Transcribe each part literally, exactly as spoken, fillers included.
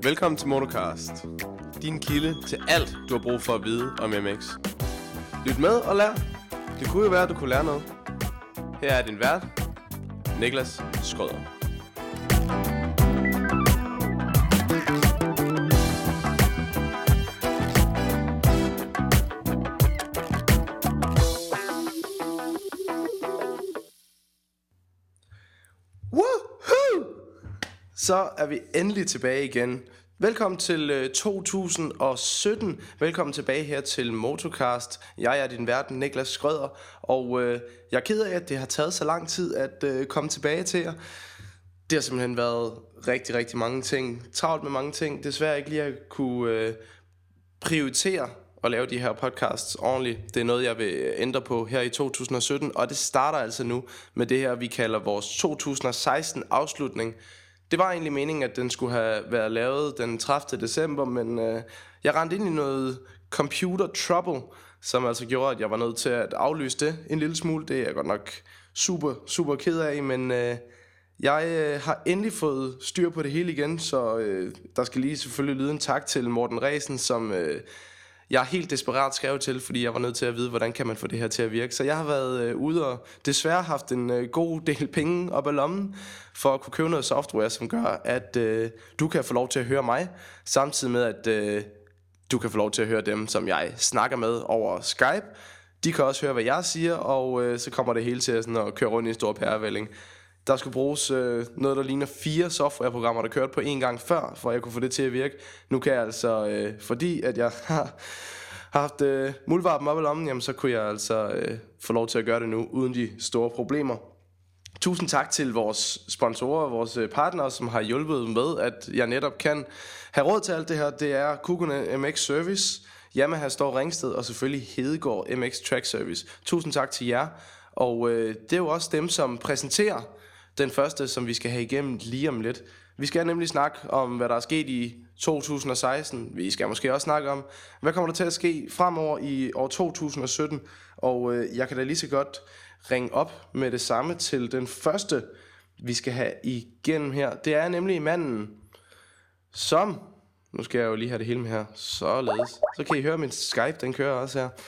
Velkommen til Motocast, din kilde til alt, du har brug for at vide om M X. Lyt med og lær. Det kunne jo være, at du kunne lære noget. Her er din vært, Niklas Schrøder. Woohoo! Så er vi endelig tilbage igen. Velkommen til øh, to tusind og sytten. Velkommen tilbage her til Motocast. Jeg er din vært, Niklas Schrøder. Og øh, jeg er ked af, at det har taget så lang tid at øh, komme tilbage til jer. Det har simpelthen været rigtig, rigtig mange ting. Travlt med mange ting. Desværre ikke lige at kunne øh, prioritere at lave de her podcasts ordentligt. Det er noget, jeg vil ændre på her i to tusind og sytten. Og det starter altså nu med det her, vi kalder vores to tusind og seksten afslutning. Det var egentlig meningen, at den skulle have været lavet den tredivte december, men øh, jeg rendte ind i noget computer trouble, som altså gjorde, at jeg var nødt til at aflyse det en lille smule. Det er jeg godt nok super, super ked af, men øh, jeg øh, har endelig fået styr på det hele igen, så øh, der skal lige selvfølgelig lyde en tak til Morten Resen, som øh, jeg helt desperat skrev til, fordi jeg var nødt til at vide, hvordan kan man få det her til at virke. Så jeg har været øh, ude og desværre haft en øh, god del penge op ad lommen, for at kunne købe noget software, som gør, at øh, du kan få lov til at høre mig, samtidig med, at øh, du kan få lov til at høre dem, som jeg snakker med over Skype. De kan også høre, hvad jeg siger, og øh, så kommer det hele til sådan at køre rundt i en stor pærevælling. Der skulle bruges øh, noget, der ligner fire softwareprogrammer, der kørte på en gang før, for at jeg kunne få det til at virke. Nu kan jeg altså, øh, fordi at jeg har haft øh, muldvarpen op i lommen, jamen, så kunne jeg altså øh, få lov til at gøre det nu, uden de store problemer. Tusind tak til vores sponsorer, vores partnere, som har hjulpet med, at jeg netop kan have råd til alt det her. Det er Kukune M X Service, Yamaha Store Ringsted og selvfølgelig Hedegaard M X Track Service. Tusind tak til jer. Og øh, det er jo også dem, som præsenterer den første, som vi skal have igennem lige om lidt. Vi skal nemlig snakke om, hvad der er sket i to tusind og seksten. Vi skal måske også snakke om, hvad kommer der til at ske fremover i år to tusind og sytten. Og øh, jeg kan da lige så godt ringe op med det samme til den første, vi skal have igennem her. Det er nemlig manden, som... Nu skal jeg jo lige have det hele med her. Således. Så kan I høre min Skype, den kører også her.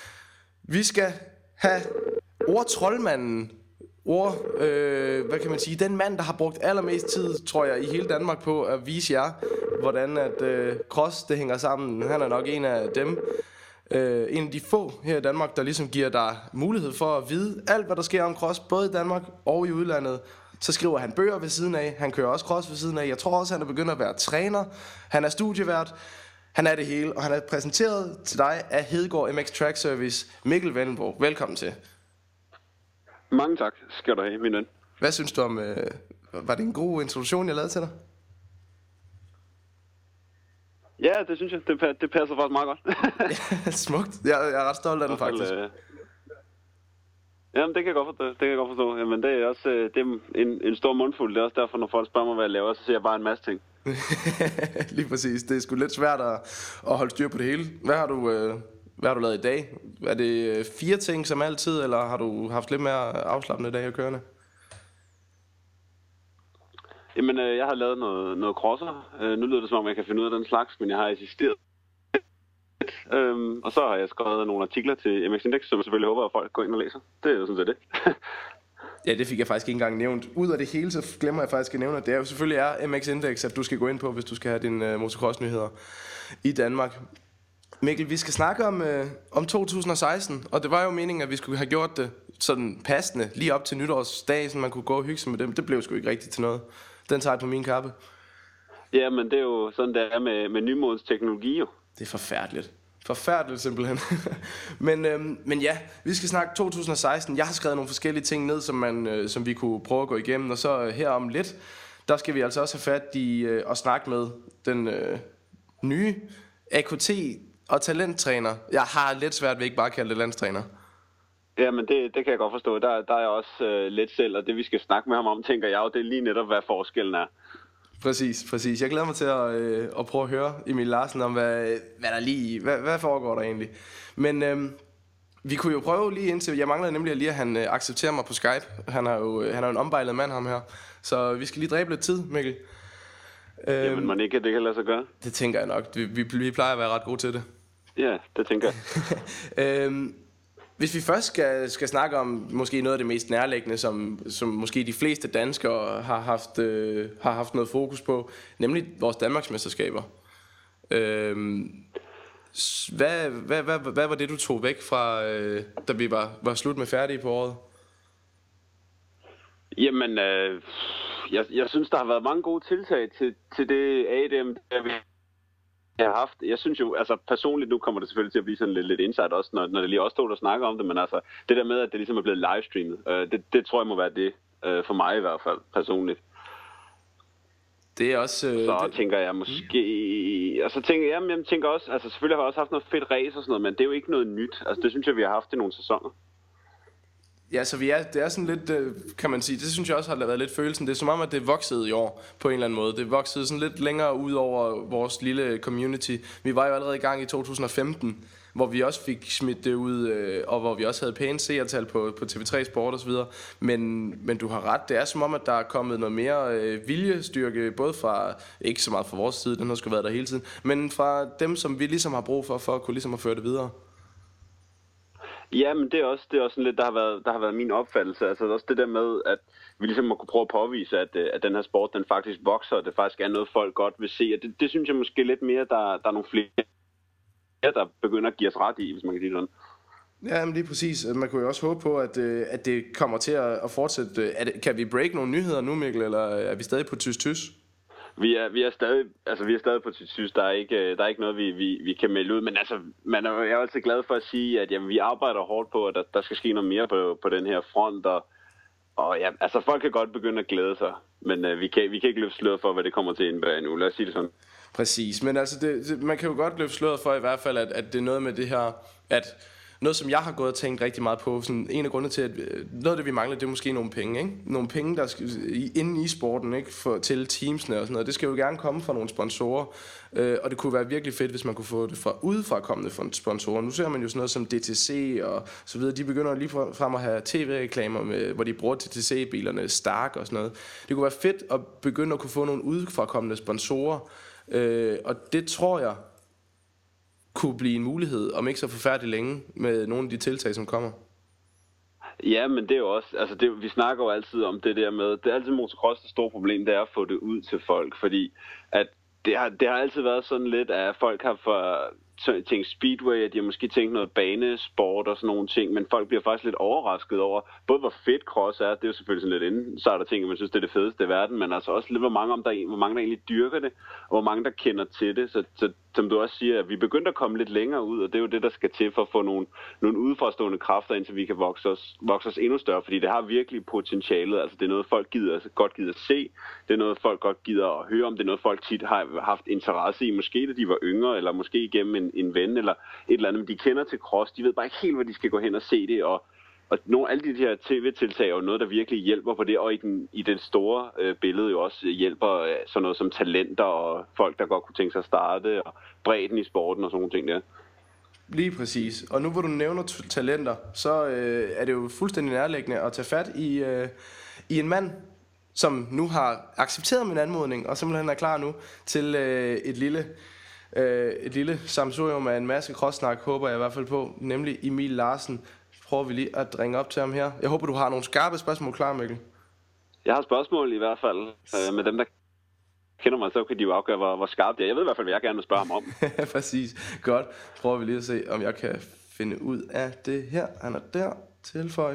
Vi skal have ordtroldmanden. Ord, øh, hvad kan man sige, den mand, der har brugt allermest tid, tror jeg, i hele Danmark på at vise jer, hvordan at øh, cross, det hænger sammen. Han er nok en af dem. Uh, en af de få her i Danmark, der ligesom giver dig mulighed for at vide alt, hvad der sker om cross, både i Danmark og i udlandet. Så skriver han bøger ved siden af. Han kører også cross ved siden af. Jeg tror også, han er begyndt at være træner. Han er studievært. Han er det hele, og han er præsenteret til dig af Hedegaard M X Track Service. Mikkel Vendelbo, velkommen til. Mange tak skal du have, min ven. Hvad synes du om, uh, var det en god introduktion, jeg lavede til dig? Ja, det synes jeg. Det, det passer faktisk meget godt. Ja, smukt. Jeg, jeg er ret stolt af den, faktisk. Øh... Jamen, det kan jeg godt forstå. Det kan jeg godt forstå. Jamen, det er også det er en, en stor mundfuld. Det er også derfor, når folk spørger mig, hvad jeg laver, så siger jeg bare en masse ting. Lige præcis. Det er sgu lidt svært at, at holde styr på det hele. Hvad har du, øh, hvad har du lavet i dag? Er det fire ting som altid, eller har du haft lidt mere afslappende dage at kørende? Jamen, øh, jeg har lavet noget, noget crosser. Øh, nu lyder det som om, jeg kan finde ud af den slags, men jeg har assisteret. Øhm, og så har jeg skrevet nogle artikler til M X Index, som jeg selvfølgelig håber, at folk går ind og læser. Det er jo sådan set det. Ja, det fik jeg faktisk ikke engang nævnt. Ud af det hele, så glemmer jeg faktisk at nævne, at det er jo selvfølgelig er M X Index, at du skal gå ind på, hvis du skal have dine uh, motocross-nyheder i Danmark. Mikkel, vi skal snakke om, uh, om to tusind og seksten, og det var jo meningen, at vi skulle have gjort det sådan passende, lige op til nytårsdag, så man kunne gå og hygge sig med dem. Det blev sgu ikke rigtigt til noget. Den tager jeg på min kappe. Ja, men det er jo sådan, det er med, med nymodens teknologi jo. Det er forfærdeligt. Forfærdeligt simpelthen. men, øhm, men ja, vi skal snakke to tusind og seksten. Jeg har skrevet nogle forskellige ting ned, som, man, øh, som vi kunne prøve at gå igennem. Og så øh, her om lidt, der skal vi altså også have fat i øh, og snakke med den øh, nye A K T og talenttræner. Jeg har lidt svært ved ikke bare at kalde det landstræner. Ja, men det, det kan jeg godt forstå. Der, der er jeg også øh, lidt selv, og det vi skal snakke med ham om, tænker jeg jo, det er lige netop, hvad forskellen er. Præcis, præcis. Jeg glæder mig til at, øh, at prøve at høre Emil Larsen om, hvad, hvad der lige, hvad, hvad foregår der egentlig. Men øh, vi kunne jo prøve lige indtil, jeg mangler nemlig lige, at han øh, accepterer mig på Skype. Han er jo, han er jo en ombejlet mand, ham her. Så vi skal lige dræbe lidt tid, Mikkel. Jamen, man ikke, det kan lade sig gøre. Det tænker jeg nok. Vi, vi, vi plejer at være ret gode til det. Ja, det tænker jeg. øhm, Hvis vi først skal, skal snakke om måske noget af det mest nærliggende, som, som måske de fleste danskere har haft, øh, har haft noget fokus på, nemlig vores Danmarksmesterskaber. Øhm, hvad, hvad, hvad, hvad var det, du tog væk fra, øh, da vi var, var slut med færdige på året? Jamen, øh, jeg, jeg synes, der har været mange gode tiltag til, til det A D M, der vi har haft. Jeg synes jo, altså personligt, nu kommer det selvfølgelig til at blive sådan lidt, lidt insight også, når, når det lige også stod og snakker om det, men altså, det der med, at det ligesom er blevet livestreamet, øh, det, det tror jeg må være det, øh, for mig i hvert fald, personligt. Det er også... Øh, så det... tænker jeg måske... Mm. Og så tænker jeg, jamen, jeg tænker også, altså selvfølgelig har jeg også haft noget fedt race og sådan noget, men det er jo ikke noget nyt. Altså det synes jeg, vi har haft i nogle sæsoner. Ja, så vi er, det er sådan lidt, kan man sige, det synes jeg også har været lidt følelsen. Det er som om, at det voksede i år på en eller anden måde. Det voksede sådan lidt længere ud over vores lille community. Vi var jo allerede i gang i to tusind og femten, hvor vi også fik smidt det ud, og hvor vi også havde pæne seertal på, på T V tre Sport osv. Men, men du har ret, det er som om, at der er kommet noget mere øh, viljestyrke, både fra, ikke så meget fra vores side, den har sgu været der hele tiden, men fra dem, som vi ligesom har brug for, for at kunne ligesom at føre det videre. Ja, men det er også det er også sådan lidt der har været der har været min opfattelse, altså også det der med at vi ligesom må kunne prøve at påvise at at den her sport den faktisk vokser, og det faktisk er noget folk godt vil se, og det, det synes jeg måske lidt mere der der er nogle flere der begynder at give os ret i, hvis man kan sige sådan. Ja, men lige præcis. Man kunne jo også håbe på at at det kommer til at fortsætte. Er det, kan vi break nogle nyheder nu, Mikkel, eller er vi stadig på tys-tys? Vi er, vi er stadig, altså vi er stadig på tys-tys. Der er ikke, der er ikke noget vi, vi, vi kan melde ud, men altså man er, jeg er altid glad for at sige, at jamen, vi arbejder hårdt på, at der, der skal ske noget mere på, på den her front, og, og ja, altså folk kan godt begynde at glæde sig, men uh, vi kan vi kan ikke løfte sløret for, hvad det kommer til at indebære nu. Lad os sige det sådan. Præcis, men altså det, det, man kan jo godt løfte sløret for i hvert fald, at, at det er noget med det her, at noget, som jeg har gået og tænkt rigtig meget på, sådan en af grundene til, at noget af det, vi mangler, det er måske nogle penge, ikke? Nogle penge, der skal inde i sporten, ikke? For, til teamsene og sådan noget. Det skal jo gerne komme fra nogle sponsorer, øh, og det kunne være virkelig fedt, hvis man kunne få det fra udefra kommende sponsorer. Nu ser man jo sådan noget som D T C og så videre. De begynder lige frem at have tv-reklamer, med, hvor de bruger D T C-bilerne, Stark og sådan noget. Det kunne være fedt at begynde at kunne få nogle udefra kommende sponsorer, øh, og det tror jeg kunne blive en mulighed, om ikke så forfærdeligt længe, med nogle af de tiltag, som kommer. Ja, men det er jo også, altså det, vi snakker jo altid om det der med, det er altid motocross, det store problem, det er at få det ud til folk, fordi at det har, det har altid været sådan lidt, at folk har for tænkt speedway, at de har måske tænkt noget banesport og sådan nogle ting, men folk bliver faktisk lidt overrasket over, både hvor fedt cross er, det er jo selvfølgelig sådan lidt insider ting, at man synes, det er det fedeste i verden, men altså også lidt, hvor mange, om der, hvor mange der egentlig dyrker det, og hvor mange der kender til det, så, så som du også siger, at vi begynder at komme lidt længere ud, og det er jo det, der skal til for at få nogle, nogle udefrastående kræfter, indtil vi kan vokse os, vokse os endnu større, fordi det har virkelig potentialet, altså det er noget, folk gider, altså godt gider at se, det er noget, folk godt gider at høre om, det er noget, folk tit har haft interesse i, måske da de var yngre, eller måske igennem en, en ven, eller et eller andet, men de kender til cross, de ved bare ikke helt, hvor de skal gå hen og se det, og Og nogle, alle de her tv-tiltag er jo noget, der virkelig hjælper på det, og i, den, i det store øh, billede jo også hjælper øh, sådan noget som talenter og folk, der godt kunne tænke sig at starte, og bredden i sporten og sådan nogle ting der. Lige præcis. Og nu hvor du nævner t- talenter, så øh, er det jo fuldstændig nærliggende at tage fat i, øh, i en mand, som nu har accepteret min anmodning, og simpelthen er klar nu til øh, et lille... Øh, et lille samsurium af en masse crosssnak, håber jeg i hvert fald på, nemlig Emil Larsen. Prøver vi lige at ringe op til ham her. Jeg håber, du har nogle skarpe spørgsmål klar, Mikkel. Jeg har spørgsmål i hvert fald. Øh, med dem, der kender mig, så kan de jo afgøre, hvor, hvor skarpt det er. Jeg ved i hvert fald, hvad jeg gerne vil spørge ham om. Præcis. Godt. Prøver vi lige at se, om jeg kan finde ud af det her. Han er der. Tilføj.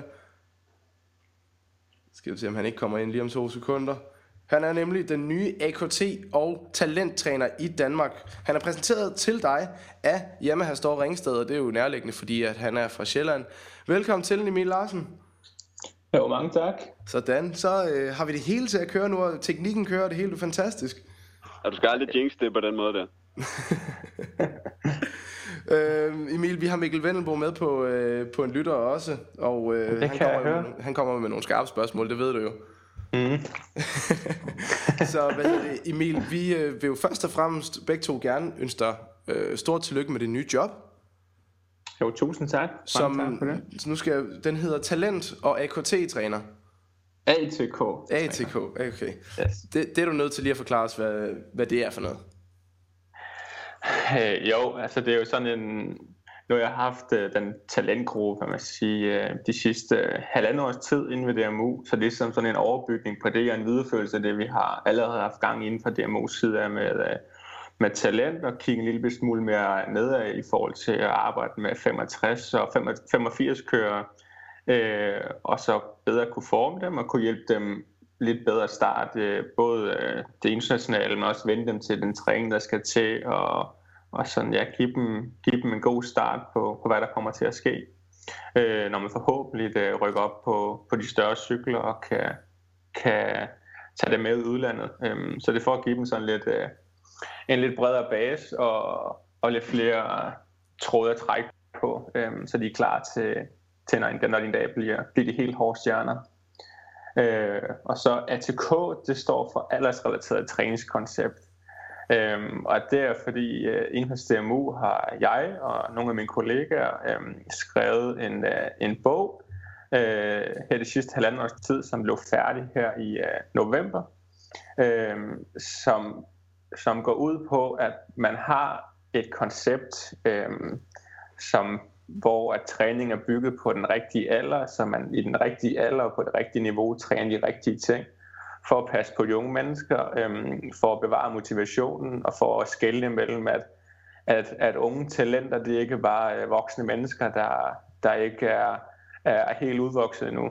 Skal vi se, om han ikke kommer ind lige om to sekunder. Han er nemlig den nye A K T og talenttræner i Danmark. Han er præsenteret til dig af Yamaha Store Ringsted, og det er jo nærliggende, fordi at han er fra Sjælland. Velkommen til, Emil Larsen. Jo, mange tak. Sådan, så øh, har vi det hele til at køre nu, og teknikken kører, det hele er fantastisk. Og du skal aldrig jinx det på den måde der. øh, Emil, vi har Mikkel Vendelbo med på, øh, på en lytter også, og øh, han, kommer med, han kommer med nogle skarpe spørgsmål, det ved du jo. Mm. Så hvad hedder det, Emil, vi øh, vil jo først og fremmest begge to gerne ønske dig øh, stort tillykke med det nye job. Jo, tusind tak. Som, tak for det. Nu skal jeg, den hedder talent- og A K T-træner. A T K. A T K, okay. Yes. Det, det er du nødt til lige at forklare os, hvad, hvad det er for noget. Øh, jo, altså det er jo sådan en... Nu har jeg haft øh, den talentgruppe, kan man sige, øh, de sidste øh, halvandet års tid inden ved D M U, så det er som sådan en overbygning på det, og en videreførelse af det, vi har allerede haft gang inden for D M U's side af med, øh, med talent, og kigge en lille smule mere nedad i forhold til at arbejde med femogtres og femogfirs kører, øh, og så bedre kunne forme dem og kunne hjælpe dem lidt bedre start, øh, både øh, det internationale, men også vende dem til den træning, der skal til, og og sådan, ja, give dem, give dem en god start på, på hvad der kommer til at ske, øh, når man forhåbentlig øh, rykker op på, på de større cykler og kan, kan tage det med i udlandet. Um, så det er for at give dem sådan lidt, øh, en lidt bredere base og, og lidt flere tråde at trække på, um, så de er klar til, til når, når de en dag bliver, bliver de helt hårde stjerner. Uh, og så A T K, det står for aldersrelateret træningskoncept. Øhm, og det er fordi øh, inden hos D M U har jeg og nogle af mine kollegaer øh, skrevet en, øh, en bog øh, her det sidste halvanden års tid, som blev færdig her i øh, november, øh, som, som går ud på, at man har et koncept, øh, som, hvor at træning er bygget på den rigtige alder, så man i den rigtige alder og på det rigtige niveau træner de rigtige ting, for at passe på de unge mennesker, øhm, for at bevare motivationen og for at skelne mellem, at, at, at unge talenter, det er ikke bare øh, voksne mennesker, der, der ikke er, er helt udvokset endnu.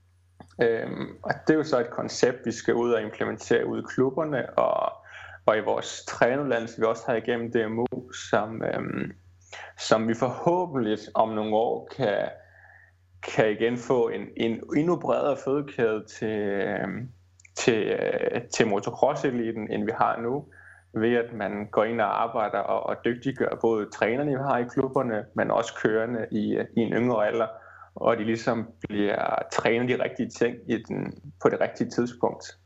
Øhm, og det er jo så et koncept, vi skal ud og implementere ud i klubberne og, og i vores trænerland, som vi også har igennem D M U, som, øhm, som vi forhåbentlig om nogle år kan, kan igen få en, en endnu bredere fødekæde til... Øhm, til, til motocross-eliten, end vi har nu, ved at man går ind og arbejder og, og dygtiggør både trænerne, vi har i klubberne, men også kørende i, i en yngre alder, og de ligesom bliver trænet de rigtige ting i den, på det rigtige tidspunkt.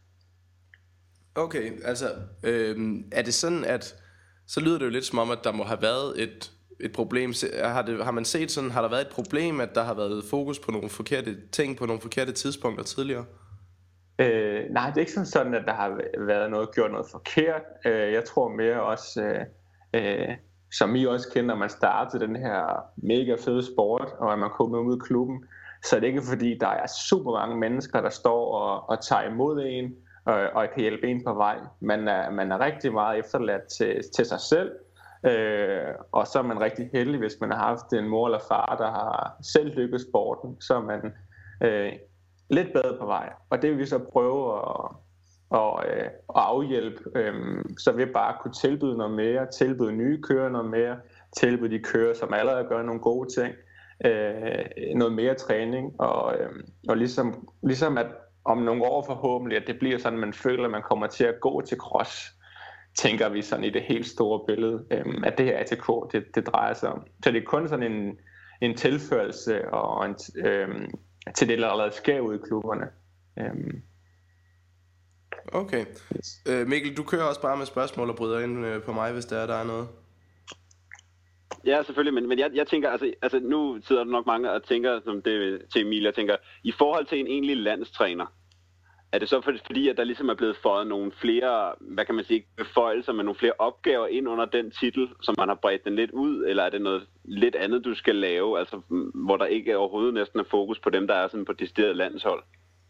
Okay, altså øh, er det sådan, at så lyder det jo lidt som om, at der må have været et, et problem. Har, det, har man set sådan, har der været et problem, at der har været fokus på nogle forkerte ting på nogle forkerte tidspunkter tidligere? Øh, nej, det er ikke sådan, at der har været noget gjort noget forkert. Øh, jeg tror mere også, øh, øh, som I også kender, når man startede den her mega fede sport, og at man kommer ud i klubben, så er det ikke fordi, der er super mange mennesker, der står og, og tager imod en, og, og kan hjælpe en på vej. Man er, man er rigtig meget efterladt til, til sig selv, øh, og så er man rigtig heldig, hvis man har haft en mor eller far, der har selv lykkes sporten, så er man... Øh, lidt bedre på vej, og det vil vi så prøve at, at, at afhjælpe, øhm, så vi bare kunne tilbyde noget mere, tilbyde nye kører noget mere, tilbyde de kører, som allerede gør nogle gode ting, øh, noget mere træning, og, øh, og ligesom, ligesom at om nogle år forhåbentlig, at det bliver sådan, at man føler, at man kommer til at gå til cross, tænker vi sådan i det helt store billede, øh, at det her A T K, det, det drejer sig om. Så det er kun sådan en, en tilførelse og en... Øh, til det, der allerede sker ude i klubberne. Um. Okay. Yes. Øh, Mikkel, du kører også bare med spørgsmål og bryder ind øh, på mig, hvis der er, der er noget. Ja, selvfølgelig, men, men jeg, jeg tænker, altså, altså nu sidder der nok mange og tænker, som det til Emil, jeg tænker, i forhold til en egentlig landstræner, er det så fordi, at der ligesom er blevet fået nogle flere, hvad kan man sige, beføjelser med nogle flere opgaver ind under den titel, som man har bredt den lidt ud, eller er det noget lidt andet, du skal lave, altså hvor der ikke overhovedet næsten er fokus på dem, der er sådan på decideret landshold?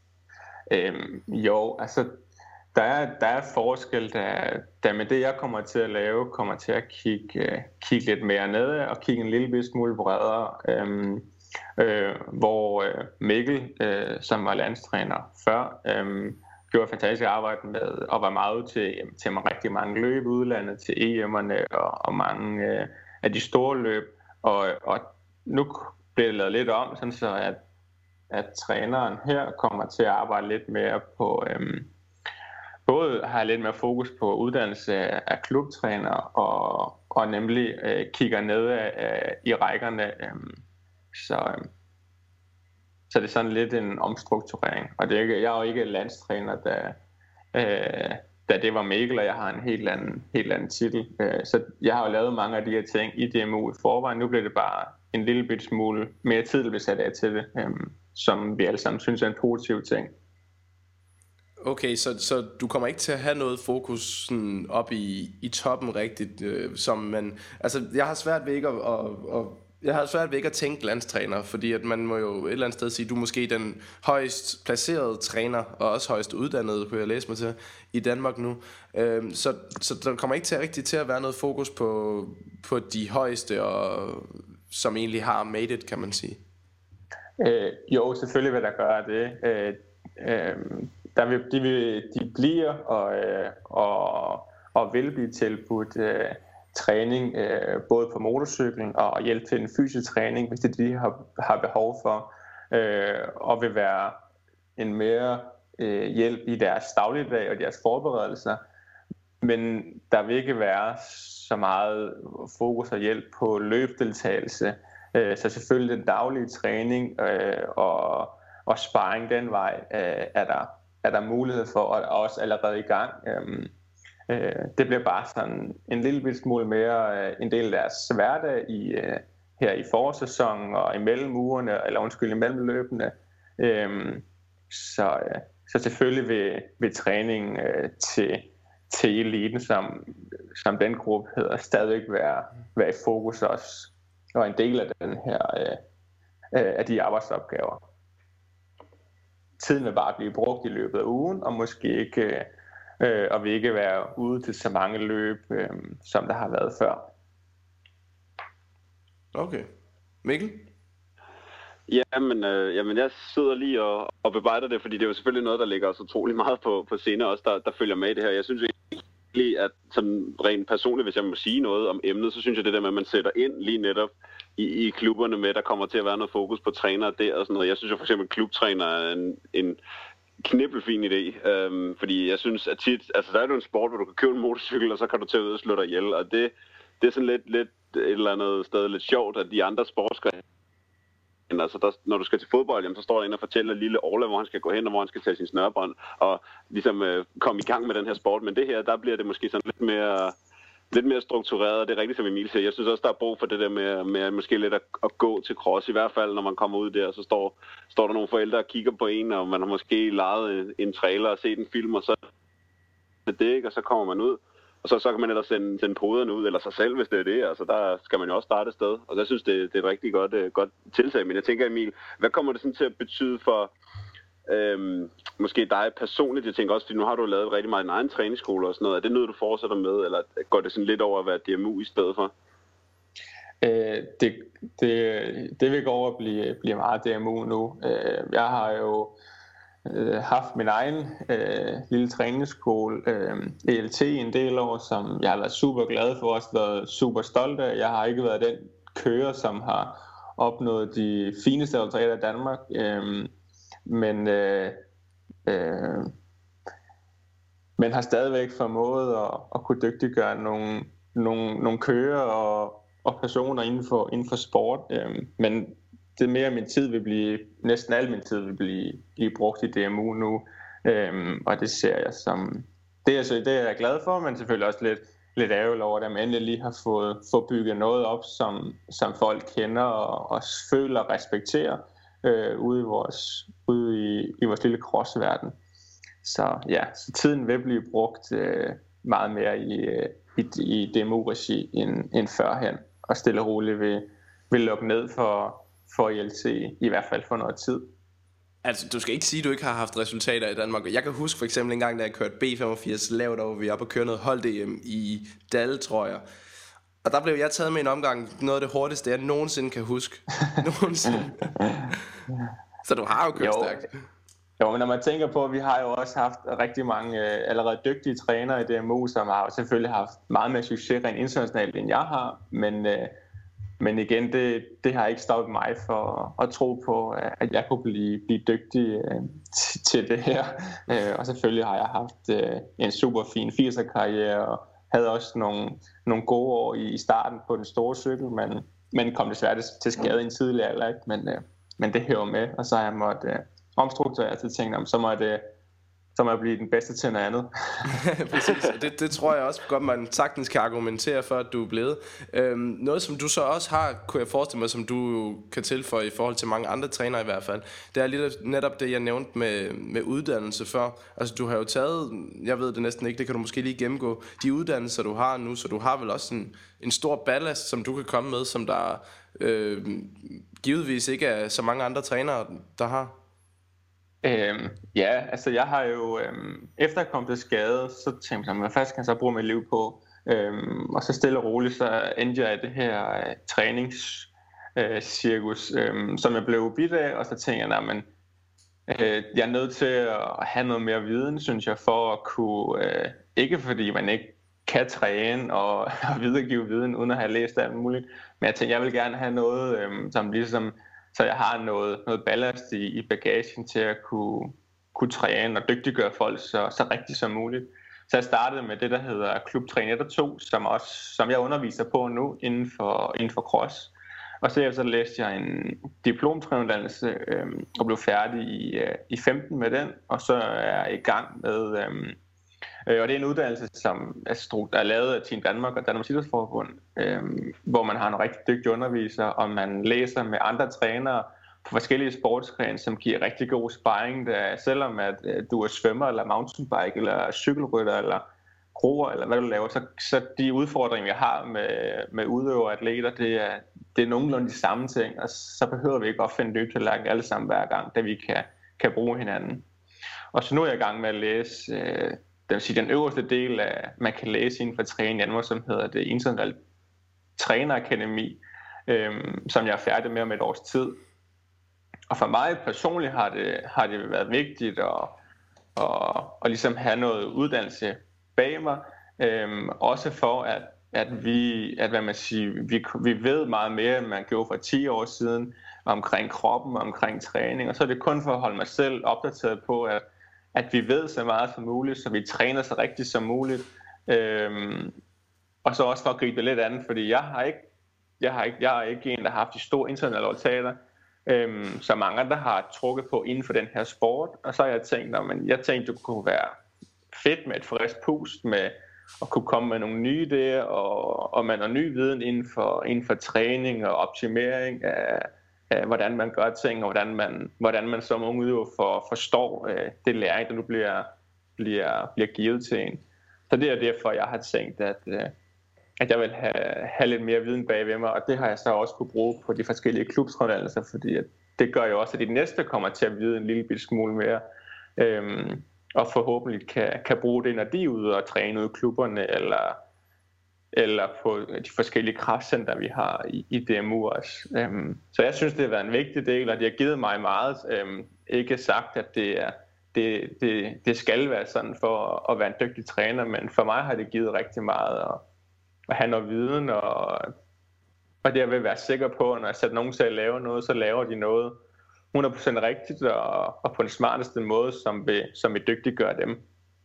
Øhm, jo, altså der er, der er forskel, der, der med det, jeg kommer til at lave, kommer til at kigge, kigge lidt mere ned og kigge en lille smule bredere. Øhm, Øh, hvor øh, Mikkel, øh, som var landstræner før, øh, gjorde fantastisk arbejde med at være meget til, til rigtig mange løb i udlandet, til E M'erne og, og mange øh, af de store løb. Og, og nu bliver det lavet lidt om, sådan så at, at træneren her kommer til at arbejde lidt mere på, øh, både har lidt mere fokus på uddannelse af klubtræner og, og nemlig øh, kigger ned af, i rækkerne. Øh, Så, så det er sådan lidt en omstrukturering. Og det er ikke, jeg er jo ikke landstræner, da, øh, da det var Mikkel, og jeg har en helt anden, helt anden titel. Øh, så jeg har jo lavet mange af de her ting i D M U i forvejen. Nu bliver det bare en lille bit smule mere tid, hvis jeg er til det, øh, som vi alle sammen synes er en positiv ting. Okay, så, så du kommer ikke til at have noget fokus sådan op i, i toppen rigtigt, øh, som man... Altså, jeg har svært ved ikke at, at, at, jeg har svært ved ikke at tænke landstræner, fordi at man må jo et eller andet sted sige, du er måske den højst placerede træner, og også højst uddannede, kunne jeg læse mig til, i Danmark nu. Øh, så, så der kommer ikke til rigtigt til at være noget fokus på, på de højeste, og, som egentlig har made it, kan man sige. Øh, jo, selvfølgelig vil der gøre det. Øh, øh, der vil, de, vil, de bliver og, øh, og, og vil blive tilbudt øh, træning øh, både på motorcyklen og hjælp til en fysisk træning, hvis det de har, har behov for, øh, og vil være en mere øh, hjælp i deres dagligdag og deres forberedelser. Men der vil ikke være så meget fokus og hjælp på løbdeltagelse. Så selvfølgelig den daglige træning øh, og, og sparring den vej øh, er, der, er der mulighed for, og er også allerede i gang. Øh, øh, det bliver bare sådan en lille smule mere øh, en del af deres hverdag i, øh, her i forårssæsonen og imellem ugerne, eller undskyld, imellem løbende. Øh, så, øh, så selvfølgelig vil, vil træningen øh, til, til eliten, som, som den gruppe hedder, stadig være, være i fokus også. Og en del af den her øh, af de arbejdsopgaver. Tiden vil bare blive brugt i løbet af ugen, og måske ikke øh, og vil ikke være ude til så mange løb, øh, som der har været før. Okay. Mikkel? Jamen, øh, jamen, jeg sidder lige og, og bebrejder det, fordi det er jo selvfølgelig noget, der ligger så utrolig meget på, på scene også, der, der følger med i det her. Jeg synes egentlig, at sådan rent personligt, hvis jeg må sige noget om emnet, så synes jeg det der med, at man sætter ind lige netop i, i klubberne med, der kommer til at være noget fokus på trænere der og sådan noget. Jeg synes jo for eksempel, at klubtræner er en, en knibbelfin idé, øhm, fordi jeg synes, at tit, altså der er jo en sport, hvor du kan købe en motorcykel, og så kan du tage ud og slå dig ihjel, og det, det er sådan lidt, lidt et eller andet sted lidt sjovt, at de andre sportsgrene, altså der, når du skal til fodbold, jamen, så står der en og fortæller lille Orla, hvor han skal gå hen, og hvor han skal tage sin snørebånd, og ligesom øh, komme i gang med den her sport. Men det her, der bliver det måske sådan lidt mere, lidt mere struktureret, og det er rigtigt, som Emil siger. Jeg synes også, der er brug for det der med, med måske lidt at, at gå til cross, i hvert fald når man kommer ud der, så står, står der nogle forældre og kigger på en, og man har måske lejet en, en trailer og set en film, og så er det ikke, og så kommer man ud. Og så, så kan man ellers sende, sende poderne ud, eller sig selv, hvis det er det. Altså, der skal man jo også starte et sted. Og jeg synes, det, det er et rigtig godt, uh, godt tiltag. Men jeg tænker, Emil, hvad kommer det sådan til at betyde for øhm, måske dig personligt? Jeg tænker også, fordi nu har du lavet rigtig meget i din egen træningsskole og sådan noget. Er det noget, du fortsætter med, eller går det sådan lidt over at være D M U i stedet for? Øh, det, det, det vil gå over at blive, blive meget D M U nu. Øh, jeg har jo haft min egen øh, lille træningsskole, øh, E L T, en del år, som jeg har været super glad for, også været super stolt af. Jeg har ikke været den kører, som har opnået de fineste resultater i Danmark, øh, men øh, øh, men har stadigvæk formået at, at kunne dygtiggøre nogle, nogle, nogle kører og, og personer inden for, inden for sport, øh, men det mere min tid vil blive, næsten al min tid vil blive, blive brugt i D M U nu, øhm, og det ser jeg som, det er, så, det er jeg glad for, men selvfølgelig også lidt, lidt ærgerlig over, at man endelig lige har fået, fået bygget noget op, som, som folk kender og, og føler og respekterer øh, ude, i vores, ude i, i vores lille crossverden. Så ja, så tiden vil blive brugt øh, meget mere i, i, i D M U-regi end, end førhen, og stille og roligt vil, vil lukke ned for for E L T, i hvert fald for noget tid. Altså, du skal ikke sige, at du ikke har haft resultater i Danmark. Jeg kan huske for eksempel en gang, da jeg kørte B femogfirs lavt over, vi var oppe og køre noget hold-D M i Dalle, tror jeg. Og der blev jeg taget med en omgang, noget af det hurtigste, jeg nogensinde kan huske. Nogensinde. Så du har jo kørt jo stærkt. Jo, men når man tænker på, at vi har jo også haft rigtig mange øh, allerede dygtige trænere i D M U, som har selvfølgelig haft meget mere succes rent internationalt, end jeg har, men øh, Men igen, det, det har ikke stoppet mig for at tro på, at jeg kunne blive, blive dygtig øh, t- til det her. Øh, og selvfølgelig har jeg haft øh, en super fin firser-karriere, og havde også nogle, nogle gode år i, i starten på den store cykel, men, men kom desværre til skade i en tidlig alder. Men, øh, men det hører med, og så har jeg måttet øh, omstrukturere til tingene, så må det, så må jeg blive den bedste til noget andet. Præcis, og det, det tror jeg også godt, man sagtens kan argumentere for, at du er blevet. Øhm, noget, som du så også har, kunne jeg forestille mig, som du kan tilføje i forhold til mange andre trænere i hvert fald, det er lidt netop det, jeg nævnte med, med uddannelse før. Altså, du har jo taget, jeg ved det næsten ikke, det kan du måske lige gennemgå, de uddannelser, du har nu, så du har vel også en, en stor ballast, som du kan komme med, som der øh, givetvis ikke er så mange andre trænere, der har. Øhm, ja, altså jeg har jo, øhm, efter jeg kom til skade, så tænkte jeg, hvad fast kan jeg så bruge mit liv på? Øhm, og så stille og roligt, så endte jeg i det her øh, træningscirkus, øh, øh, som jeg blev bidt af, og så tænkte jeg, men øh, jeg er nødt til at have noget mere viden, synes jeg, for at kunne, øh, ikke fordi man ikke kan træne og, og videregive viden, uden at have læst alt muligt, men jeg tænkte, jeg vil gerne have noget, øh, som ligesom, så jeg har noget, noget ballast i, i bagagen til at kunne, kunne træne og dygtiggøre folk så, så rigtigt som muligt. Så jeg startede med det, der hedder Klubtræner et og to, som, også, som jeg underviser på nu inden for, inden for cross. Og så, så læste jeg en diplomtræneruddannelse øh, og blev færdig i, øh, i femten med den. Og så er jeg i gang med, øh, øh, og det er en uddannelse, som er, er lavet af Team Danmark og Danmarks Idrætsforbund, øh, hvor man har en rigtig dygtig underviser, og man læser med andre trænere på forskellige sportsgrene, som giver rigtig god sparring, der, selvom at du er svømmer, eller mountainbike, eller cykelrytter, eller roer, eller hvad du laver, så, så de udfordringer, jeg har med, med udøvere og atleter, det er, det er nogenlunde de samme ting, og så behøver vi ikke opfinde dybt tallerken alle sammen hver gang, da vi kan, kan bruge hinanden. Og så nu er jeg i gang med at læse øh, det vil sige, den øverste del af, man kan læse inden for træning i Danmark, som hedder det Internationale Trænerakademi, øh, som jeg er færdig med om et års tid. Og for mig personligt har det, har det været vigtigt at, at, at ligesom have noget uddannelse bag mig. Øhm, også for, at, at, vi, at hvad man siger, vi, vi ved meget mere, end man gjorde for ti år siden, omkring kroppen, omkring træning. Og så er det kun for at holde mig selv opdateret på, at, at vi ved så meget som muligt, så vi træner så rigtigt som muligt. Øhm, og så også for at gribe det lidt andet, fordi jeg har ikke, jeg har ikke, jeg er ikke en, der har haft de store internationale resultater, Øhm, så mange andre har trukket på inden for den her sport, og så har jeg tænkt, men jeg tænkte, det kunne være fedt med et frisk pust, med at kunne komme med nogle nye idéer, og, og med noget ny viden inden for, inden for træning og optimering af, af, hvordan man gør ting, og hvordan man, hvordan man som unge udøver for, forstår øh, det læring, der nu bliver, bliver, bliver givet til en. Så det er derfor, jeg har tænkt, at øh, at jeg vil have, have lidt mere viden bag ved mig, og det har jeg så også kunne bruge på de forskellige klubtræneruddannelser, fordi at det gør jo også, at de næste kommer til at vide en lille bitte smule mere, øhm, og forhåbentlig kan, kan bruge det, når de er ude og træne ude i klubberne, eller, eller på de forskellige kraftcenter, vi har i, i D M U også. Øhm, så jeg synes, det har været en vigtig del, og det har givet mig meget. Øhm, ikke sagt, at det er det, det, det skal være sådan for at være en dygtig træner, men for mig har det givet rigtig meget at at have noget viden, og, og det jeg vil være sikker på, at når jeg sætter nogen til at lave noget, så laver de noget hundrede procent rigtigt, og, og på den smarteste måde, som vil, som vil dygtiggøre dem.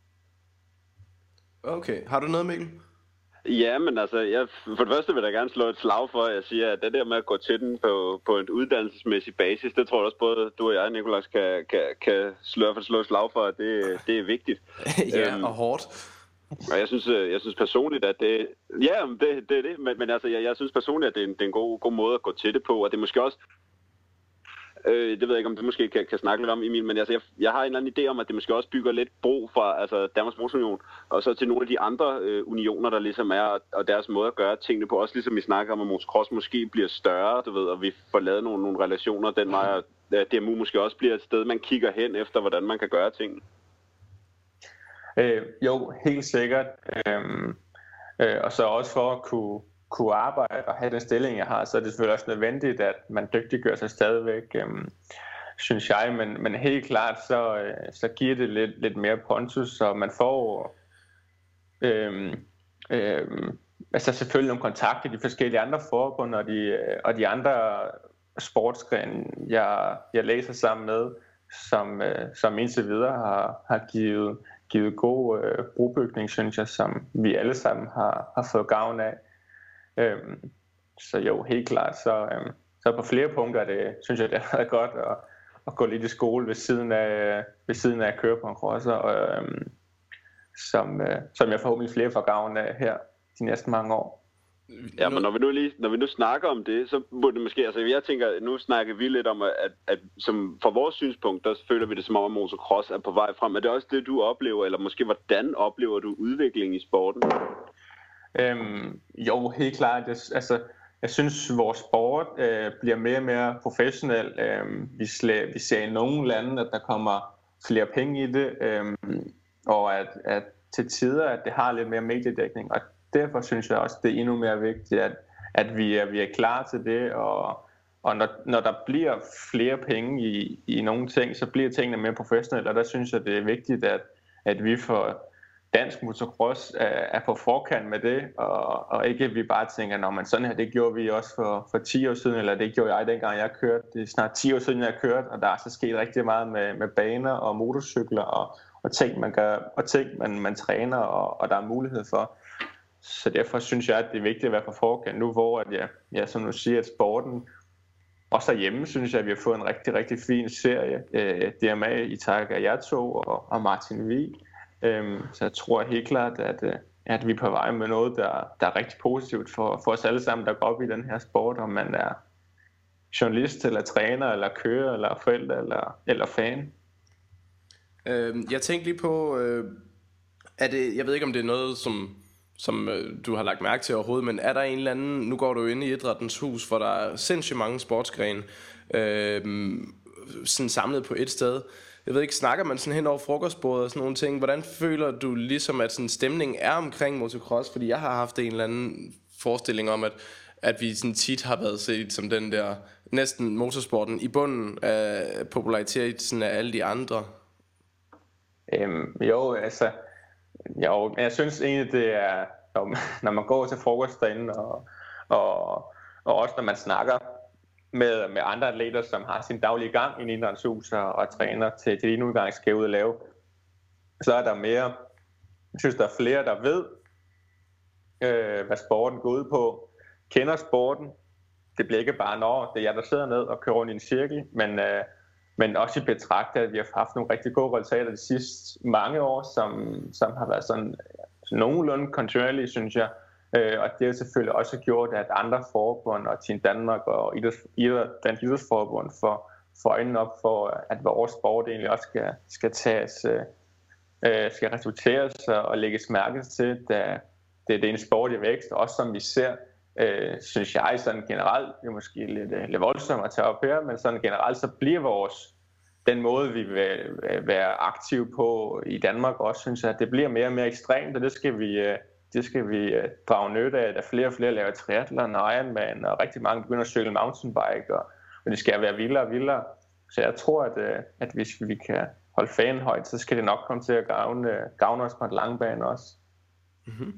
Okay, har du noget, Mikkel? Ja, men altså, jeg, for det første vil jeg gerne slå et slag for, at jeg siger, at det der med at gå til den på, på en uddannelsesmæssig basis, det tror jeg også både du og jeg, Nicolas, kan, kan, kan slå, for slå et slag for, at det, det er vigtigt. Ja, øhm, og hårdt. Og jeg synes, jeg synes personligt, at det... Ja, det, det er det, men, men altså, jeg, jeg synes personligt, at det er en, det er en god, god måde at gå til det på, og det er måske også... Øh, det ved jeg ikke, om du måske kan, kan snakke lidt om, Emil, men altså, jeg, jeg har en eller anden idé om, at det måske også bygger lidt bro fra altså, Danmarks Motorunion, og så til nogle af de andre øh, unioner, der ligesom er, og deres måde at gøre tingene på, også ligesom vi snakker om, at motocross måske bliver større, du ved, og vi får lavet nogle, nogle relationer den vej, og D M U måske også bliver et sted, man kigger hen efter, hvordan man kan gøre tingene. Øh, jo, helt sikkert. Øhm, øh, og så også for at kunne, kunne arbejde og have den stilling, jeg har, så er det selvfølgelig også nødvendigt, at man dygtiggør sig stadigvæk, øhm, synes jeg. Men, men helt klart, så, øh, så giver det lidt, lidt mere pontus, så man får øhm, øhm, altså selvfølgelig nogle kontakter i de forskellige andre forbund og de, og de andre sportsgrene, jeg, jeg læser sammen med, som, øh, som indtil videre har, har givet givet god øh, brobygning, synes jeg, som vi alle sammen har, har fået gavn af. Øhm, så jo, helt klart, så, øhm, så på flere punkter, det, synes jeg, det har været godt at, at gå lidt i skole ved siden af, ved siden af at køre på en crosser, og, øhm, som, øh, som jeg forhåbentlig flere får gavn af her de næste mange år. Ja, men når vi nu lige, når vi nu snakker om det, så burde det måske, altså jeg tænker, nu snakker vi lidt om, at, at som fra vores synspunkt, der føler vi det som om, at motocross er på vej frem. Er det også det, du oplever, eller måske hvordan oplever du udviklingen i sporten? Øhm, jo, helt klart. Jeg, altså, jeg synes, vores sport øh, bliver mere og mere professionel. Øhm, vi, slæ, vi ser i nogle lande, at der kommer flere penge i det, øhm, og at, at til tider, at det har lidt mere mediedækning. Og derfor synes jeg også, det er endnu mere vigtigt, at, at vi, er, vi er klar til det. Og, og når, når der bliver flere penge i, i nogle ting, så bliver tingene mere professionelle. Og der synes jeg, det er vigtigt, at, at vi får dansk motocross er, er på forkant med det, og, og ikke vi bare tænker, at sådan her, det gjorde vi også for, for ti år siden, eller det gjorde jeg dengang jeg kørte. Det er snart ti år siden, jeg kørte, og der er så sket rigtig meget med, med baner og motorcykler, og, og ting, man, gør, og ting man, man træner, og, og der er mulighed for. Så derfor synes jeg, at det er vigtigt at være på forkant nu, hvor at, ja, ja, som du siger, at sporten, også derhjemme, synes jeg, at vi har fået en rigtig, rigtig fin serie. Øh, D M A i takke af jer to og, og Martin Vig. Øhm, så jeg tror helt klart, at, at vi er på vej med noget, der, der er rigtig positivt for, for os alle sammen, der går op i den her sport, om man er journalist, eller træner, eller kører, eller forældre, eller, eller fan. Øh, jeg tænkte lige på, øh, er det, jeg ved ikke, om det er noget, som, som øh, du har lagt mærke til overhovedet, men er der en eller anden, nu går du jo inde i Idrættens Hus, hvor der er sindssygt mange sportsgrene, øh, sådan samlet på et sted. Jeg ved ikke, snakker man sådan hen over frokostbordet og sådan nogle ting? Hvordan føler du ligesom, at sådan stemningen er omkring motocross? Fordi jeg har haft en eller anden forestilling om, at, at vi sådan tit har været set som den der, næsten motorsporten i bunden af popularitet sådan af alle de andre. Øhm, jo, altså, jo, jeg synes egentlig, det er, når man går til frokost derinde, og, og, og også når man snakker Med, med andre atleter, som har sin daglige gang i Idrættens Hus og, og træner til, til de nu engang skal ud og lave, så er der mere, jeg synes, der er flere, der ved, øh, hvad sporten går ud på, kender sporten. Det bliver ikke bare, når det er jeg, der sidder ned og kører rundt i en cirkel, men, øh, men også i betragtet, at vi har haft nogle rigtig gode resultater de sidste mange år, som, som har været sådan nogenlunde kontinuerlige, synes jeg. Og det har selvfølgelig også gjort, at andre forbund og Team Danmark og Dansk Idrætsforbund får, får øjnene op for, at vores sport egentlig også skal, skal tages, øh, skal respekteres og lægges mærke til, da det, det er en sport i vækst. Også som vi ser, øh, synes jeg sådan generelt, det er måske lidt, lidt voldsomt at tage op her, men sådan generelt så bliver vores, den måde vi vil være aktive på i Danmark også, synes jeg, at det bliver mere og mere ekstremt, og det skal vi... Øh, Det skal vi uh, drage nytte af, at flere og flere laver triathlon og Ironman, og rigtig mange begynder at cykle mountainbike, og, og det skal være vildere og vildere. Så jeg tror, at, uh, at hvis vi kan holde fanen højt, så skal det nok komme til at gavne, uh, gavne os på en lang bane også. Mm-hmm.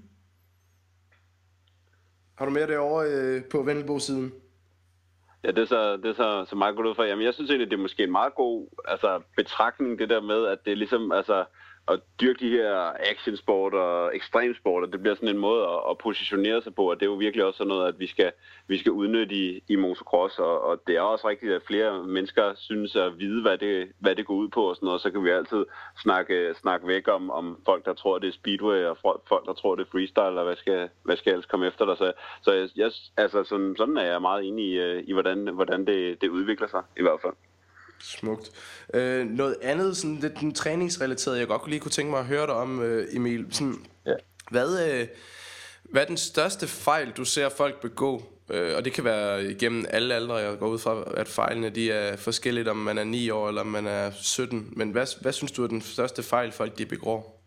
Har du mere derovre øh, på Vendelbo-siden? Ja, det er så, det er så, så meget godt ud for. Jamen, jeg synes egentlig, det er måske en meget god altså, betragtning, det der med, at det er ligesom, altså, at dyrke de her actionsport og ekstremsport, og det bliver sådan en måde at, at positionere sig på, og det er jo virkelig også sådan noget, at vi skal, vi skal udnytte i, i motocross, og, og det er også rigtigt, at flere mennesker synes at vide, hvad det, hvad det går ud på og sådan noget, så kan vi altid snakke, snakke væk om, om folk, der tror, det er speedway, og folk, der tror, det er freestyle, og hvad skal, hvad skal ellers komme efter dig. Så, så jeg, jeg, altså, sådan, sådan er jeg meget enig i, i hvordan, hvordan det, det udvikler sig, i hvert fald. Smukt. Øh, noget andet, sådan lidt den træningsrelateret, jeg godt lige kunne tænke mig at høre dig om, øh, Emil. Sådan, ja. hvad, øh, hvad er den største fejl, du ser folk begå? Øh, og det kan være igennem alle aldre. Jeg går ud fra, at fejlene de er forskellige, om man er ni år eller om man er sytten. Men hvad, hvad synes du er den største fejl, folk de begår?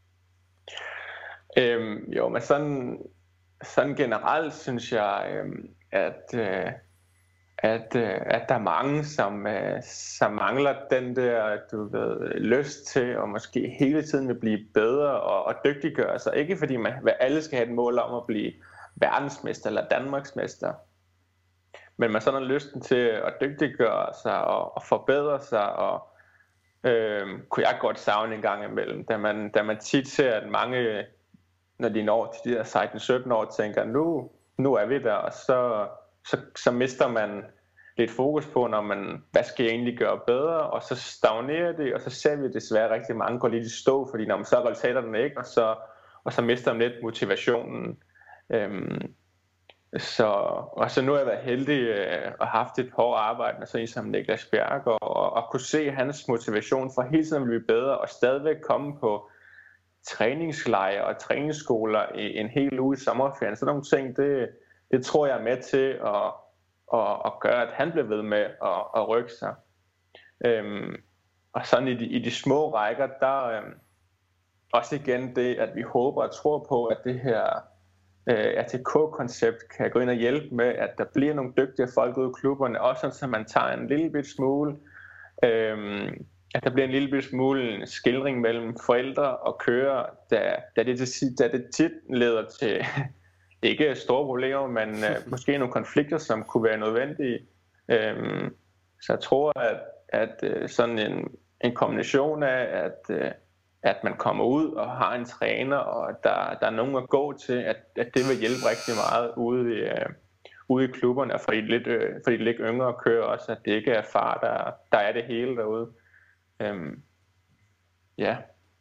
Øhm, jo, men sådan, sådan generelt synes jeg, øhm, at... Øh At, at der er mange, som, som mangler den der du ved, lyst til at måske hele tiden vil blive bedre og, og dygtiggøre sig. Ikke fordi man alle skal have et mål om at blive verdensmester eller danmarksmester, men man sådan har lysten til at dygtiggøre sig og, og forbedre sig. Og øh, kunne jeg godt savne en gang imellem, da man, da man tit ser, at mange, når de når til de der seksten sytten år, tænker, nu, nu er vi der, og så, så, så mister man lidt fokus på, når man, hvad skal jeg egentlig gøre bedre, og så stagnerer det, og så ser vi desværre rigtig mange går lidt i stå, fordi når man så er resultaterne ikke, og så, og så mister man lidt motivationen. Øhm, så, og så nu har jeg været heldig øh, og haft et hårdt arbejde med sådan en som Niklas Bjerg, og, og, og kunne se hans motivation for hele tiden at blive bedre, og stadigvæk komme på træningslejre og træningsskoler en hel uge i sommerferien. Så nogle ting, det, det tror jeg er med til at, at, at gøre, at han bliver ved med at, at rykke sig. Øhm, og sådan i de, i de små rækker, der øhm, også igen det, at vi håber og tror på, at det her øh, R T K-koncept kan gå ind og hjælpe med, at der bliver nogle dygtige folk ude i klubberne, også sådan, så man tager en lille bit smule øhm, at der bliver en lille bit smule skildring mellem forældre og kører, da, da, det, da det tit leder til ikke store problemer, men uh, måske nogle konflikter, som kunne være nødvendige. Um, så jeg tror, at, at uh, sådan en, en kombination af, at, uh, at man kommer ud og har en træner, og at der, der er nogen at gå til, at, at det vil hjælpe rigtig meget ude i, uh, ude i klubberne, og for de lidt, uh, for de lidt yngre kører også, at det ikke er far, der, der er det hele derude. Um, ja.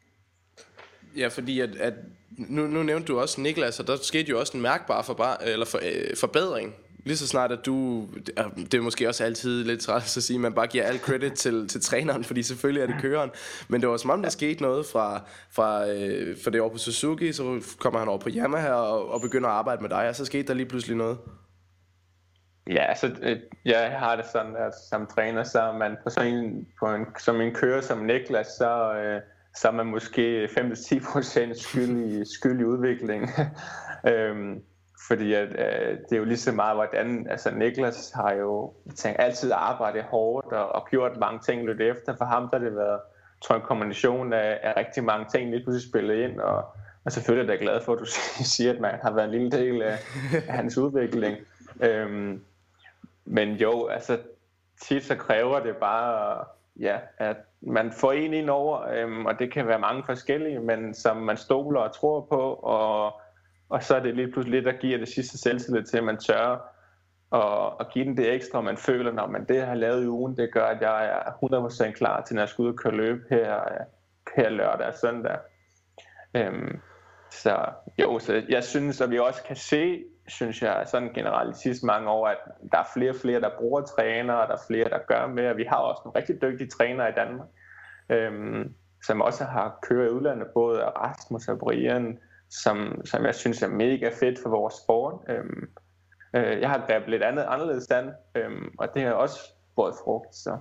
Ja, fordi at, at nu, nu nævnte du også Niklas, og der skete jo også en mærkbar forbar, eller for, øh, forbedring. Lige så snart at du, det er måske også altid lidt træt at sige, at man bare giver al credit til, til træneren, fordi selvfølgelig er det køreren. Men det var som om der skete noget fra, fra, øh, fra det år på Suzuki, så kommer han over på Yamaha og, og begynder at arbejde med dig, og så skete der lige pludselig noget. Ja, altså, øh, jeg har det sådan, at som træner, så er man på sådan en, på en, som en kører som Niklas, så, øh, så er man måske fem til ti procent skyld i, skyld i udviklingen. øhm, fordi at, øh, det er jo lige så meget, hvordan, altså Niklas har jo tænkt, altid arbejdet hårdt og, og gjort mange ting lidt efter. For ham der har det været, tror jeg, en kombination af, af rigtig mange ting, lige pludselig spillet ind, og, og selvfølgelig er jeg glad for, at du siger, at man har været en lille del af, af hans udvikling. Øhm, Men jo, altså tit så kræver det bare, ja, at man får en ind over, øhm, og det kan være mange forskellige, men som man stoler og tror på, og, og så er det lige pludselig lidt, der giver det sidste selvtillid til, at man tør og, og give den det ekstra, man føler, når man det har lavet i ugen, det gør, at jeg er hundrede procent klar til, når jeg skal ud og køre løb her, her lørdag og søndag. Øhm, så jo, så jeg synes, at vi også kan se, synes jeg sådan generelt de sidste mange år, at der er flere og flere, der bruger trænere, og der er flere, der gør med, og vi har også nogle rigtig dygtige trænere i Danmark, øhm, som også har kørt i udlandet, både Rasmus og Brian, som, som jeg synes er mega fedt for vores sport. Øhm, øh, jeg har grebet lidt andet, anderledes an, øhm, og det har også båret frugt, så.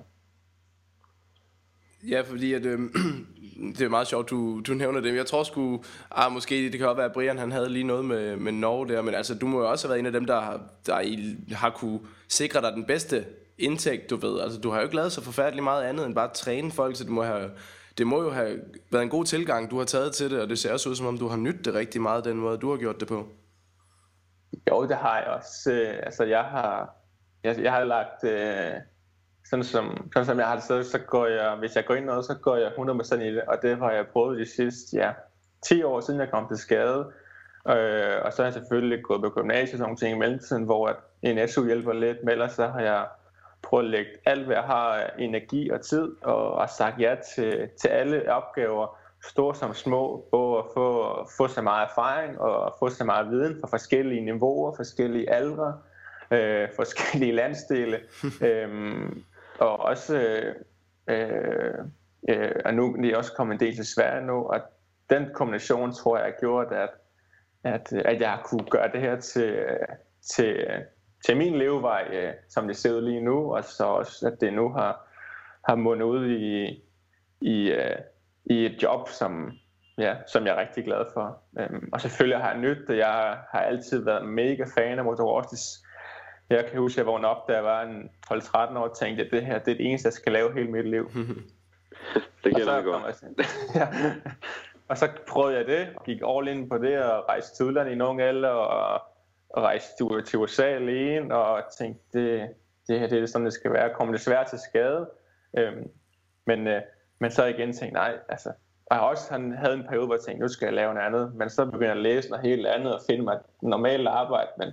Ja, fordi at, øh, det er meget sjovt, du, du nævner det. Jeg tror sgu, ah, måske det kan også være, at Brian han havde lige noget med, med Norge der, men altså, du må jo også have været en af dem, der, har, der i, har kunne sikre dig den bedste indtægt, du ved. Altså, du har jo ikke lavet så forfærdeligt meget andet end bare at træne folk, så det må, have, det må jo have været en god tilgang, du har taget til det, og det ser også ud, som om du har nydt det rigtig meget, den måde, du har gjort det på. Jo, det har jeg også. Altså, jeg har, jeg, jeg har lagt... Øh Sådan som, sådan som jeg har det så, så går jeg, hvis jeg går ind noget, så går jeg hundrede procent i det, og det har jeg prøvet de sidste, ja, ti år siden jeg kom til skade. Øh, og så har jeg selvfølgelig gået på gymnasiet og sådan nogle ting i mellemtiden, hvor at en S U hjælper lidt, men ellers så har jeg prøvet at lægge alt, hvad jeg har af energi og tid, og, og sagt ja til, til alle opgaver, store som små, både at få, få så meget erfaring og få så meget viden fra forskellige niveauer, forskellige aldre, øh, forskellige landsdele. øhm, Og også, øh, øh, øh, og nu er jeg også kommet en del til Sverige nu, og den kombination tror jeg har gjort, at, at, at jeg kunne gøre det her til, til, til min levevej, øh, som det ser ud lige nu, og så også, at det nu har, har mundet ud i, i, øh, i et job, som, ja, som jeg er rigtig glad for. Um, og selvfølgelig har jeg nydt det. Jeg har altid været mega fan af Motorostis. Jeg kan huske, at jeg vågnede op, da jeg var en tolv tretten år, og tænkte, at det her det er det eneste, jeg skal lave hele mit liv. Det gælder jeg godt. Ja. Og så prøvede jeg det, og gik all in på det, og rejste til udlandet i en ung alder, og, og rejste til U S A alene, og tænkte, det, det her det er sådan, det skal være. Jeg kom desværre til skade, øhm, men, øh, men så igen tænkte nej, altså, og jeg også han havde en periode, hvor jeg tænkte, nu skal jeg lave noget andet, men så begyndte jeg at læse noget helt andet, og finde mig et normalt arbejde, men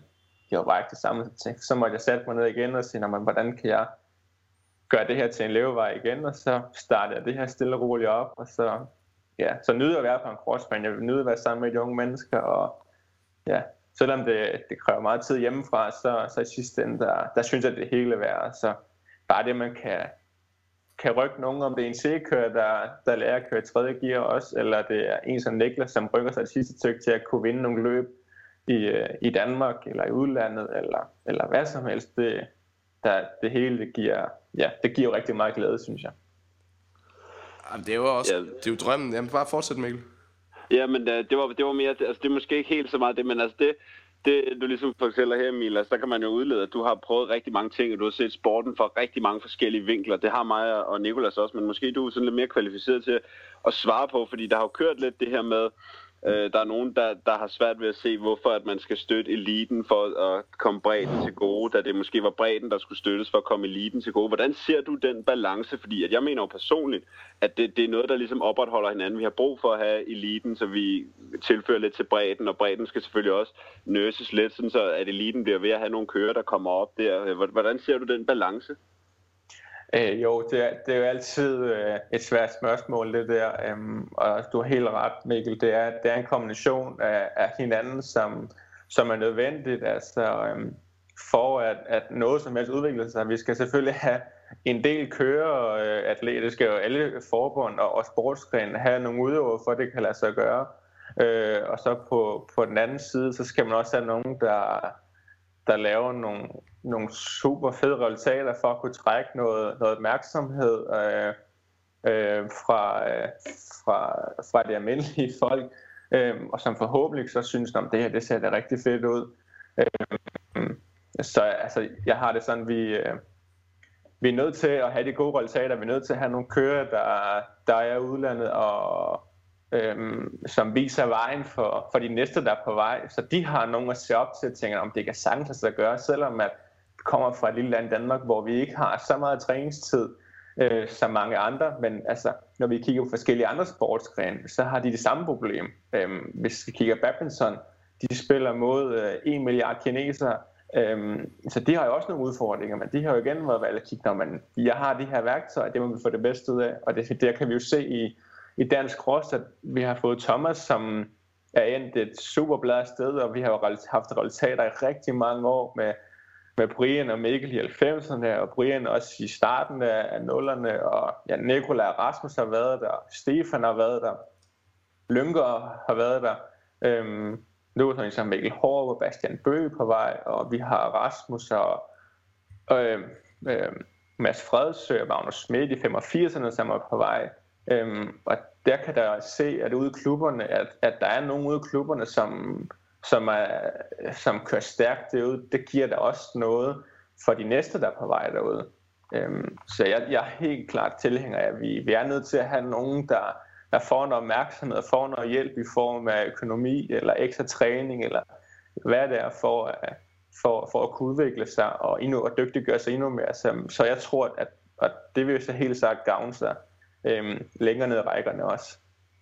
de var bare ikke det samme. Så, tænkte, så måtte jeg sætte mig ned igen og sige, hvordan kan jeg gøre det her til en levevej igen, og så startede jeg det her stille og roligt op, og så, ja, så nyder jeg at være på en crossbane. Jeg vil nyde at være sammen med de unge mennesker, og ja, selvom det, det kræver meget tid hjemmefra, så, så i sidste ende, der, der synes jeg, det hele er værd. Så bare det, man kan, kan rykke nogen, om det er en C-kører, der, der lærer at køre i tredje gear også, eller det er en som Niklas, som rykker sig et sidste stykke til at kunne vinde nogle løb i, i Danmark, eller i udlandet, eller, eller hvad som helst. Det, der, det hele, det giver, ja, det giver jo rigtig meget glæde, synes jeg. Jamen, det er jo også, ja. Det er jo drømmen. Jamen, bare fortsæt, Mikkel. Ja, men det var, det var mere, altså det er måske ikke helt så meget det, men altså det, det du ligesom fortæller her, Emil, altså der kan man jo udlede, at du har prøvet rigtig mange ting, og du har set sporten fra rigtig mange forskellige vinkler. Det har mig og Nicolas også, men måske du er sådan lidt mere kvalificeret til at svare på, fordi der har jo kørt lidt det her med, øh, der er nogen, der, der har svært ved at se, hvorfor at man skal støtte eliten for at komme bredden til gode, da det måske var bredden, der skulle støttes for at komme eliten til gode. Hvordan ser du den balance? Fordi at jeg mener jo personligt, at det, det er noget, der ligesom opretholder hinanden. Vi har brug for at have eliten, så vi tilfører lidt til bredden, og bredden skal selvfølgelig også nurses lidt, sådan så at eliten bliver ved at have nogle kører, der kommer op der. Hvordan ser du den balance? Øh, jo, det er, det er jo altid øh, et svært spørgsmål, det der, øhm, og du har helt ret, Mikkel. Det er, det er en kombination af, af hinanden, som, som er nødvendigt, altså øhm, for at, at noget som helst udvikler sig. Vi skal selvfølgelig have en del kører, øh, atleter, det skal jo alle forbund og, og sportsgrene have nogle udøvere, for at det kan lade sig gøre. Øh, og så på, på den anden side, så skal man også have nogen, der... der laver nogle, nogle super fede resultater for at kunne trække noget, noget opmærksomhed øh, øh, fra, øh, fra, fra de almindelige folk, øh, og som forhåbentlig så synes, at det her det ser da rigtig fedt ud. Øh, så altså, jeg har det sådan, vi, øh, vi er nødt til at have de gode resultater, vi er nødt til at have nogle kører, der, der er udlandet og Øhm, som viser vejen for, for de næste, der er på vej. Så de har nogen at se op til, og tænker, om det kan sagtens at gøre, selvom at det kommer fra et lille land Danmark, hvor vi ikke har så meget træningstid øh, som mange andre. Men altså, når vi kigger på forskellige andre sportsgrene, så har de det samme problem. Øhm, hvis vi kigger badminton, de spiller mod øh, en milliard kinesere, øhm, så de har jo også nogle udfordringer, men de har jo igen været valgt at kigge, når man, jeg har de her værktøjer, det må vi få det bedste ud af, og det, der kan vi jo se i i dansk cross, at vi har fået Thomas, som er endt et superbladet sted, og vi har jo haft resultater i rigtig mange år med, med Brian og Mikkel i halvfemserne, og Brian også i starten af nullerne, og ja, Nikolaj og Rasmus har været der, Stefan har været der, Lynker har været der, øhm, nu er sådan som Mikkel Hård og Bastian Bøge på vej, og vi har Rasmus og øh, øh, Mads Fredsø og Magnus Schmidt i femogfirserne, som er på vej. Øhm, og der kan der se, at ude i klubberne, at, at der er nogen ude i klubberne, som, som, er, som kører stærkt derude. Det giver da også noget for de næste, der er på vej derude. Øhm, så jeg, jeg er helt klart tilhænger af, at vi, vi er nødt til at have nogen, der, der får noget opmærksomhed og får noget hjælp i form af økonomi eller ekstra træning, eller hvad det er for, at, for, for at kunne udvikle sig og, endnu, og dygtiggøre sig endnu mere. Så, så jeg tror, at, at det vil så helt sagt gavne sig Øhm, længere ned i rækkerne også.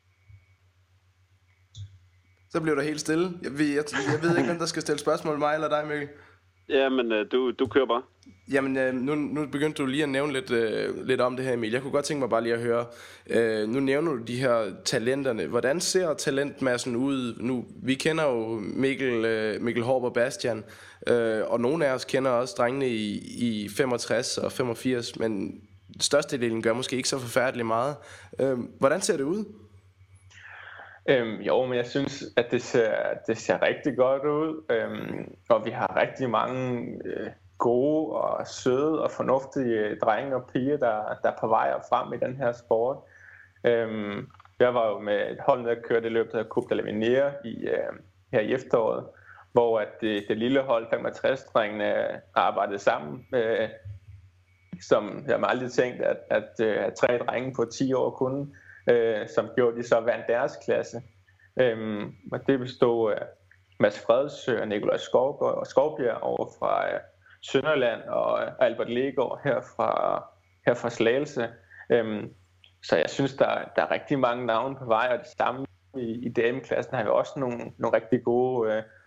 Så bliver der helt stille. Jeg ved, jeg, jeg ved ikke, hvem der skal stille spørgsmål, mig eller dig, Mikkel. Ja, men øh, du, du kører bare. Jamen, øh, nu, nu begyndte du lige at nævne lidt, øh, lidt om det her, Emil. Jeg kunne godt tænke mig bare lige at høre. Øh, nu nævner du de her talenterne. Hvordan ser talentmassen ud nu? Vi kender jo Mikkel, øh, Mikkel Hård og Bastian, øh, og nogle af os kender også drengene i, i femogtres og femogfirs, men størstedelen gør måske ikke så forfærdeligt meget. Øh, hvordan ser det ud? Øhm, jo, men jeg synes, at det ser, det ser rigtig godt ud, øhm, og vi har rigtig mange øh, gode og søde og fornuftige drenge og piger, der, der er på vej op frem i den her sport. Øhm, jeg var jo med et hold, der kørte i løbet af Coupe de l'Avenir i, øh, her i efteråret, hvor at det, det lille hold femogtres-drengene arbejdede sammen, øh, som jeg har aldrig tænkt, at, at, at, at tre drenge på ti år kunne. Øh, som gjorde de så vandt deres klasse. Øhm, og det bestod af Mads Fredsø og Nikolaj Skovbjerg over fra øh, Sønderland og Albert Legaard her fra, her fra Slagelse. Øhm, så jeg synes, der, der er rigtig mange navne på vej, og det samme i, i D M-klassen har vi også nogle, nogle rigtig gode øh,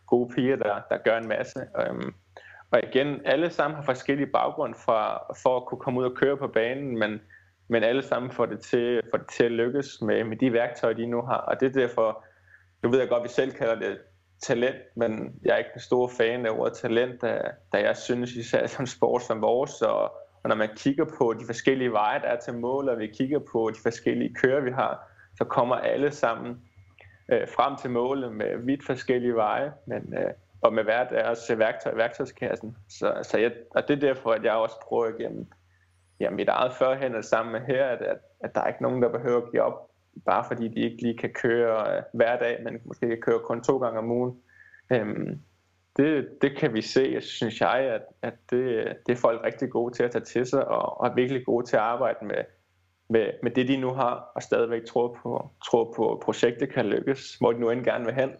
gode piger, der, der gør en masse. Øhm, og igen, alle sammen har forskellige baggrund for, for at kunne komme ud og køre på banen, men, men alle sammen får det til, får det til at lykkes med, med de værktøjer, de nu har. Og det er derfor, nu ved jeg godt, at vi selv kalder det talent, men jeg er ikke en stor fan af ordet talent, da, da jeg synes især som sport som vores, og, og når man kigger på de forskellige veje, der er til mål, og vi kigger på de forskellige kører, vi har, så kommer alle sammen øh, frem til målet med vidt forskellige veje, men, øh, og med hver deres værktøj i værktøjskassen. Så, så jeg, og det er derfor, at jeg også prøver igennem ja, mit eget førhen sammen med her, at, at, at der er ikke nogen, der behøver at give op, bare fordi de ikke lige kan køre øh, hver dag, men måske kan køre kun to gange om ugen. Øhm, det, det kan vi se, synes jeg, at, at det, det er folk rigtig gode til at tage til sig, og, og er virkelig gode til at arbejde med, med, med det, de nu har, og stadigvæk tror på, tror på, at projektet kan lykkes, hvor de nu end gerne vil hen.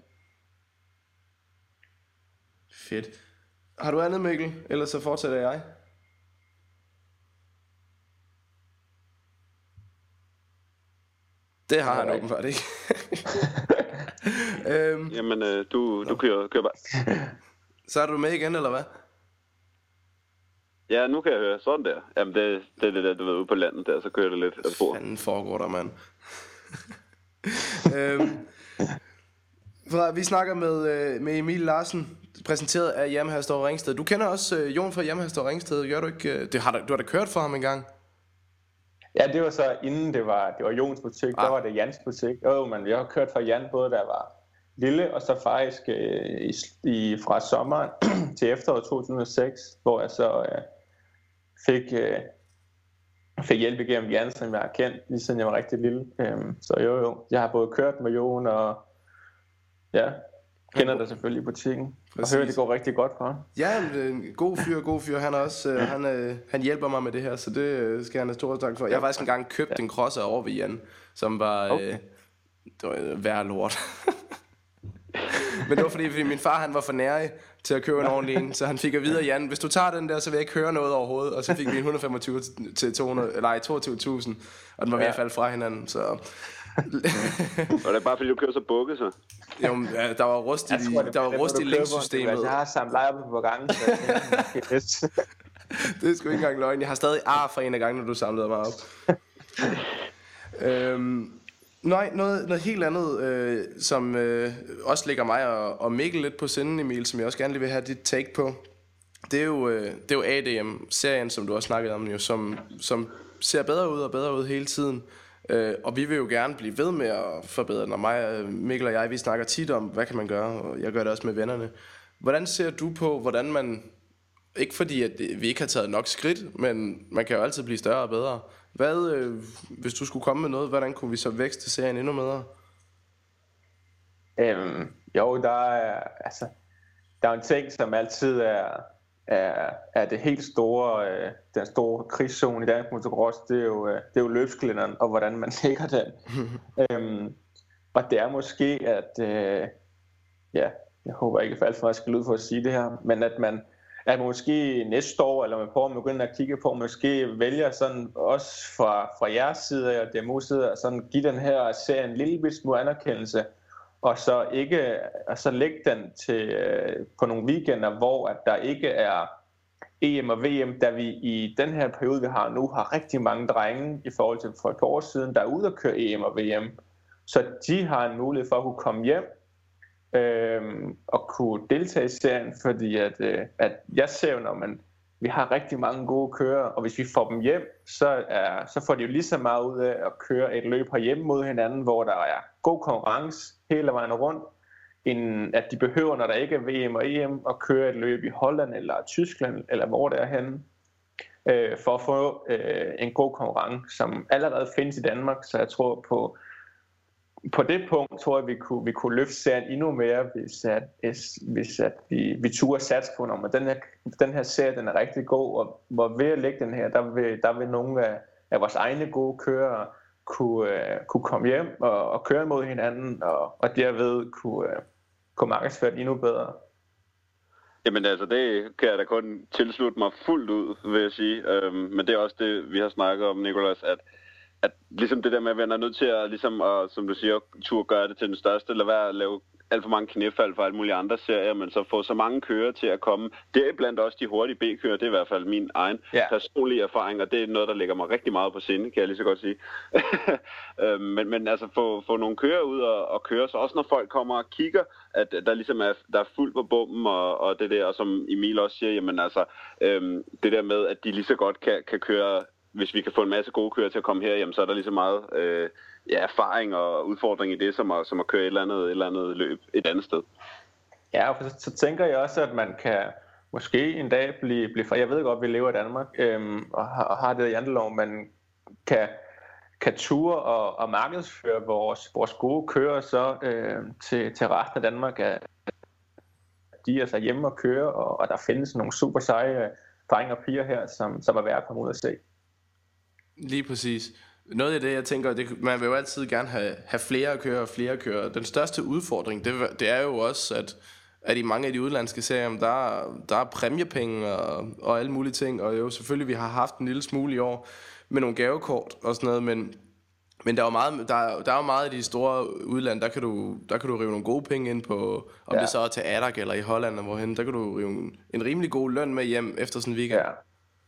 Fedt. Har du andet, Mikkel? Ellers så fortsætter jeg. Det har han åbenbart ikke. øhm, Jamen, øh, du, du kører, kører bare. Så er du med igen, eller hvad? Ja, nu kan jeg høre sådan der. Jamen, det, det er det der, du ved, ude på landet der, så kører det lidt af spor. Hvad fanden foregår der, mand? øhm, vi snakker med, med Emil Larsen, præsenteret af Yamaha Store Ringsted. Du kender også uh, Jon fra Yamaha Store Ringsted, gør du ikke? Det har, du har da kørt for ham en gang. Ja, det var så inden det var, det var Jons butik, ah. Der var det Jans butik. Jo, men jeg har kørt for Jan både da jeg var lille, og så faktisk øh, i, i, fra sommeren til efteråret to tusind og seks, hvor jeg så øh, fik, øh, fik hjælp igennem Jan, som jeg har kendt, lige siden jeg var rigtig lille. Øhm, så jo jo, jeg har både kørt med Jon og ja, kender dig selvfølgelig i butikken. Præcis. Og hører, det går rigtig godt for ham. Ja, en god fyr, god fyr. Han er også, øh, han, øh, han hjælper mig med det her, så det øh, skal han have stor tak for. Jeg har faktisk engang købt ja. en crosser over ved Jan, som var, okay. øh, det var øh, værre lort. Men det var fordi, fordi min far han var for nærig til at købe en ordentlig en, så han fik at vide af Jan, hvis du tager den der, så vil jeg ikke høre noget overhovedet. Og så fik vi en et hundrede og femogtyve til to hundrede, nej, toogtyve tusind, og den var ved at falde fra hinanden, så... Var det bare fordi du kører så bukket så? Jo, ja, der var rust i, tror, det, der var rust i linksystemet. Jeg har samlet lejer på gangen. Det er sgu ikke engang løgn. Jeg har stadig ar fra en af gangene, du samlede mig op. øhm, nej, noget, noget helt andet, øh, som øh, også ligger mig og, og Mikkel lidt på sinden, Emil, som jeg også gerne lige vil have dit take på. Det er jo, øh, det er jo A D M-serien, som du også snakkede om, jo, som, som ser bedre ud og bedre ud hele tiden. Uh, og vi vil jo gerne blive ved med at forbedre. Når mig, Mikkel og jeg, vi snakker tit om, hvad kan man gøre, og jeg gør det også med vennerne. Hvordan ser du på, hvordan man, ikke fordi at vi ikke har taget nok skridt, men man kan jo altid blive større og bedre. Hvad, øh, hvis du skulle komme med noget, hvordan kunne vi så vækste serien endnu bedre? Øhm, jo, der er, altså, der er en ting, som altid er, er, er det helt store, øh, den store krigszone i dansk motocross, det er jo, øh, det er jo løbskalenderen, og hvordan man lægger den. øhm, og det er måske, at, øh, ja, jeg håber ikke, at alt for meget skal ud for at sige det her, men at man, at man måske næste år, eller man prøver at begynde at kigge på, måske vælger sådan også fra, fra jeres side og D M U's side, at sådan give den her serie en lille smule anerkendelse, og så ikke, og så lægge den til, øh, på nogle weekender, hvor at der ikke er E M og V M, da vi i den her periode, vi har nu, har rigtig mange drenge i forhold til for et par år siden, der er ude at køre E M og V M. Så de har en mulighed for at kunne komme hjem øh, og kunne deltage i serien, fordi at, øh, at jeg ser jo, når man, vi har rigtig mange gode kører, og hvis vi får dem hjem, så, er, så får de jo lige så meget ud af at køre et løb herhjemme mod hinanden, hvor der er god konkurrence hele vejen rundt, end at de behøver, når der ikke er V M og E M, at køre et løb i Holland eller Tyskland, eller hvor det er henne, øh, for at få øh, en god konkurrence, som allerede findes i Danmark. Så jeg tror på, på det punkt, tror jeg, vi kunne, vi kunne løfte serien endnu mere, hvis, at, hvis at vi, vi turde satse på noget. Men den her, den her serie, den er rigtig god, og hvor ved at lægge den her, der vil, der vil nogle af, af vores egne gode kørere kunne, uh, kunne komme hjem og, og køre mod hinanden, og, og derved kunne, uh, kunne markedsføre endnu bedre. Jamen altså, det kan jeg da kun tilslutte mig fuldt ud, vil jeg sige. Øhm, men det er også det, vi har snakket om, Nicolas, at, at ligesom det der med, at man er nødt til at, ligesom, at, som du siger, turde gøre det til den største, eller være at lave alt for mange knæfald for alle mulige andre serier, men så få så mange kører til at komme. Det er blandt også de hurtige B-kører, det er i hvert fald min egen ja. personlige erfaring, og det er noget, der ligger mig rigtig meget på sinde, kan jeg lige så godt sige. men, men altså få, få nogle kører ud og, og køre, så også når folk kommer og kigger, at der ligesom er, der er fuldt på bomben og, og det der, og som Emil også siger, jamen altså, øhm, det der med, at de lige så godt kan, kan køre, hvis vi kan få en masse gode kører til at komme her, jamen så er der lige så meget øh, ja, erfaring og udfordring i det, som at, som at køre et eller, andet, et eller andet løb et andet sted. Ja, for så, så tænker jeg også, at man kan måske en dag blive, blive for jeg ved godt, at vi lever i Danmark øhm, og, har, og har det i jantelov, man kan, kan ture og, og markedsføre vores, vores gode kører så øh, til, til resten af Danmark, at de er så hjemme og kører, og, og der findes nogle super seje drenge og piger her, som, som er værd at komme ud og se. Lige præcis. Noget af det, jeg tænker, det, man vil jo altid gerne have, have flere kører og flere kører. Den største udfordring, det, det er jo også, at, at i mange af de udlandske serier, der, der er præmiepenge og, og alle mulige ting. Og jo, selvfølgelig, vi har haft en lille smule i år med nogle gavekort og sådan noget, men, men der er jo meget, der, der er jo meget i de store udland, der kan du, der kan du rive nogle gode penge ind på, om ja. det så er til Adak eller i Holland eller hvorhen, der kan du rive en, en rimelig god løn med hjem efter sådan en weekend. Ja.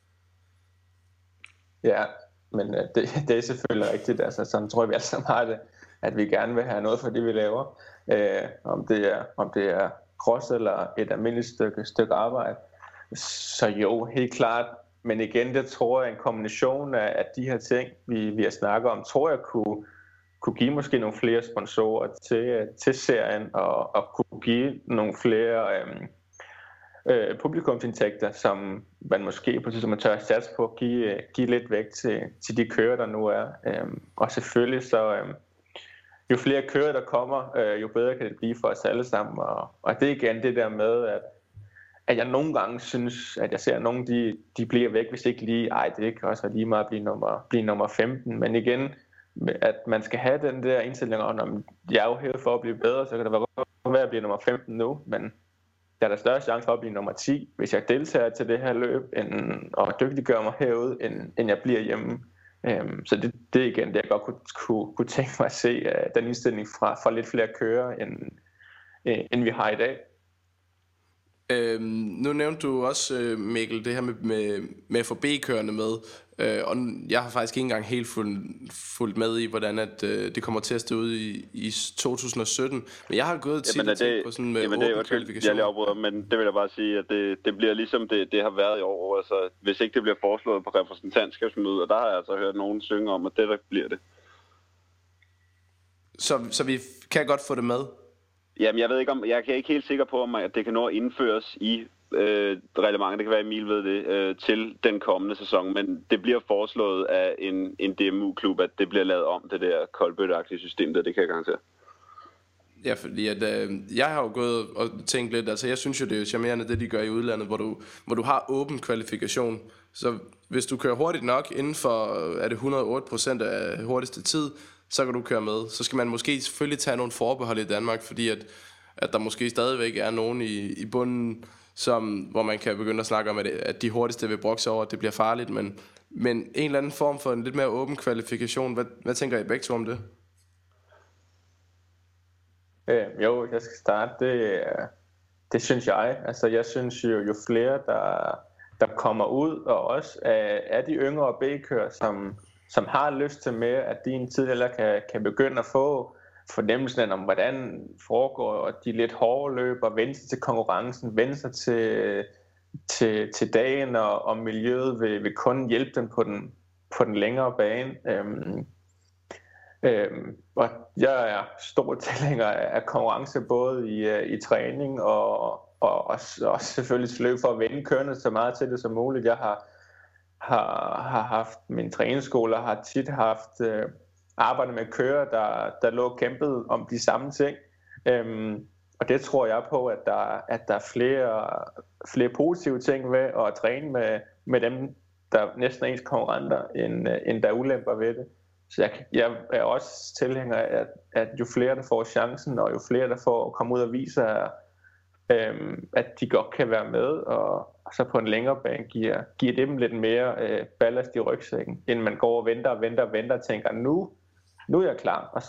Ja, men øh, det, det er selvfølgelig rigtigt. Altså, sådan tror jeg, vi alle sammen har det, at vi gerne vil have noget for det, vi laver. Øh, om, det er, om det er cross eller et almindeligt stykke, stykke arbejde. Så jo, helt klart. Men igen, det tror jeg, en kombination af, af de her ting, vi, vi har snakket om, tror jeg kunne, kunne give måske nogle flere sponsorer til, til serien, og, og kunne give nogle flere øh, øh, publikumsindtægter, som man måske på det, som man tør at satse på, give, give lidt væk til, til de kører, der nu er. Øh, og selvfølgelig så, øh, jo flere kører, der kommer, øh, jo bedre kan det blive for os alle sammen. Og, og det er igen det der med, at at jeg nogle gange synes, at jeg ser, at nogle de, de bliver væk, hvis ikke lige, ej, det kan også være lige meget at blive nummer, blive nummer femten. Men igen, at man skal have den der indstilling om, at jeg er jo her for at blive bedre, så kan det være godt at blive nummer femten nu, men der er der større chance for at blive nummer ti, hvis jeg deltager til det her løb, end, og dygtiggør mig herude, end, end jeg bliver hjemme. Um, så det, det er igen det, jeg godt kunne, kunne, kunne tænke mig at se, uh, den indstilling fra, fra lidt flere kører, end, uh, end vi har i dag. Øhm, nu nævnte du også, øh, Mikkel, det her med, med, med at få B-kørende med, øh, og jeg har faktisk ikke engang helt fulgt, fulgt med i, hvordan at, øh, det kommer til at stå ud i, i to tusind og sytten, men jeg har gået tit og tænkt på sådan med åben kvalifikation. Jeg lige afbryder, men det vil jeg bare sige, at det, det bliver ligesom det, det har været i år, altså hvis ikke det bliver foreslået på repræsentantskabsmødet, og der har jeg altså hørt nogen synge om, at det der bliver det. Så, så vi kan godt få det med? Jamen, jeg ved ikke om, jeg er ikke helt sikker på, om at det kan nå at indføres i øh, reglementet, det kan være Emil ved det, øh, til den kommende sæson, men det bliver foreslået af en, en D M U-klub, at det bliver lavet om, det der koldbøtteagtige system der, det kan jeg garantere. Ja, fordi at, øh, jeg har jo gået og tænkt lidt, altså jeg synes jo, det er jo charmerende, det de gør i udlandet, hvor du, hvor du har åben kvalifikation, så hvis du kører hurtigt nok inden for, er det et hundrede og otte procent af hurtigste tid, så kan du køre med. Så skal man måske selvfølgelig tage nogle forbehold i Danmark, fordi at, at der måske stadigvæk er nogen i, i bunden, som, hvor man kan begynde at snakke om, at, at de hurtigste vil brokse over, at det bliver farligt, men, men en eller anden form for en lidt mere åben kvalifikation. Hvad, hvad tænker I begge to om det? Øh, jo, jeg skal starte. Det, det synes jeg. Altså, jeg synes jo, jo flere, der, der kommer ud, og også af, af de yngre B-kører, som som har lyst til mere, at de en tid eller kan, kan begynde at få fornemmelsen om, hvordan foregår de lidt hårde løb, og vende sig til konkurrencen, vende sig til, til, til dagen, og, og miljøet vil, vil kun hjælpe dem på den, på den længere bane. Øhm, øhm, og jeg er stor tilhænger af konkurrence, både i, i træning og, og også, også selvfølgelig løb for at vende kørende så meget til det som muligt. Jeg har Har, har haft min træningsskole og har tit haft øh, arbejdet med kører, der, der lå kæmpet om de samme ting. Øhm, og det tror jeg på, at der, at der er flere, flere positive ting ved at træne med, med dem, der næsten er ens konkurrenter, end, end der er ulemper ved det. Så jeg, jeg er også tilhænger af, at, at jo flere der får chancen, og jo flere der får at komme ud og vise, øhm, at de godt kan være med, og og så på en længere bane giver, giver dem lidt mere øh, ballast i rygsækken, end man går og venter og venter og venter og tænker, nu, nu er jeg klar. Og så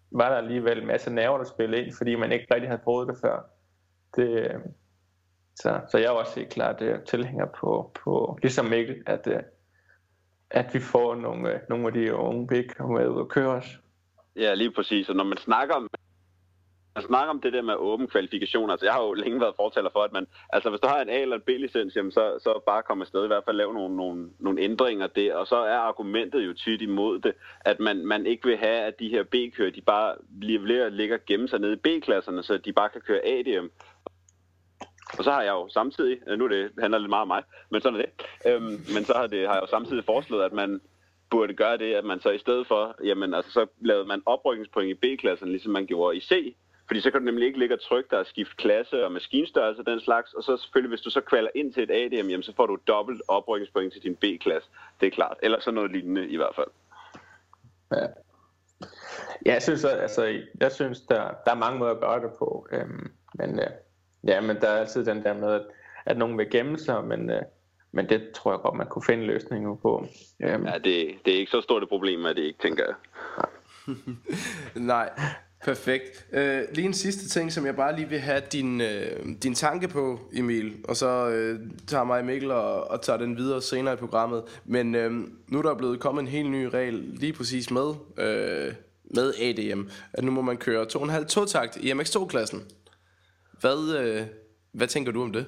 var der alligevel en masse nerver, der spillede ind, fordi man ikke rigtig havde prøvet det før. Det, så, så jeg er også helt klart uh, tilhænger på, på, ligesom Mikkel, at, uh, at vi får nogle, uh, nogle af de unge big med ud og køre os. Ja, lige præcis. Og når man snakker om Man snakker om det der med åben kvalifikation. Altså, jeg har jo længe været fortaler for, at man, altså hvis du har en A- eller en B-licens, jamen, så, så bare komme afsted, i hvert fald lave nogle, nogle, nogle ændringer der. Og så er argumentet jo tit imod det, at man, man ikke vil have, at de her B-kører, de bare bliver ligger og gemme sig nede i B-klasserne, så de bare kan køre A D M. Og så har jeg jo samtidig, nu det handler lidt meget om mig, men sådan er det, øhm, men så har, det, har jeg jo samtidig foreslået, at man burde gøre det, at man så i stedet for, jamen altså så lavede man oprykningspoint i B-klassen, ligesom man gjorde i C. Fordi så kan du nemlig ikke ligge og trykke dig og skifte klasse og maskinstørrelse og den slags. Og så selvfølgelig, hvis du så kvalder ind til et A D M, jamen, så får du dobbelt oprykningspoint til din B-klasse. Det er klart. Eller så noget lignende i hvert fald. Ja, ja jeg synes, altså, jeg synes der, der er mange måder at gøre det på. Øhm, men, øh, ja, men der er altid den der med, at, at nogen vil gemme sig, men, øh, men det tror jeg godt, man kunne finde løsninger på. Øhm. Ja, det, det er ikke så stort et problem, at det ikke, tænker jeg. Nej. Perfekt. Øh, lige en sidste ting, som jeg bare lige vil have din, øh, din tanke på, Emil. Og så øh, tager mig og Mikkel og, og tager den videre senere i programmet. Men øh, nu er der blevet kommet en helt ny regel lige præcis med, øh, med A D M. At nu må man køre to komma fem totakt i M X to-klassen. Hvad, øh, hvad tænker du om det?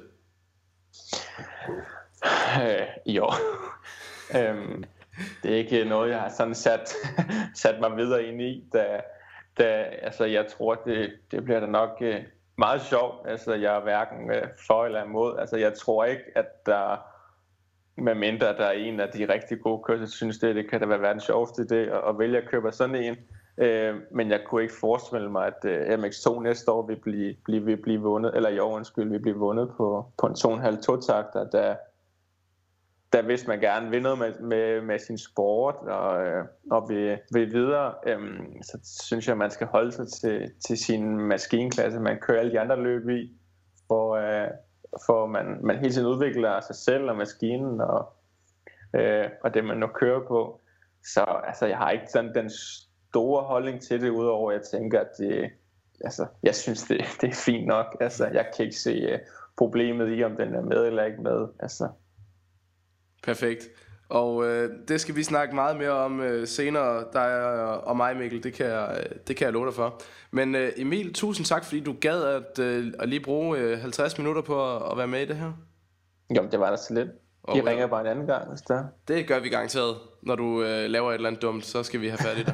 Øh, jo. øhm, det er ikke noget, jeg har sådan sat, sat mig videre ind i, da... Da, altså, jeg tror, det, det bliver da nok øh, meget sjovt. Altså, jeg er hverken øh, for eller imod. Altså, jeg tror ikke, at der, med mindre der er en af de rigtig gode kørsler, synes det, det kan da være verdens sjoveste idé at, at vælge at købe sådan en. Øh, men jeg kunne ikke forestille mig, at øh, M X to næste år vil blive, blive, vil blive vundet, eller i år, undskyld, vil blive vundet på, på en to komma fem to-takter, der der hvis man gerne vil noget med, med, med sin sport og, øh, og vil, vil videre, øh, så synes jeg, man skal holde sig til, til sin maskinklasse, man kører alle de andre løb i, for, øh, for man, man hele tiden udvikler sig selv og maskinen og, øh, og det, man nu kører på. Så altså, jeg har ikke sådan den store holdning til det, udover at jeg tænker, at det, altså, jeg synes, det, det er fint nok. Altså, jeg kan ikke se uh, problemet i, om den er med eller ikke med. Altså. Perfekt. Og øh, det skal vi snakke meget mere om øh, senere, dig og mig, Mikkel. Det kan jeg, det kan jeg love dig for. Men øh, Emil, tusind tak, fordi du gad at, øh, at lige bruge øh, halvtreds minutter på at, at være med i det her. Jamen, det var da så lidt. De ringer ja. bare en anden gang, hvis der. Det gør vi garanteret. Når du øh, laver et eller andet dumt, så skal vi have fat i dig.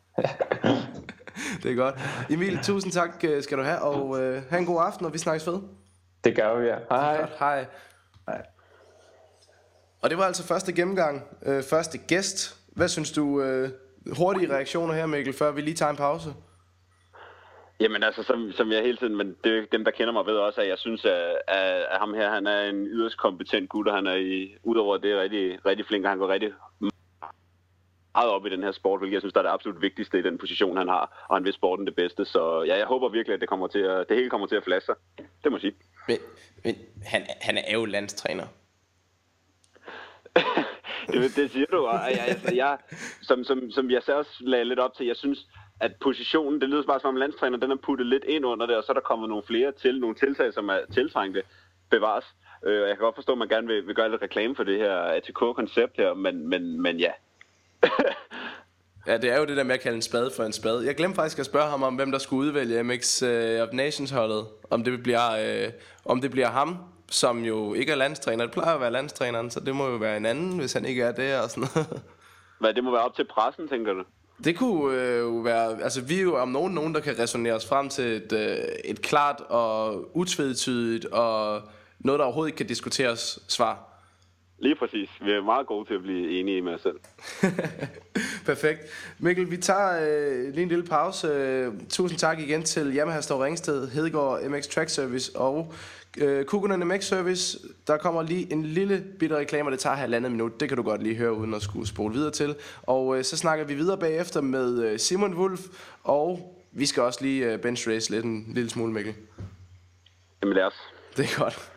Det er godt. Emil, tusind tak skal du have, og øh, have en god aften, og vi snakkes ved. Det gør vi, ja. Hej. Hej. Hej. Og det var altså første gennemgang, øh, første gæst. Hvad synes du, øh, hurtige reaktioner her, Mikkel, før vi lige tager en pause? Jamen altså, som, som jeg hele tiden, men det, dem der kender mig ved også, at jeg synes, at, at, at ham her, han er en yderst kompetent gut, og han er i, udover det rigtig, rigtig flink, og han går rigtig meget op i den her sport, hvilket jeg synes, der er det absolut vigtigste i den position, han har, og han vil sporten det bedste, så ja, jeg håber virkelig, at det, kommer til at, det hele kommer til at flaske sig. Det må jeg sige. Men, men han, han er jo landstræner. det, det siger du, og jeg, altså, jeg, som, som, som jeg selv også lagde lidt op til, jeg synes, at positionen, det lyder bare som om landstræner, den er puttet lidt ind under det, og så er der kommet nogle flere til, nogle tiltag, som er tiltrængte, bevares. Øh, jeg kan godt forstå, at man gerne vil, vil gøre lidt reklame for det her A T K-koncept her, men, men, men ja. Ja, det er jo det der med at kalde en spade for en spade. Jeg glemte faktisk at spørge ham om, hvem der skulle udvælge M X uh, of Nations-holdet. Om det bliver, uh, om det bliver ham, som jo ikke er landstræner. Det plejer at være landstræneren, så det må jo være en anden, hvis han ikke er det og sådan noget. Hvad, det må være op til pressen, tænker du? Det kunne øh, jo være, altså vi er jo om nogen, nogen der kan resonere os frem til et, øh, et klart og utvetydigt og noget, der overhovedet ikke kan diskuteres svar. Lige præcis. Vi er meget gode til at blive enige med os selv. Perfekt. Mikkel, vi tager øh, lige en lille pause. Øh, tusind tak igen til Yamaha Store Ringsted, Hedegaard M X Track Service og øh, Kukunen M X Service. Der kommer lige en lille bitte reklame, det tager halvandet minut. Det kan du godt lige høre, uden at skulle spole videre til. Og øh, så snakker vi videre bagefter med øh, Simon Wulff, og vi skal også lige øh, bench race lidt en lille smule, Mikkel. Jamen lad os. Det er godt.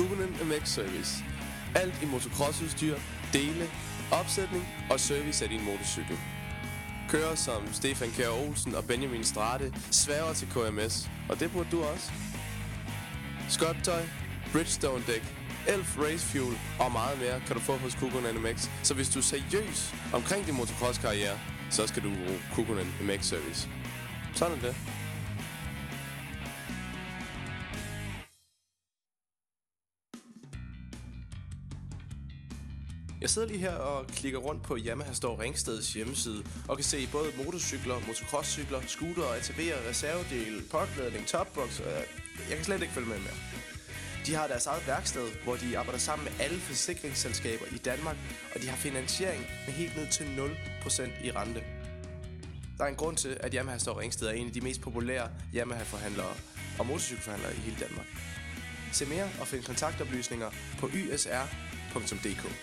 Kukunen M X Service. Alt i motocrossudstyr, dele, opsætning og service af din motorcykel. Kører som Stefan Kjær Olsen og Benjamin Strate sværger til K M S, og det burde du også. Sculptøj, Bridgestone dæk, Elf Race Fuel og meget mere kan du få hos Kukunen M X. Så hvis du er seriøs omkring din motocross-karriere, så skal du bruge Kukunen M X Service. Sådan er det. Jeg sidder lige her og klikker rundt på Yamaha Store Ringsteds hjemmeside og kan se både motorcykler, motocrosscykler, scooter, A T V'er, reservedele, påklædning, topbox. Jeg kan slet ikke følge med mere. De har deres eget værksted, hvor de arbejder sammen med alle forsikringsselskaber i Danmark, og de har finansiering med helt ned til nul procent i rente. Der er en grund til, at Yamaha Store Ringsted er en af de mest populære Yamaha-forhandlere og motorcykelforhandlere i hele Danmark. Se mere og find kontaktoplysninger på y s r punktum d k.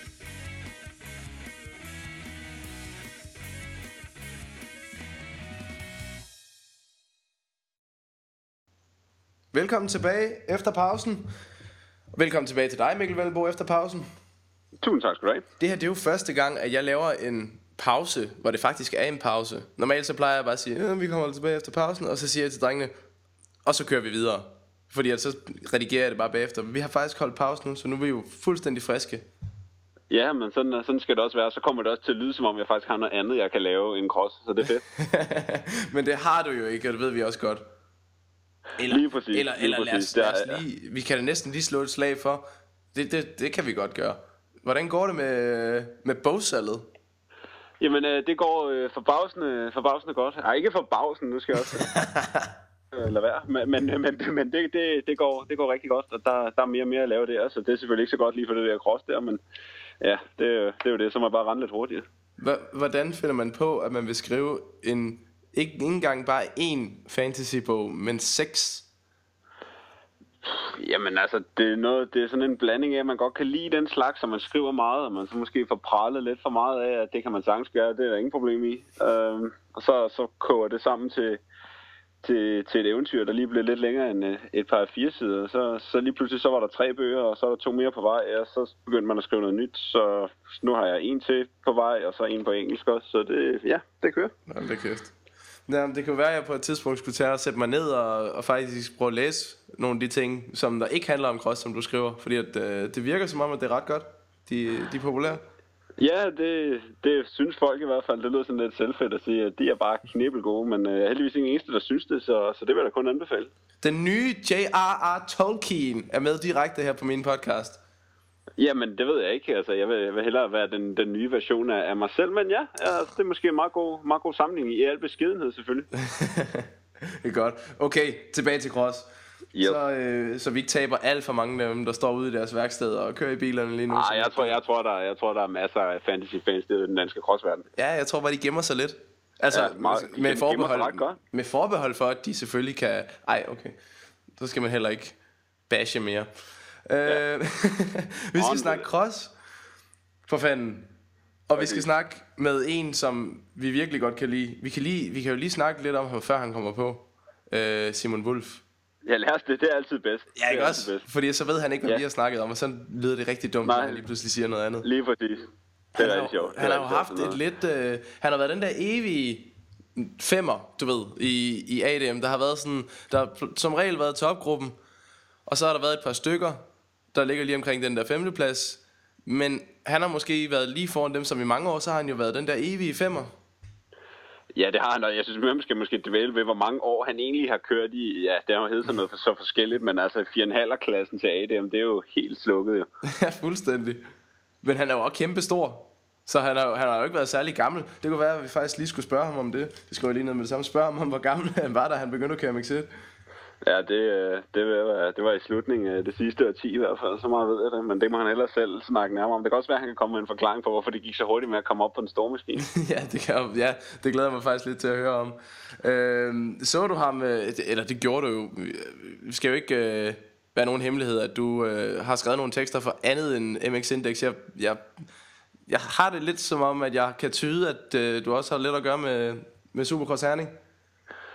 Velkommen tilbage efter pausen. Velkommen tilbage til dig, Mikkel Velbo, efter pausen. Tusind tak skal du have. Det her det er jo første gang, at jeg laver en pause, hvor det faktisk er en pause. Normalt så plejer jeg bare at sige, øh, vi kommer tilbage efter pausen, og så siger jeg til drengene, og så kører vi videre. Fordi at så redigerer jeg det bare bagefter. Vi har faktisk holdt pause nu, så nu er vi jo fuldstændig friske. Ja, men sådan, sådan skal det også være. Så kommer det også til at lyde, som om jeg faktisk har noget andet, jeg kan lave end cross, så det er fedt. Men det har du jo ikke, og det ved vi også godt. Eller, lige præcis, eller, lige eller præcis. lad os, lad os lige, vi kan da næsten lige slå et slag for. Det, det, det kan vi godt gøre. Hvordan går det med, med bogsalget? Jamen, øh, det går øh, forbavsende, forbavsende godt. Ej, ikke forbavsende, nu skal jeg også øh, lade være. Men, men, men, men det, det, det, går, det går rigtig godt, og der, der er mere og mere at lave der. Så det er selvfølgelig ikke så godt lige for det der cross der, men ja, det, det er jo det, så må jeg bare rende lidt hurtigt. Hvordan finder man på, at man vil skrive en, ikke engang bare én fantasybog, men seks? Jamen altså, det er, noget, det er sådan en blanding af, at man godt kan lide den slags, så man skriver meget, og man så måske får prallet lidt for meget af, at det kan man sagtens gøre, det er der ingen problem i. Øhm, og så, så koger det sammen til, til, til et eventyr, der lige blev lidt længere end et par af fire sider. Så, så lige pludselig så var der tre bøger, og så er der to mere på vej, og så begyndte man at skrive noget nyt. Så nu har jeg en til på vej, og så en på engelsk også, så det, ja, det kører. Nå, det kører. Ja, det kunne være, at jeg på et tidspunkt skulle tage og sætte mig ned og, og faktisk prøve at læse nogle af de ting, som der ikke handler om cross, som du skriver. Fordi at, øh, det virker som om, at det er ret godt. De, de er populære. Ja, det, det synes folk i hvert fald. Det lyder sådan lidt selvfedt at sige, at de er bare knæbelgode. Men øh, heldigvis ingen eneste, der synes det, så, så det vil jeg da kun anbefale. Den nye J R R Tolkien er med direkte her på min podcast. Jamen, det ved jeg ikke. Altså, jeg vil, jeg vil hellere være den, den nye version af, af mig selv. Men ja, altså, det er måske en meget god, meget god sammenligning i al beskedenhed, selvfølgelig. Det er godt. Okay, tilbage til cross. Yep. Så, øh, så vi ikke taber alt for mange af dem, der står ude i deres værksteder og kører i bilerne lige nu. Nej, jeg tror, jeg, tror, der, jeg tror, der er masser af fantasy-fans i den danske crossverden. Ja, jeg tror bare, de gemmer sig lidt. Altså, ja, meget, med, forbehold, med forbehold for, at de selvfølgelig kan... Ej, okay. Så skal man heller ikke bashe mere. Ja. Øh, vi skal snakke cross. For fanden. Og okay. Vi skal snakke med en, som vi virkelig godt kan lide. Vi kan, lide, vi kan jo lige snakke lidt om ham, før han kommer på. Øh, Simon Wulff. Ja, lad os det. Det er altid bedst. Ja, ikke også? Bedst. Fordi så ved han ikke, hvad ja. vi har snakket om, og så lyder det rigtig dumt, når han lige pludselig siger noget andet. Lige præcis. Det er rigtig sjovt. Han har jo haft et lidt... Øh, han har været den der evige femmer, du ved, i, i A D M. Der har været sådan... Der har som regel været topgruppen, og så har der været et par stykker, der ligger lige omkring den der femteplads. Men han har måske været lige foran dem, som i mange år, så har han jo været den der evige femmer. Ja, det har han, og jeg synes, man skal måske dvæle ved, hvor mange år han egentlig har kørt i. Ja, det har jo heddet sådan noget for, så forskelligt, men altså fire komma fem klassen til A D M, det er jo helt slukket jo. Ja, fuldstændig. Men han er jo også kæmpe stor, så han har, han har jo ikke været særlig gammel. Det kunne være, at vi faktisk lige skulle spørge ham om det. Det skulle jeg lige ned med det samme. Spørge ham om, hvor gammel han var, da han begyndte at køre M X et. Ja, det, det, var, det var i slutningen af det sidste årti i hvert fald, så meget ved jeg det. Men det må han ellers selv snakke nærmere om. Det kan også være, at han kan komme med en forklaring på, hvorfor det gik så hurtigt med at komme op på en stormaskine. ja, det kan, ja, det glæder jeg mig faktisk lidt til at høre om. Øh, så du ham, eller det gjorde du jo, det skal jo ikke øh, være nogen hemmelighed, at du øh, har skrevet nogle tekster for andet end M X Index. Jeg, jeg, jeg har det lidt som om, at jeg kan tyde, at øh, du også har lidt at gøre med, med Supercross Herning.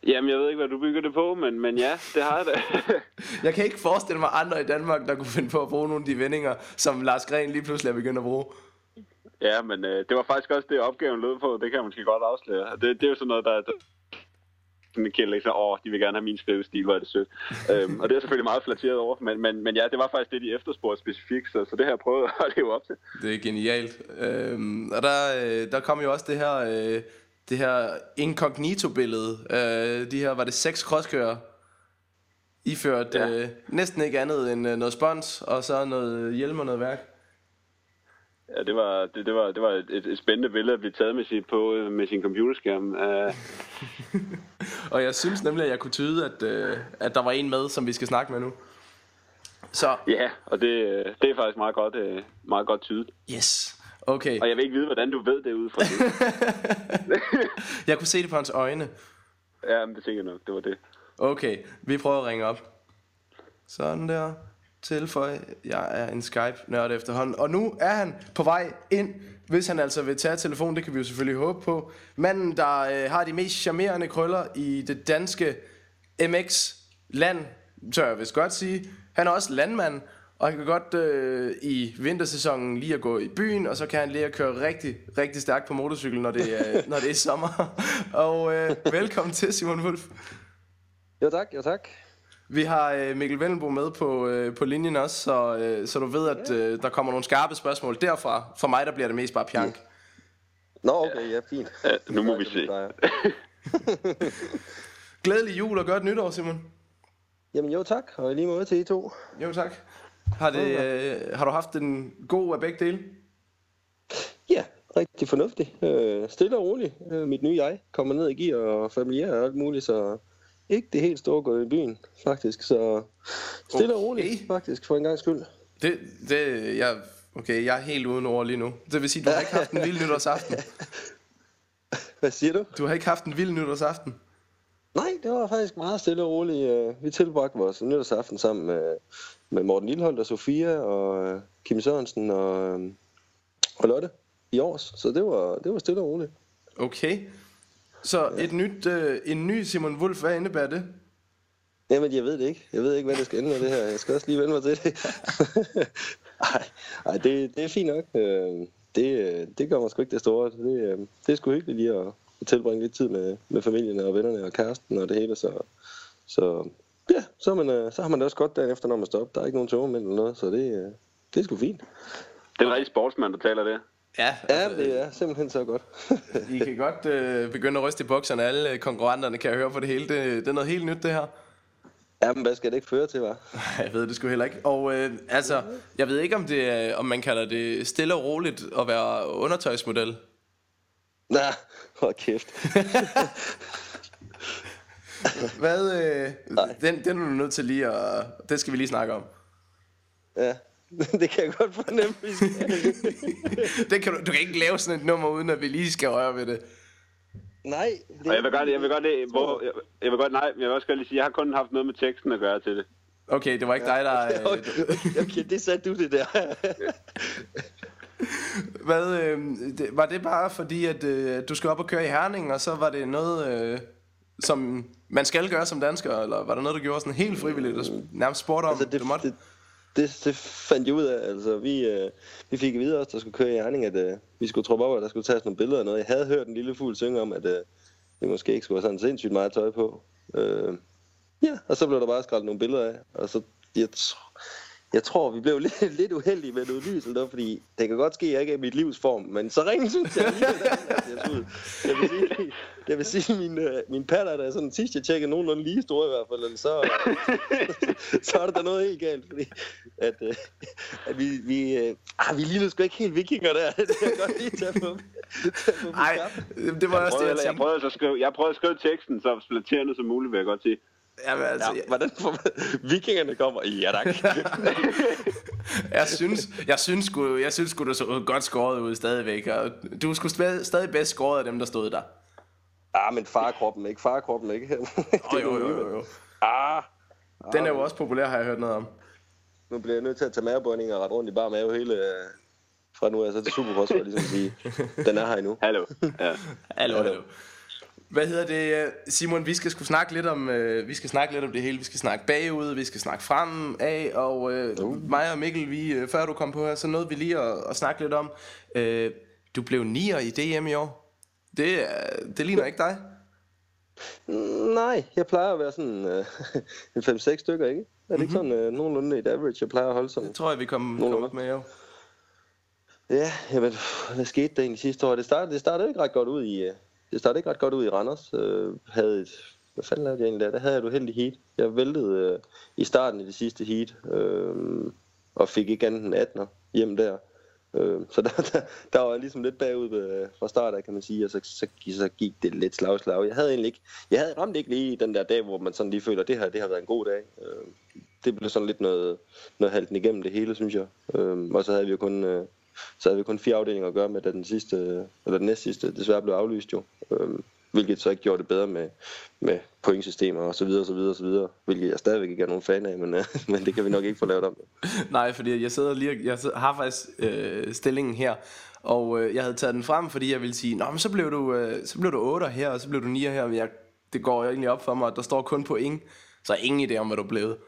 Jamen, jeg ved ikke, hvad du bygger det på, men, men ja, det har jeg da. Jeg kan ikke forestille mig andre i Danmark, der kunne finde på at bruge nogle af de vendinger, som Lars Green lige pludselig er begyndt at bruge. Ja, men øh, det var faktisk også det, opgaven lød på. Det kan man måske godt afsløre. Det, det er jo sådan noget, der... der sådan en kæld, ikke? Så, åh, de vil gerne have min skrivestil, hvor er det sødt. øhm, og det er selvfølgelig meget flatteret over, men, men, men ja, det var faktisk det, de efterspurgte specifikt, så, så det har jeg prøvet at leve op til. Det er genialt. Øhm, og der, øh, der kom jo også det her, øh, det her incognito-billede. Øh, de her, var det seks crosskører, iført ja. øh, næsten ikke andet end øh, noget spons, og så noget hjelm og noget værk. Ja, det var, det, det var, det var et, et spændende billede at blive taget med sin, på, med sin computerskærm. Uh... Og jeg synes nemlig, at jeg kunne tyde, at, øh, at der var en med, som vi skal snakke med nu. Så. Ja, og det, det er faktisk meget godt, øh, meget godt tydet. Yes, okay. Og jeg vil ikke vide, hvordan du ved det ud fra det. Jeg kunne se det på hans øjne. Ja, men det tænker jeg nok, det var det. Okay, vi prøver at ringe op. Sådan der. Tilføj, jeg er en Skype-nørd efterhånden. Og nu er han på vej ind, hvis han altså vil tage telefonen, det kan vi jo selvfølgelig håbe på. Manden, der øh, har de mest charmerende krøller i det danske M X-land, tør jeg vist godt sige. Han er også landmand, og han kan godt øh, i vintersæsonen lige at gå i byen, og så kan han lige at køre rigtig, rigtig stærkt på motorcykel, når det er, når det er sommer. Og øh, velkommen til, Simon Wulff. Jo tak, jo tak. Vi har øh, Mikkel Vendelbo med på, øh, på linjen også, så, øh, så du ved, at øh, der kommer nogle skarpe spørgsmål derfra. For mig, der bliver det mest bare pjank. Nå, okay, ja, fint. Ja, nu må vi se. Glædelig jul og godt nytår, Simon. Jamen jo tak, og lige måde til I to. Jo tak. Har, det, øh, har du haft en god af begge dele? Ja, rigtig fornuftigt. Øh, stille og roligt. Øh, mit nye jeg kommer ned i gear og familiær og alt muligt, så... Ikke det helt store gå i byen, faktisk, så stille og roligt, okay. Faktisk, for en gang skyld. Det, det, jeg, okay, jeg er helt uden ord lige nu. Det vil sige, du har ikke haft en vild nytårsaften. Hvad siger du? Du har ikke haft en vild nytårsaften? Nej, det var faktisk meget stille og roligt. Vi tilbragte vores nytårsaften sammen med, med Morten Lilleholdt og Sofia og Kim Sørensen og, og Lotte i års, så det var, det var stille og roligt. Okay. Så et nyt, øh, en ny Simon Wulff, hvad indebærer det? Jamen, jeg ved det ikke. Jeg ved ikke, hvad det skal ende med det her. Jeg skal også lige vende mig til det. Ej, ej det, det er fint nok. Det, det gør mig sgu ikke det store. Det, det er sgu hyggeligt lige at, at tilbringe lidt tid med, med familien og vennerne og kæresten og det hele. Så, så ja, så, man, så har man det også godt dagen efter, når man står op. Der er ikke nogen tårmænd eller noget, så det, det er sgu fint. Det er en rigtig sportsmand, der taler det. Ja, altså, ja, det er simpelthen så godt. I kan godt øh, begynde at ryste i bukserne. Alle konkurrenterne kan jeg høre på det hele. Det, det er noget helt nyt, det her. Jamen, hvad skal det ikke føre til, hva'? Jeg ved det sgu heller ikke. Og øh, altså, jeg ved ikke, om, det, om man kalder det stille og roligt at være undertøjsmodel. Nej, hold kæft. Hvad, øh, den, den er du nødt til lige at... Det skal vi lige snakke om. Ja. Det kan jeg godt fornemme. det kan du, du kan ikke lave sådan et nummer, uden at vi lige skal røre ved det. Nej. Det... Og jeg vil godt, jeg vil godt, det, hvor, jeg, jeg vil godt, nej, jeg vil også godt lige sige, jeg har kun haft noget med teksten at gøre til det. Okay, det var ikke ja. dig, der... Okay, okay, det sagde du det der. Hvad, øh, det, var det bare fordi, at øh, du skal op og køre i Herning, og så var det noget, øh, som man skal gøre som dansker, eller var der noget, du gjorde sådan helt frivilligt, og nærmest spurgte om, altså, det, du måtte? Det, det, det fandt jeg ud af, altså vi, øh, vi fik at vide også, der skulle køre i Herning, at øh, vi skulle troppe op, og der skulle tages nogle billeder og noget. Jeg havde hørt en lille fugl synge om, at øh, det måske ikke skulle have sådan sindssygt meget tøj på. Øh, ja, og så blev der bare skrællet nogle billeder af, og så, jeg, jeg tror, vi blev lidt, lidt uheldige med noget lys, eller fordi det kan godt ske, at jeg ikke er i mit livs form, men så ringen synes jeg alligevel, at jeg så ud. Jeg vil sige, jeg vil sige min, øh, min patter, der er sådan sidst, jeg tjekkede nogenlunde lige store i hvert fald, eller så, så er der noget helt galt, fordi at, øh, at vi, vi, øh, ah, vi lignede sgu ikke helt vikinger der, det kan jeg godt lige tage på. Nej, det var også det, jeg tænkte. Jeg prøvede at skrive, jeg prøvede at skrive teksten så flatterende som muligt, vil jeg godt sige. Jamen, altså, ja, hvordan får vikingerne kommer? Ja, tak. jeg synes, jeg synes sgu, jeg synes sgu, du så godt skåret ud stadigvæk, og du skulle stadig bedst skåret af dem, der stod der. Ah, men farkroppen ikke, farkroppen ikke. oh, jo, jo, jo, jo. Ah. Den er jo også populær, har jeg hørt noget om. Nu bliver jeg nødt til at tage mavebøjning og rette rundt i bare mave hele fra nu af så til Superboss, for ligesom at sige, den er her endnu. Hallo. Ja. hallo, hallo. Hvad hedder det, Simon? Vi skal sgu snakke lidt om, øh, vi skal snakke lidt om det hele. Vi skal snakke bagud, vi skal snakke frem af, og øh, uh. mig og Mikkel, vi, øh, før du kom på her, så nåede vi lige at, at snakke lidt om. Øh, du blev nier i D M i år. Det, det ligner ikke dig. Nej, jeg plejer at være sådan øh, en fem seks stykker, ikke? Er det mm-hmm. ikke sådan øh, nogenlunde et average, jeg plejer at holde sådan? Det tror jeg, vi kom, kom op med, jo. Ja, jamen, hvad skete der egentlig sidste år? Det startede, det startede ikke ret godt ud i, det startede ikke ret godt ud i Randers. Øh, havde et, hvad fanden lavede jeg egentlig der? Der havde jeg et uheldigt heat. Jeg væltede øh, i starten i det sidste heat, øh, og fik ikke andet end attener hjem der. Øh, så der, der, der var jeg ligesom lidt bagud øh, fra start af, kan man sige, og så, så, så gik det lidt slag slag. Jeg havde egentlig ikke, jeg havde ramt ikke lige den der dag, hvor man sådan lige føler, at det her, det har været en god dag. Øh, det blev sådan lidt noget, noget halten igennem det hele, synes jeg. Øh, og så havde vi jo kun... Øh, Så havde vi kun fire afdelinger at gøre med, da den sidste, eller den næste sidste desværre blev aflyst jo. Øhm, hvilket så ikke gjorde det bedre med, med pointsystemer og så videre, og så videre, og så videre. Hvilket jeg stadigvæk ikke er nogen fan af, men, øh, men det kan vi nok ikke få lavet om. Nej, fordi jeg sidder lige, jeg sidder, har faktisk øh, stillingen her, og øh, jeg havde taget den frem, fordi jeg ville sige, nå, men så blev du, øh, så blev du otter her, og så blev du nier her, men jeg, det går jo egentlig op for mig, at der står kun point, så er ingen idé om, hvad du er blevet.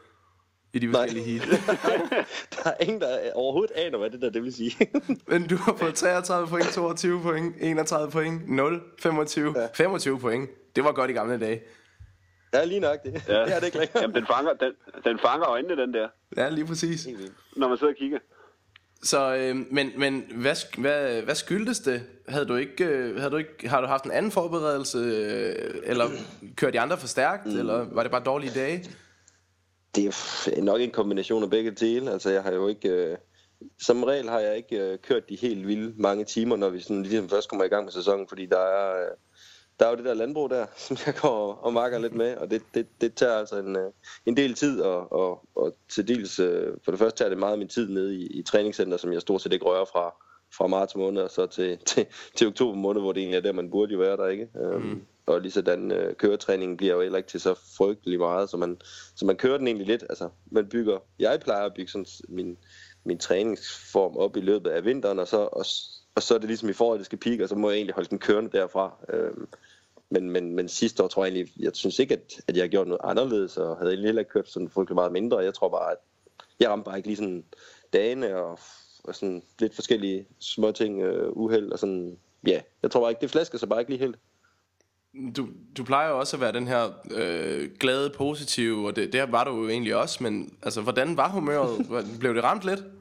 I de forskellige heat. Der er ingen, der overhovedet aner, hvad det der det vil sige. Men du har fået treogtredive point, toogtyve point, enogtredive point, nul, femogtyve, ja. femogtyve point. Det var godt i gamle dage. Ja, lige nok det. Ja. Det er det ikke længere. Jamen, den fanger, den, den fanger øjnene, den der. Ja, lige præcis. Når man sidder og kigger. Så, øh, men, men hvad, hvad, hvad skyldtes det? Havde du ikke, øh, havde du ikke, har du haft en anden forberedelse, øh, eller kørte de andre for stærkt, mm. eller var det bare dårlige dage? Det er nok en kombination af begge dele. Altså jeg har jo ikke øh, som regel har jeg ikke øh, kørt de helt vilde mange timer, når vi sådan ligesom først kommer i gang med sæsonen, fordi der er øh, der er jo det der landbrug der, som jeg går og makker lidt med, og det det det tager altså en øh, en del tid, og og og til dels øh, for det første tager det meget af min tid nede i, i træningscenter, som jeg stort set ikke rører fra fra marts måned og så til til til oktober måned, hvor det egentlig er der man burde jo være der, ikke? Mm. Og lige sådan øh, køretræningen bliver jo heller ikke til så frygtelig meget, så man, så man kører den egentlig lidt. Altså, man bygger, jeg plejer at bygge sådan min, min træningsform op i løbet af vinteren, og så, og, og så er det ligesom i foråret, det skal peak, og så må jeg egentlig holde den kørende derfra. Øhm, men, men, men sidste år tror jeg egentlig, jeg synes ikke, at, at jeg har gjort noget anderledes, og havde egentlig heller ikke kørt sådan frygtelig meget mindre. Jeg tror bare, at jeg ramte bare ikke lige sådan dagene og, og sådan lidt forskellige små ting, øh, uheld og sådan. Ja, jeg tror bare ikke, det flasker sig bare ikke lige helt. Du, du plejer jo også at være den her øh, glade, positive, og det, det var du jo egentlig også, men altså, hvordan var humøret? Blev det ramt lidt?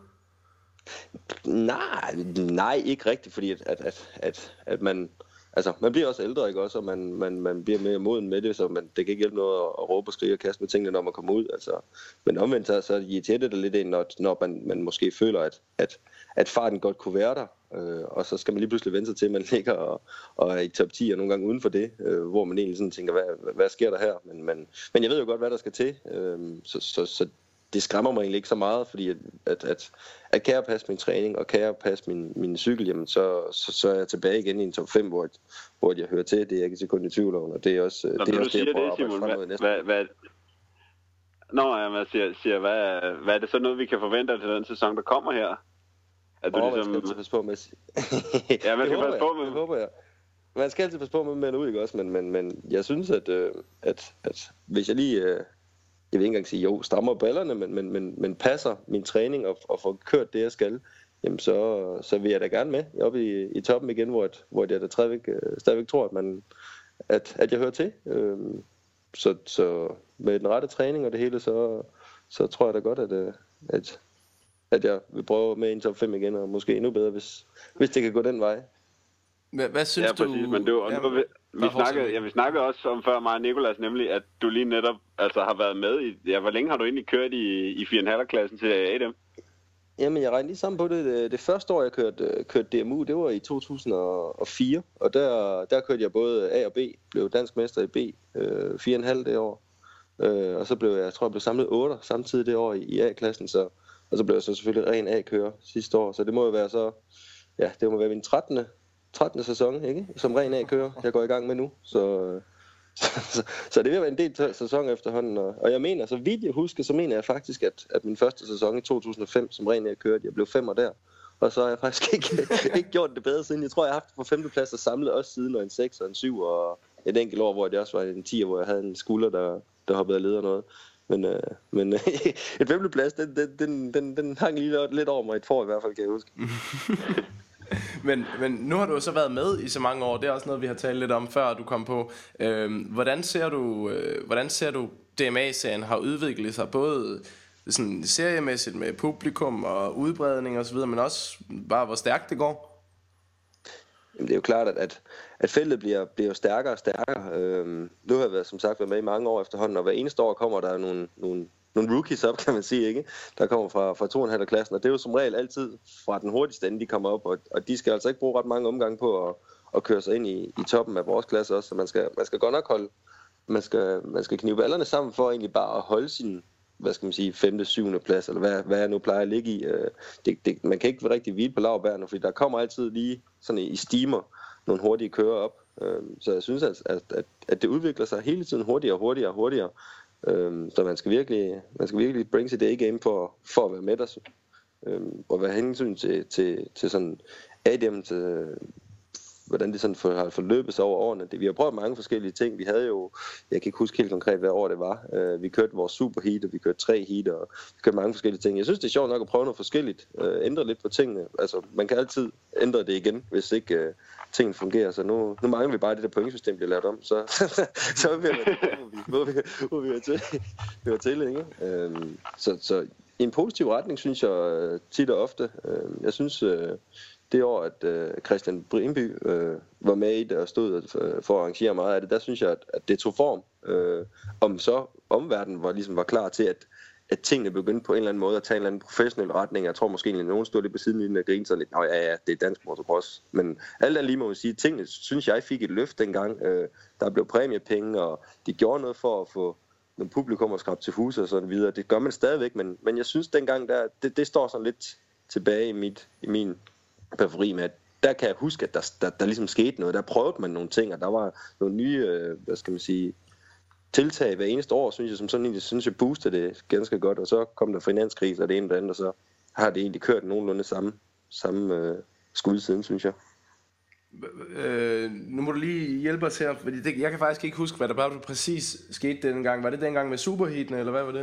Nej, nej, ikke rigtigt, fordi at, at, at, at, at man, altså, man bliver også ældre, ikke også, og man, man, man bliver mere moden med det, så man, det kan ikke hjælpe noget at, at råbe og skrige og kaste med tingene, når man kommer ud, altså. Men omvendt så, så irriterer det lidt ind, når, når man, man måske føler, at, at, at farten godt kunne være der, øh, og så skal man lige pludselig vende sig til, at man ligger og, og er i top ti, og nogle gange uden for det, øh, hvor man egentlig sådan tænker, hvad, hvad sker der her? Men, men, men jeg ved jo godt, hvad der skal til, øh, så, så, så det skræmmer mig egentlig ikke så meget, fordi at, at, at, at kan jeg passe min træning, og kan jeg passe min, min cykel, jamen så, så, så er jeg tilbage igen i en top fem, hvor, hvor jeg hører til. Det er jeg ikke til kun i tvivl om, og det er også Nå, det, er også det jeg prøver det, at arbejde frem mod næste. Hvad, hvad, Nå, ja, man siger, siger hvad, hvad er det så noget, vi kan forvente til den sæson, der kommer her? At du oh, ligesom... man skal passe på med ja, man skal passe på med det håber jeg. Man skal altid passe på med at melde ud, ikke også? Men, men, men jeg synes, at, øh, at, at hvis jeg lige... Øh, jeg vil ikke engang sige, jo, strammer ballerne, men, men, men, men passer min træning og, og får kørt det, jeg skal, jamen så, så vil jeg da gerne med oppe i, i toppen igen, hvor, et, hvor jeg da stadigvæk, stadigvæk tror, at, man, at, at jeg hører til. Øhm, så, så med den rette træning og det hele, så, så tror jeg da godt, at, at, at jeg vil prøve med en top fem igen, og måske endnu bedre, hvis, hvis det kan gå den vej. Hvad, hvad synes ja, du? Præcis, men det var, ja, vi, vi, snakkede, ja, vi snakkede også om før mig og Nicolas, nemlig at du lige netop altså, har været med i... Ja, hvor længe har du egentlig kørt i, i fire komma fem-klassen til A D M? Jamen, jeg regnede lige sammen på det. Det, det første år, jeg kørte, kørte D M U, det var i to tusind og fire. Og der, der kørte jeg både A og B. Blev dansk mester i B. Øh, fire komma fem det år. Øh, og så blev jeg, jeg tror, jeg blev samlet otte samtidig det år i, i A-klassen. Så, og så blev jeg så selvfølgelig ren A-kører sidste år. Så det må jo være så... Ja, det må være min trettende trettende sæson, ikke? Som ren A-kører, jeg går i gang med nu. Så, så, så, så det vil være en del sæson efterhånden. Og, og jeg mener, så vidt jeg husker, så mener jeg faktisk, at, at min første sæson i to tusind og fem, som ren A-kører, jeg blev femmer der. Og så har jeg faktisk ikke, ikke gjort det bedre siden. Jeg tror, jeg har haft på femteplads og samlet også siden, og en seks og en syv og, et enkelt år, hvor det også var en tier, hvor jeg havde en skulder, der, der hoppede af led og noget. Men, øh, men et femteplads, den, den, den, den, den hang lige lidt over mig et for i hvert fald, kan jeg huske. men, men nu har du jo så været med i så mange år. Det er også noget, vi har talt lidt om før du kom på. Øhm, hvordan ser du, øh, hvordan ser du D M A-serien har udviklet sig, både sådan seriemæssigt med publikum og udbredning og så videre, men også bare hvor stærkt det går? Jamen, det er jo klart, at, at, at feltet bliver, bliver stærkere og stærkere. Øhm, nu har jeg været, som sagt været med i mange år efterhånden, og hver eneste år kommer der nogle, nogle, nogle rookies op, kan man sige, ikke? Der kommer fra, fra to komma fem klassen, og det er jo som regel altid fra den hurtigste ende, de kommer op, og, og de skal altså ikke bruge ret mange omgange på at, at køre sig ind i, i toppen af vores klasse også, så man skal, man skal godt nok holde, man skal, man skal knive ballerne sammen for egentlig bare at holde sin, hvad skal man sige, femte, syvende plads, eller hvad, hvad jeg nu plejer at ligge i. Det, det, man kan ikke rigtig hvile på laurbærrene, fordi der kommer altid lige sådan i stimer nogle hurtige kører op. Så jeg synes, at, at, at det udvikler sig hele tiden hurtigere og hurtigere og hurtigere. Så man skal virkelig, man skal virkelig bringe sit A-game for, for at være med der. Og være hensyn til, til, til sådan A D M, til hvordan det sådan for, har forløbet sig over årene. Det, vi har prøvet mange forskellige ting. Vi havde jo, jeg kan ikke huske helt konkret, hvad år det var. Uh, vi kørte vores superheat, og vi kørte tre heat, og vi kørte mange forskellige ting. Jeg synes, det er sjovt nok at prøve noget forskelligt. Uh, ændre lidt på tingene. Altså, man kan altid ændre det igen, hvis ikke uh, tingene fungerer. Så nu, nu mangler vi bare det der pointsystem, bliver lavet om. Så, så er vi, hvor vi, hvor vi er til. Vi var til, ikke? Uh, så, så i en positiv retning, synes jeg uh, tit og ofte. Uh, jeg synes... Uh, Det år, at øh, Christian Brimby øh, var med i det og stod for, for at arrangere meget af det, der synes jeg, at, at det tog form. Øh, om så omverdenen var, ligesom var klar til, at, at tingene begyndte på en eller anden måde at tage en eller anden professionel retning. Jeg tror måske, at nogen stod lidt på siden og grinede sådan lidt, nå ja, ja, det er dansk motocross. Men alt andet lige må man sige, at tingene, synes jeg, fik et løft dengang. Øh, der blev præmiepenge, og de gjorde noget for at få nogle publikum og skrabe til hus og sådan videre. Det gør man stadigvæk, men, men jeg synes dengang, der, det, det står sådan lidt tilbage i, mit, i min periferi med, at der kan jeg huske, at der, der, der ligesom skete noget. Der prøvede man nogle ting, og der var nogle nye, øh, hvad skal man sige, tiltag hver eneste år, synes jeg, som sådan egentlig, synes jeg boostede det ganske godt, og så kom der finanskrise og det ene og det andet, og så har det egentlig kørt nogenlunde samme, samme øh, skud siden, synes jeg. Øh, nu må du lige hjælpe os her, fordi det, jeg kan faktisk ikke huske, hvad der bare præcis skete dengang. Var det dengang med superheatene, eller hvad var det?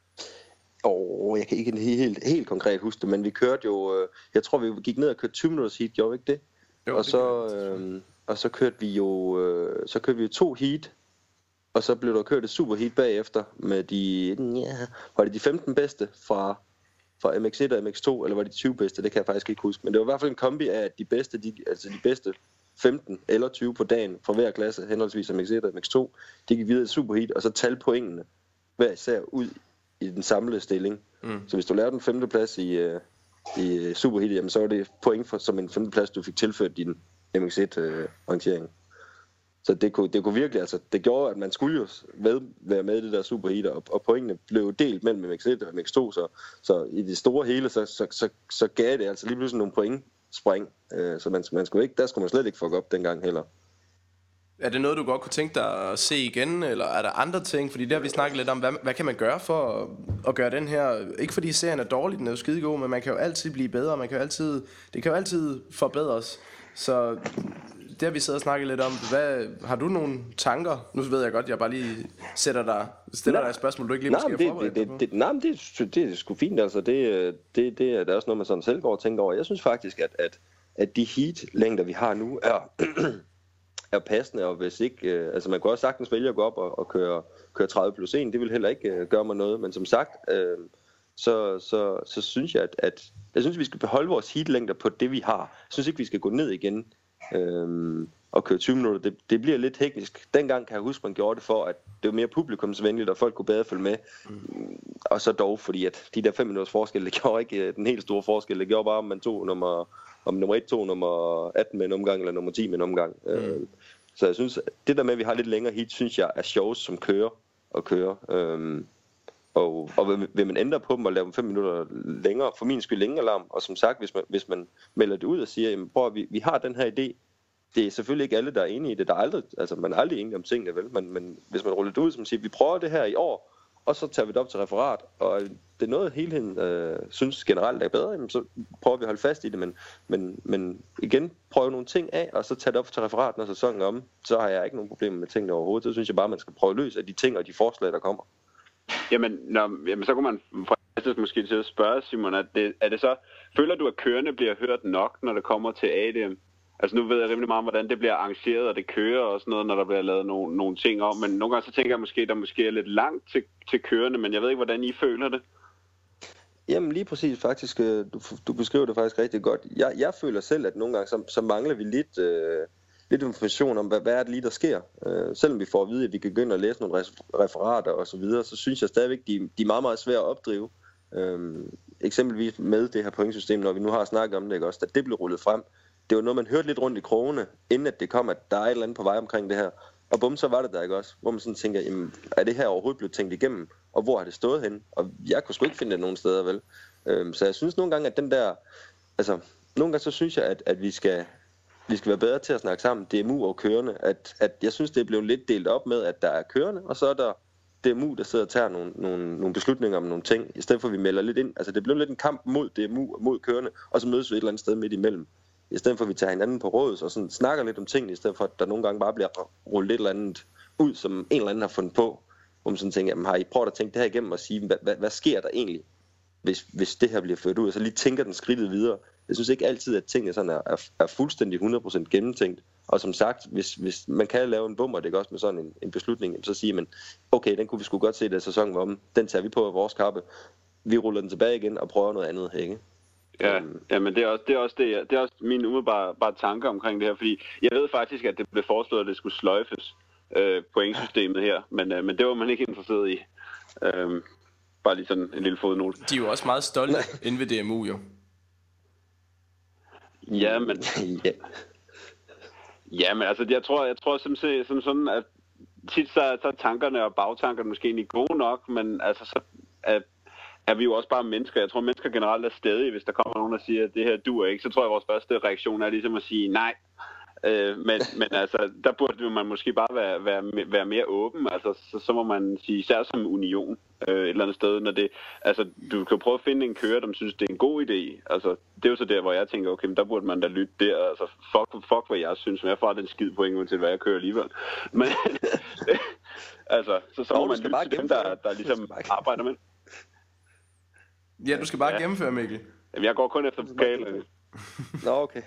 Åh, oh, jeg kan ikke helt, helt konkret huske det, men vi kørte jo, øh, jeg tror vi gik ned og kørte tyve minutters heat, gjorde vi ikke det? Jo, og, det så, øh, og så kørte vi jo, øh, så kørte vi jo to heat, og så blev der kørt et super heat bagefter med de, ja, var det de femten bedste fra, fra M X et og M X to, eller var det de tyve bedste, det kan jeg faktisk ikke huske, men det var i hvert fald en kombi af, at de bedste, de, altså de bedste femten eller tyve på dagen fra hver klasse, henholdsvis M X et og M X to, de gik videre i super heat, og så tal pointene hver især ud i den samlede stilling. Mm. Så hvis du lavede den femte plads i, uh, i Superheat, jamen så var det point for, som en femte plads, du fik tilført din M X et uh, rangering. Så det kunne, det kunne virkelig, altså det gjorde, at man skulle jo ved, være med i det der Superheat, og, og pointene blev delt mellem M X et og M X to, så, så i det store hele, så, så, så, så gav det altså lige pludselig nogle pointspring. Uh, så man, man skulle ikke, der skulle man slet ikke fuck op dengang heller. Er det noget, du godt kunne tænke dig at se igen, eller er der andre ting? Fordi der har vi snakket lidt om, hvad, hvad kan man gøre for at, at gøre den her... Ikke fordi serien er dårlig, den er jo skidegod, men man kan jo altid blive bedre, man kan jo altid, det kan jo altid forbedres. Så det har vi siddet og snakket lidt om. Hvad, har du nogle tanker? Nu ved jeg godt, jeg bare lige sætter dig, stiller nej, dig et spørgsmål, du ikke lige nej, måske har forberedt det, det, det, Nej, men det, det, det er sgu fint, altså. Det, det, det er der også noget, man sådan selv går og tænker over. Jeg synes faktisk, at, at, at de heat-længder, vi har nu, er... er passende, og hvis ikke, øh, altså man kunne også sagtens vælge at gå op og, og køre, køre tredive plus en, det vil heller ikke øh, gøre mig noget, men som sagt, øh, så, så, så synes jeg, at, at jeg synes, vi skal beholde vores heatlængder på det, vi har. Jeg synes ikke, vi skal gå ned igen øh, og køre tyve minutter. Det, det bliver lidt teknisk. Dengang kan jeg huske, man gjorde det for, at det var mere publikumsvenligt, og folk kunne bedre følge med. Mm. Og så dog, fordi at de der fem minutters forskel, det gjorde ikke den helt store forskel. Det gjorde bare, om man tog nummer, om nummer et tog nummer atten med en omgang, eller nummer ti med en omgang. Mm. Øh, så jeg synes, det der med, at vi har lidt længere heat, synes jeg er sjovt som kører og kører. Øh, Og, og vil man ændre på dem og lave dem fem minutter længere, for min skyld længe alarm, og som sagt, hvis man, hvis man melder det ud og siger, jamen, prøv, vi, vi har den her idé, det er selvfølgelig ikke alle, der er enige i det, der er aldrig, altså man er aldrig enige om tingene, vel, men, men hvis man ruller det ud, som siger, vi prøver det her i år, og så tager vi det op til referat, og det er noget helheden øh, synes generelt er bedre, jamen, så prøver vi at holde fast i det, men, men, men igen prøve nogle ting af, og så tage det op til referat, når sæsonen er om, så har jeg ikke nogen problemer med tingene overhovedet. Så synes jeg bare, man skal prøve at løse af de ting og de forslag, der kommer. Jamen, når, jamen så kunne man faktisk måske til at spørge, Simon, at det, er det så, føler du, at kørende bliver hørt nok, når det kommer til A D M? Altså nu ved jeg rimelig meget om, hvordan det bliver arrangeret, og det kører og sådan noget, når der bliver lavet nogle, nogle ting om. Men nogle gange så tænker jeg måske, at der måske er lidt langt til, til kørende, men jeg ved ikke, hvordan I føler det. Jamen lige præcis, faktisk, du, du beskriver det faktisk rigtig godt. Jeg, jeg føler selv, at nogle gange så, så mangler vi lidt, øh, lidt information om, hvad, hvad er det lige, der sker. Øh, selvom vi får at vide, at vi kan begynde at læse nogle referater og så videre, så synes jeg stadigvæk, de, de er meget, meget svære at opdrive. Øh, eksempelvis med det her pointsystem, når vi nu har snakket om det, ikke også, da det blev rullet frem. Det var noget, man hørte lidt rundt i krogene, inden at det kom, at der er et eller andet på vej omkring det her. Og bum, så var det der, ikke også? Hvor man sådan tænker, jamen, er det her overhovedet blevet tænkt igennem? Og hvor har det stået henne? Og jeg kunne sgu ikke finde det nogen steder, vel? Øhm, så jeg synes nogle gange, at den der... Altså, nogle gange så synes jeg, at, at vi, skal, vi skal være bedre til at snakke sammen, D M U og kørende. At, at jeg synes, det er blevet lidt delt op med, at der er kørende, og så er der D M U, der sidder og tager nogle, nogle, nogle beslutninger om nogle ting, i stedet for at vi melder lidt ind. Altså, det blev lidt en kamp mod D M U og mod kørende, og så mødes vi et eller andet sted midt imellem. I stedet for at vi tager hinanden på råd og sådan snakker lidt om tingene, i stedet for at der nogle gange bare bliver rullet et eller andet ud, som en eller anden har fundet på, hvor man sådan tænker, jamen har I prøvet at tænke det her igennem og sige, hvad, hvad, hvad sker der egentlig, hvis, hvis det her bliver ført ud, og så lige tænker den skridtet videre. Jeg synes ikke altid, at tingene sådan er, er, er fuldstændig hundrede procent gennemtænkt, og som sagt, hvis, hvis man kan lave en bummer, det er også med sådan en, en beslutning, så siger man, okay, den kunne vi sgu godt se, da sæsonen var om, den tager vi på af vores kappe, vi ruller den tilbage igen og prøver noget andet, ikke? Ja, ja, men det er også det er også det, det er også min umiddelbare bare tanker omkring det her, fordi jeg ved faktisk, at det blev foreslået, at det skulle sløjfes øh, pointsystemet her, men øh, men det var man ikke interesseret i. Øh, bare lige sådan en lille fodnote. De er jo også meget stolte inde ved D M U jo. Ja, men ja. Ja, men altså jeg tror jeg tror som, som sådan at tit så, så er tankerne og bagtankerne måske ikke gode nok, men altså så at er vi jo også bare mennesker. Jeg tror, mennesker generelt er stedige. Hvis der kommer nogen, der siger, at det her duer ikke, så tror jeg, at vores første reaktion er ligesom at sige nej. Øh, men, men altså, der burde man måske bare være, være, være mere åben. Altså, så, så må man sige, især som union øh, et eller andet sted. Når det, altså, du kan prøve at finde en kører, der synes, det er en god idé. Altså, det er jo så der, hvor jeg tænker, okay, men der burde man da lytte der. Altså, fuck, fuck hvad jeg synes, men jeg får den skid point, uanset hvad jeg kører alligevel. Men altså, så, så må man lytte til dem, der, der ligesom arbejder med. Ja, du skal bare ja. gennemføre, Mikkel. Jamen, jeg går kun efter pokalen. Nå, okay.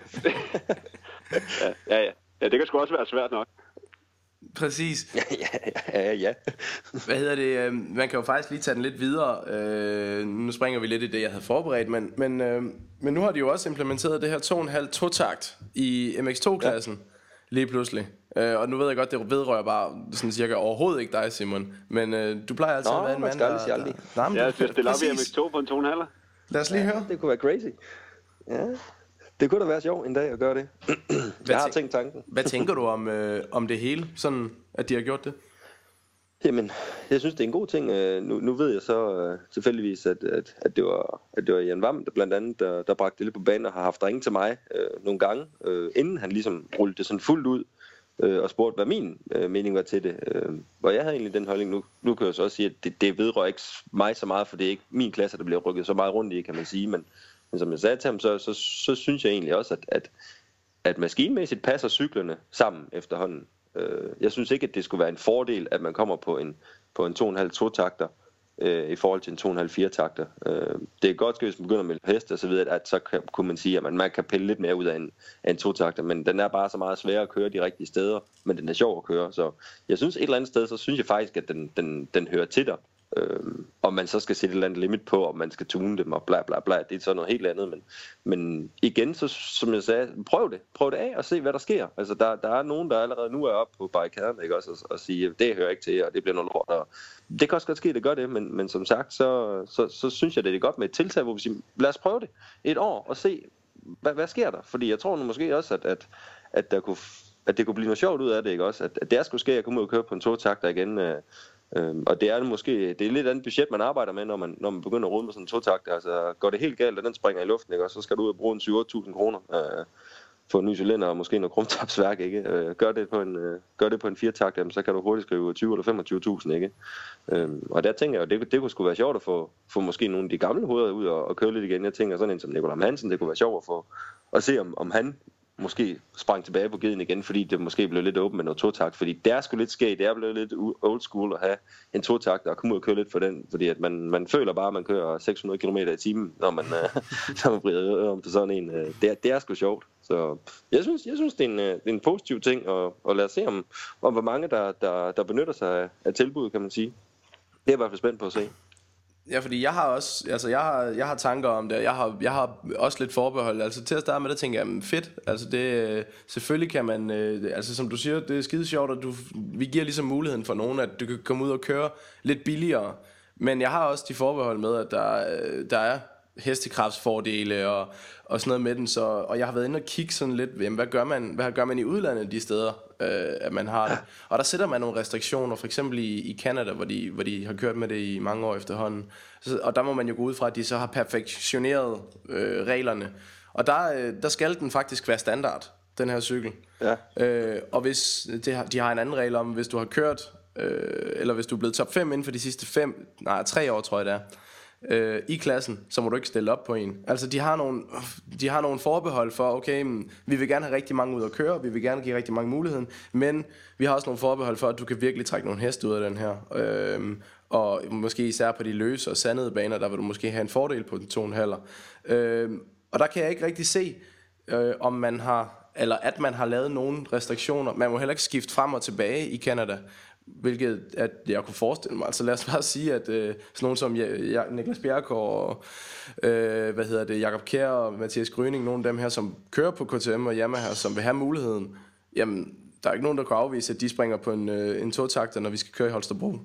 ja, ja, ja. Ja, det kan sgu også være svært nok. Præcis. Ja, ja, ja, ja. Hvad hedder det? Man kan jo faktisk lige tage den lidt videre. Øh, nu springer vi lidt i det, jeg havde forberedt, men, men, øh, men nu har de jo også implementeret det her to komma fem totakt i M X to-klassen. Ja. Lige pludselig. Øh, og nu ved jeg godt, det vedrører bare sådan cirka overhovedet ikke dig, Simon. Men øh, du plejer altid Nå, at være en mand, der... der, der... Nej, men ja, du... jeg stiller op i M X to på en to komma fem. Lad os lige ja, høre. Det kunne være crazy. Ja, det kunne da være sjovt en dag at gøre det. Jeg har tænkt tanken. Hvad tænker du om, øh, om det hele, sådan at de har gjort det? Jamen, jeg synes, det er en god ting. Nu, nu ved jeg så uh, tilfældigvis, at, at, at, det var, at det var Jan Vam, der blandt andet, der, der bragte det lidt på banen og har haft ringe til mig uh, nogle gange, uh, inden han ligesom rullede det sådan fuldt ud uh, og spurgte, hvad min uh, mening var til det. Uh, og jeg havde egentlig den holdning, nu, nu kan jeg så også sige, at det, det vedrører ikke mig så meget, for det er ikke min klasse, der bliver rykket så meget rundt i, kan man sige. Men, men som jeg sagde til ham, så, så, så synes jeg egentlig også, at, at, at maskinmæssigt passer cyklerne sammen efterhånden. Jeg synes ikke, at det skulle være en fordel, at man kommer på en, på en to komma fem to-takter øh, i forhold til en to komma fem fire-takter. Øh, det er godt, hvis man begynder med hest og så videre, at så kan, kunne man sige, at man, man kan pille lidt mere ud af en, af en to-takter, men den er bare så meget sværere at køre de rigtige steder, men den er sjov at køre. Så jeg synes et eller andet sted, så synes jeg faktisk, at den, den, den hører til der. Øhm, og man så skal sætte et eller andet limit på, om man skal tune dem og bla bla bla, det er så noget helt andet, men, men igen, så som jeg sagde, prøv det, prøv det af og se, hvad der sker. Altså der, der er nogen, der allerede nu er oppe på barrikaderne, ikke også, og, og sige, det hører ikke til, og det bliver noget lort, og det kan også godt ske, det gør det, men, men som sagt, så, så, så synes jeg, det er godt med et tiltag, hvor vi siger, lad os prøve det et år, og se, hvad, hvad sker der, fordi jeg tror nu måske også, at, at, at, der kunne, at det kunne blive noget sjovt ud af det, ikke også, at, at det er sgu ske, at jeg komme ud og køre på en to-takter igen, øh, Øhm, og det er måske det er lidt andet budget man arbejder med, når man når man begynder at rode med sådan en to-takter. Altså går det helt galt, og den springer i luften, ikke? Og så skal du ud og bruge en syv otte tusind kroner. Øh, få en ny cylinder og måske noget krumtapsværk, ikke? Øh, gør det på en øh, gør det på en firetakt, jamen, så kan du hurtigt skrive tyve eller femogtyve tusind, ikke? Øh, og der tænker jeg, det, det kunne sgu være sjovt at få, få måske nogle af de gamle hoveder ud og, og køre lidt igen. Jeg tænker sådan en som Nicolai Hansen, det kunne være sjovt at få at se om, om han måske sprang tilbage på geden igen, fordi det måske blev lidt åbent med noget totakt, fordi der skulle lidt ske, det er blevet lidt old school at have en totakt og komme ud og køre lidt for den, fordi at man, man føler bare, at man kører seks hundrede kilometer i timen, når man, når man brider om til sådan en. Det er, det er sgu sjovt. Så jeg synes, jeg synes det, er en, det er en positiv ting, og, og lad os se om, om hvor mange, der, der, der benytter sig af, af tilbuddet, kan man sige. Det er jeg i hvert fald spændt på at se. Ja, fordi jeg har også, altså jeg har, jeg har tanker om det. Jeg har, jeg har også lidt forbehold. Altså til at starte med, der tænker jeg, fedt. Altså det, selvfølgelig kan man, altså som du siger, det er skide sjovt, at du, vi giver ligesom muligheden for nogen, at du kan komme ud og køre lidt billigere. Men jeg har også de forbehold med, at der, der er hestekraftsfordele og, og sådan noget med den. Så, og jeg har været inde og kigge sådan lidt, jamen, hvad gør man, hvad gør man i udlandet de steder, øh, at man har det. Og der sætter man nogle restriktioner, for eksempel i, i Canada, hvor de, hvor de har kørt med det i mange år efterhånden. Så, og der må man jo gå ud fra, at de så har perfektioneret øh, reglerne. Og der, øh, der skal den faktisk være standard, den her cykel. Ja. Øh, og hvis det har, de har en anden regel om, hvis du har kørt, øh, eller hvis du er blevet top fem inden for de sidste fem, nej, tre år tror jeg det er, Øh, i klassen, så må du ikke stille op på en. Altså de har nogle, de har nogle forbehold for, okay, men, vi vil gerne have rigtig mange ud at køre, vi vil gerne give rigtig mange muligheden, men vi har også nogle forbehold for, at du kan virkelig trække nogle heste ud af den her. Øh, og måske især på de løse og sandede baner, der vil du måske have en fordel på den to komma fem. Øh, og der kan jeg ikke rigtig se, øh, om man har, eller at man har lavet nogle restriktioner. Man må heller ikke skifte frem og tilbage i Canada, hvilket at jeg kunne forestille mig. Altså lad os bare sige, at øh, sådan nogen som ja, ja, Niklas Bjerregaard og øh, hvad hedder det, Jakob Kjær og Mathias Grøning, nogle af dem her, som kører på K T M og Yamaha, som vil have muligheden, jamen der er ikke nogen, der kan afvise, at de springer på en, øh, en totakter, når vi skal køre i Holstebro.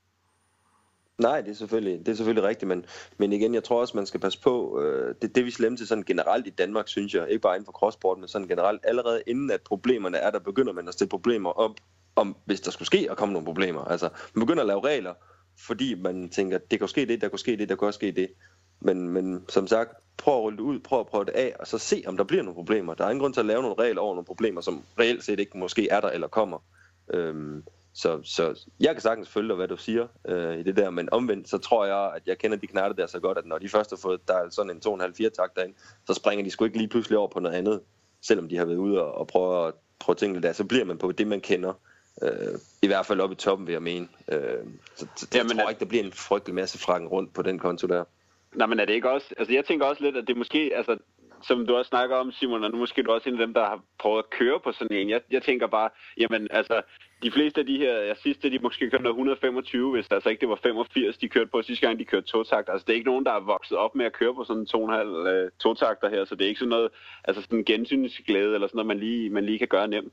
Nej, det er selvfølgelig, det er selvfølgelig rigtigt, men, men igen, jeg tror også, man skal passe på, øh, det, det vi slemme til sådan generelt i Danmark, synes jeg, ikke bare inden for crosssport, men sådan generelt, allerede inden at problemerne er, der begynder man at stille problemer op, om hvis der skulle ske og komme nogle problemer. Altså, man begynder at lave regler, fordi man tænker, det kan ske det, der kan ske det, der kan også ske det. Men, men som sagt, prøv at rulle det ud, prøv at prøve det af, og så se, om der bliver nogle problemer. Der er ingen grund til at lave nogle regler over nogle problemer, som reelt set ikke måske er der eller kommer. Øhm, så, så jeg kan sagtens følge dig, hvad du siger øh, i det der, men omvendt, så tror jeg, at jeg kender de knatter der så godt, at når de først har fået, der er sådan en to komma fem fire takt derinde, så springer de sgu ikke lige pludselig over på noget andet, selvom de har været ude og, og prøve at prøve tingene der, så bliver man på det, man kender. Øh, I hvert fald oppe i toppen, vil jeg mene. Øh, så, så jeg tror at... ikke, der bliver en frygtelig masse frakken rundt på den konto der. Nej, men er det ikke også... Altså, jeg tænker også lidt, at det måske... Altså, som du også snakker om, Simon, og nu måske du også en af dem, der har prøvet at køre på sådan en. Jeg, jeg tænker bare, jamen, altså... De fleste af de her... Jeg sidste, de måske kørte noget et hundrede og femogtyve, hvis altså ikke det var femogfirs, de kørte på sidste gang, de kørte totakt. Altså, det er ikke nogen, der er vokset op med at køre på sådan to komma fem uh, totakter her, så det er ikke sådan noget... Altså, sådan en gensynsglæde, eller sådan noget, man lige, man lige kan gøre nemt.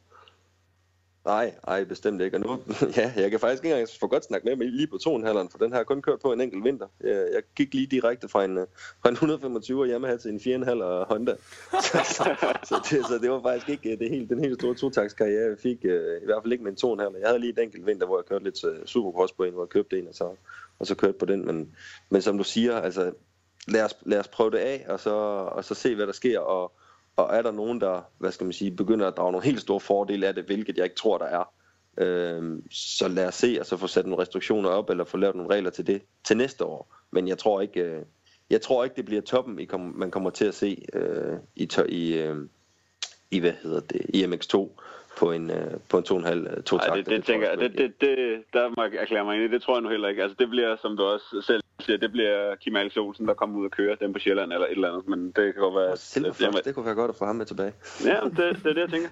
Nej, ej, bestemt ikke. Og nu, ja, jeg kan faktisk ikke engang få godt snakke med mig lige på to komma fem, for den har jeg kun kørt på en enkelt vinter. Jeg, jeg gik lige direkte fra en, fra en et hundrede og femogtyve Yamaha til en fire komma fem Honda. Så, så, så, det, så det var faktisk ikke det helt, den helt store totaktskarriere, jeg fik. I hvert fald ikke med en to komma fem. Jeg havde lige et enkelt vinter, hvor jeg kørte lidt supercross på en, hvor jeg købte en, og så, og så kørte på den. Men, men som du siger, altså, lad os, lad os prøve det af, og så, og så se, hvad der sker, og Og er der nogen, der, hvad skal man sige, begynder at drage nogle helt store fordele af det, hvilket jeg ikke tror, der er, øh, så lad os se, og så få sat nogle restriktioner op, eller få lavet nogle regler til det til næste år. Men jeg tror ikke, øh, jeg tror ikke det bliver toppen, I kom, man kommer til at se øh, i, i, øh, i, hvad hedder det, i M X to på en, øh, på en to komma fem to takter. Det, det, det tænker jeg, det, det, det, der må jeg erklære mig ind i, det tror jeg nu heller ikke. Altså det bliver, som du også selv siger, det bliver Kim Alex Olsen, der kommer ud og kører den på Sjælland eller et eller andet, men det kan godt være... Oh, Silverfox, det kunne være godt at få ham med tilbage. Ja, det, det er det, jeg tænker.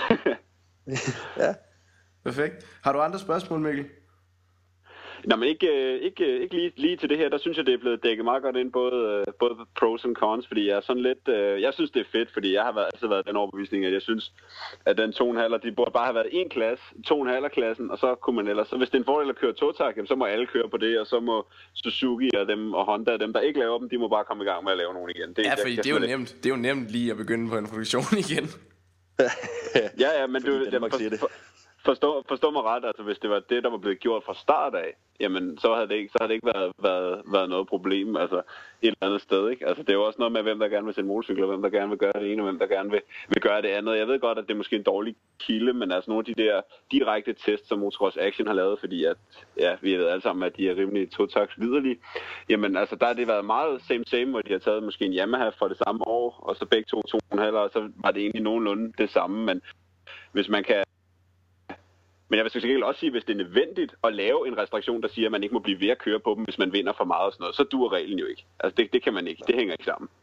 Ja. Perfekt. Har du andre spørgsmål, Mikkel? Nå, men ikke, ikke, ikke lige, lige til det her, der synes jeg, det er blevet dækket meget godt ind, både, både pros and cons, fordi jeg er sådan lidt, jeg synes, det er fedt, fordi jeg har været, altid været den overbevisning, at jeg synes, at den to komma fem, de burde bare have været en klasse, to komma fem klassen, og så kunne man ellers, så hvis det er en fordel at køre totakt, så må alle køre på det, og så må Suzuki og dem og Honda, dem der ikke laver dem, de må bare komme i gang med at lave nogen igen. Det, ja, fordi det er jo nemt, det er jo nemt lige at begynde på en produktion igen. ja, ja, men du, jeg, for, for, Forstå, forstå mig ret, altså hvis det var det, der var blevet gjort fra start af, jamen så havde det ikke, så havde det ikke været, været, været noget problem, altså et eller andet sted, ikke? Altså det er jo også noget med, hvem der gerne vil sende motorcykler, hvem der gerne vil gøre det ene, og hvem der gerne vil, vil gøre det andet. Jeg ved godt, at det er måske en dårlig kilde, men altså nogle af de der direkte tests, som Motocross Action har lavet, fordi at, ja, vi ved alle sammen, at de er rimelig totaks liderlige, jamen altså der har det været meget same same, hvor de har taget måske en Yamaha for det samme år, og så begge to, to og en halv, og så var det egentlig nogenlunde det samme, men hvis man kan. Men jeg vil selvfølgelig også sige, hvis det er nødvendigt at lave en restriktion, der siger, at man ikke må blive ved at køre på dem, hvis man vinder for meget og sådan noget, så dur reglen jo ikke. Altså det, det kan man ikke. Det hænger ikke sammen.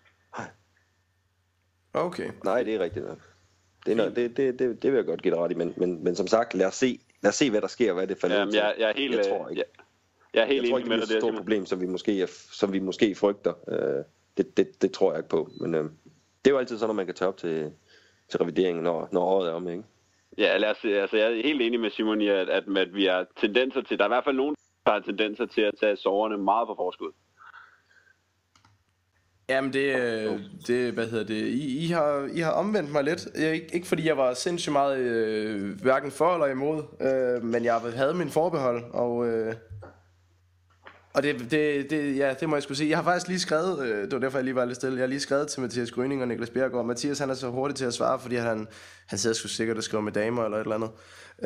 Okay. Nej, det er rigtigt nok. Det, er noget, det, det, det, det vil jeg godt give dig ret i, men, men, men som sagt, lad os se, lad os se hvad der sker, hvad det falder Jamen, jeg, jeg er helt, jeg tror ikke, jeg, jeg er helt jeg tror ikke, det er et stort problem, som vi måske, er, som vi måske frygter. Uh, det, det, det tror jeg ikke på. Men uh, det er jo altid sådan, at man kan tage op til, til revideringen, når, når året er om, ikke? Ja, lad os, altså jeg er helt enig med Simon i, at, at, at vi har tendenser til, der er i hvert fald nogen, der har tendenser til at tage soverne meget på forskud. Jamen det, det, hvad hedder det, I, I, har, I har omvendt mig lidt. Jeg, ikke, ikke fordi jeg var sindssygt meget øh, hverken for eller imod, øh, men jeg havde min forbehold, og... Øh, Og det, det, det, ja, det må jeg skulle sige. Jeg har faktisk lige skrevet, øh, det var derfor jeg lige var lidt stille. Jeg har lige skrevet til Mathias Grøning og Niklas Bjergård. Mathias han er så hurtig til at svare, fordi han, han sidder sgu sikkert og skriver med damer eller et eller andet.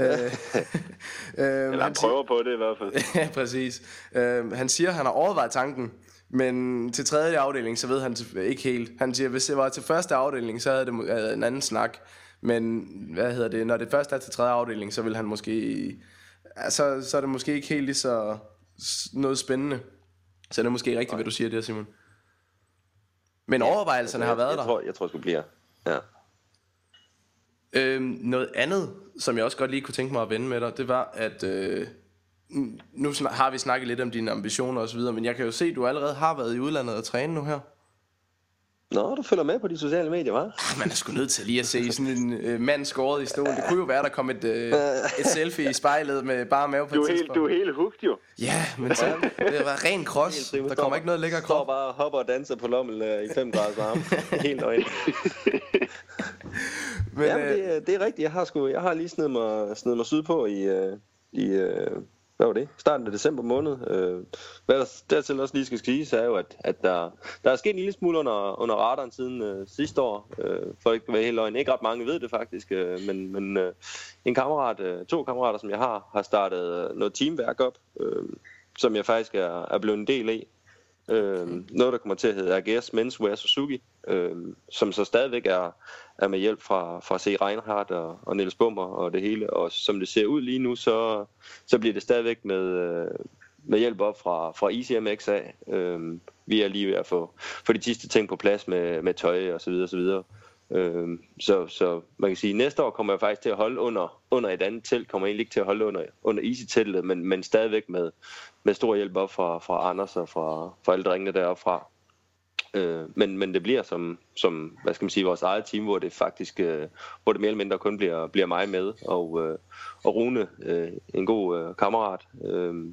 øh, eller han prøver på det i hvert fald. Ja, præcis. Øh, han siger, at han har overvejet tanken, men til tredje afdeling, så ved han ikke helt. Han siger, at hvis det var til første afdeling, så havde det øh, en anden snak. Men hvad hedder det, når det først er til tredje afdeling, så vil han måske, altså, så er det måske ikke helt lige så noget spændende. Så det er måske rigtigt, hvad du siger der, Simon. Men ja, overvejelserne jeg, har været jeg der. Tror, jeg tror sgu bliver. Ja. Øhm, noget andet, som jeg også godt lige kunne tænke mig at vende med dig, det var, at øh, nu har vi snakket lidt om dine ambitioner og så videre, men jeg kan jo se, at du allerede har været i udlandet og træne nu her. Nå, du følger med på de sociale medier, hva'? Ah, man er sgu nødt til lige at se sådan en øh, mand skåret i stolen. Det kunne jo være, der kom et, øh, et selfie i spejlet med bare mave på du et helt, tidspunkt. Du er helt hooked jo. Ja, men så, det var ren cross. Der kommer ikke noget lækker krop. Står bare og hopper og danser på lommel øh, i fem graders varme. Helt øjne. Men, ja, men det, det er rigtigt. Jeg har, sgu, jeg har lige snedet mig, snedet mig sydpå i... Øh, i øh, hvad var det? Starten af december måned. Øh, hvad der dertil også lige skal siges, er jo, at, at der, der er sket en lille smule under, under radaren siden øh, sidste år. Øh, for ikke at være helt løgn. Ikke ret mange ved det faktisk, øh, men, men øh, en kammerat, øh, to kammerater, som jeg har, har startet øh, noget teamværk op, øh, som jeg faktisk er, er blevet en del af. Øh, noget, der kommer til at hedde R G S Menswear Suzuki, øh, som så stadigvæk er, er med hjælp fra, fra C. Reinhardt og, og Niels Bummer og det hele. Og som det ser ud lige nu, så, så bliver det stadigvæk med, med hjælp op fra, fra I C M X A. Øh, vi er lige ved at få, få de sidste ting på plads med, med tøj og så videre, og så videre. Øh, så, så man kan sige, at næste år kommer jeg faktisk til at holde under, under et andet telt, kommer jeg egentlig ikke til at holde under, under Easy-teltet, men, men stadigvæk med, med stor hjælp op fra, fra Anders og fra, fra alle drengene deroppe fra. Øh, men, men det bliver som, som, hvad skal man sige, vores eget team, hvor det faktisk, øh, hvor det mere eller mindre kun bliver, bliver mig med, og, øh, og Rune, øh, en god øh, kammerat, øh,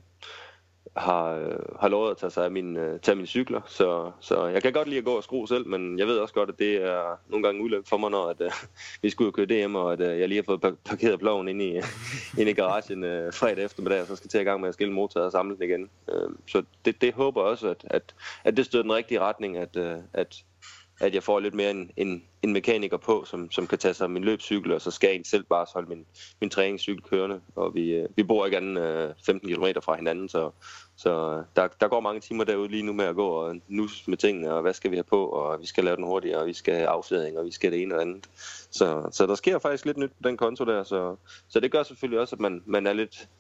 har, har lovet at tage sig af mine, tage mine cykler, så, så jeg kan godt lide at gå og skrue selv, men jeg ved også godt, at det er nogle gange ulempe for mig, når at, uh, vi skal ud og køre D M, og at uh, jeg lige har fået parkeret ploven inde i, inde i garagen uh, fredag eftermiddag, og så skal til i gang med at skille motoret og samle den igen. Uh, så det, det håber jeg også, at, at, at det støder den rigtige retning, at, uh, at at jeg får lidt mere en, en, en mekaniker på, som, som kan tage sig af min løbscykel, og så skal jeg egentlig selv bare holde min, min træningscykel kørende. Og vi, vi bor ikke anden øh, femten kilometer fra hinanden, så, så der, der går mange timer derude lige nu med at gå og nus med tingene, og hvad skal vi have på, og vi skal lave den hurtigere, og vi skal have affjedring, og vi skal det ene og andet. Så, så der sker faktisk lidt nyt på den konto der, så, så det gør selvfølgelig også, at man, man er lidt...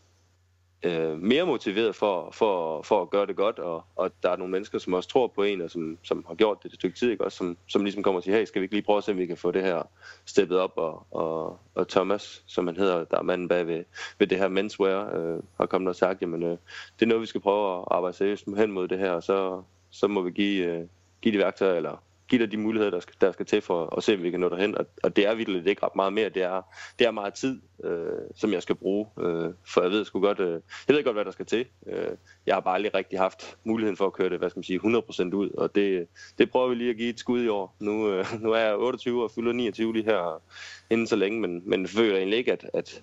Øh, mere motiveret for, for, for at gøre det godt, og, og der er nogle mennesker, som også tror på en, og som, som har gjort det et stykke tid, ikke? Også, som, som ligesom kommer og siger, hey, skal vi ikke lige prøve at se, om vi kan få det her steppet op, og, og, og Thomas, som han hedder, der er manden bag ved, ved det her menswear, øh, har kommet og sagt, jamen øh, det er noget, vi skal prøve at arbejde seriøst hen mod det her, og så, så må vi give, øh, give de værktøjer, eller give dig de muligheder, der skal, der skal til for at se, om vi kan nå derhen. Og, og det er virkelig ikke ret meget mere. Det er, det er meget tid, øh, som jeg skal bruge. Øh, for jeg ved sgu godt, øh, jeg ved godt, hvad der skal til. Øh, jeg har bare aldrig rigtig haft muligheden for at køre det, hvad skal man sige, hundrede procent ud. Og det, det prøver vi lige at give et skud i år. Nu, øh, nu er jeg otteogtyve og fylder niogtyve lige her inden så længe, men, men jeg føler egentlig ikke, at, at,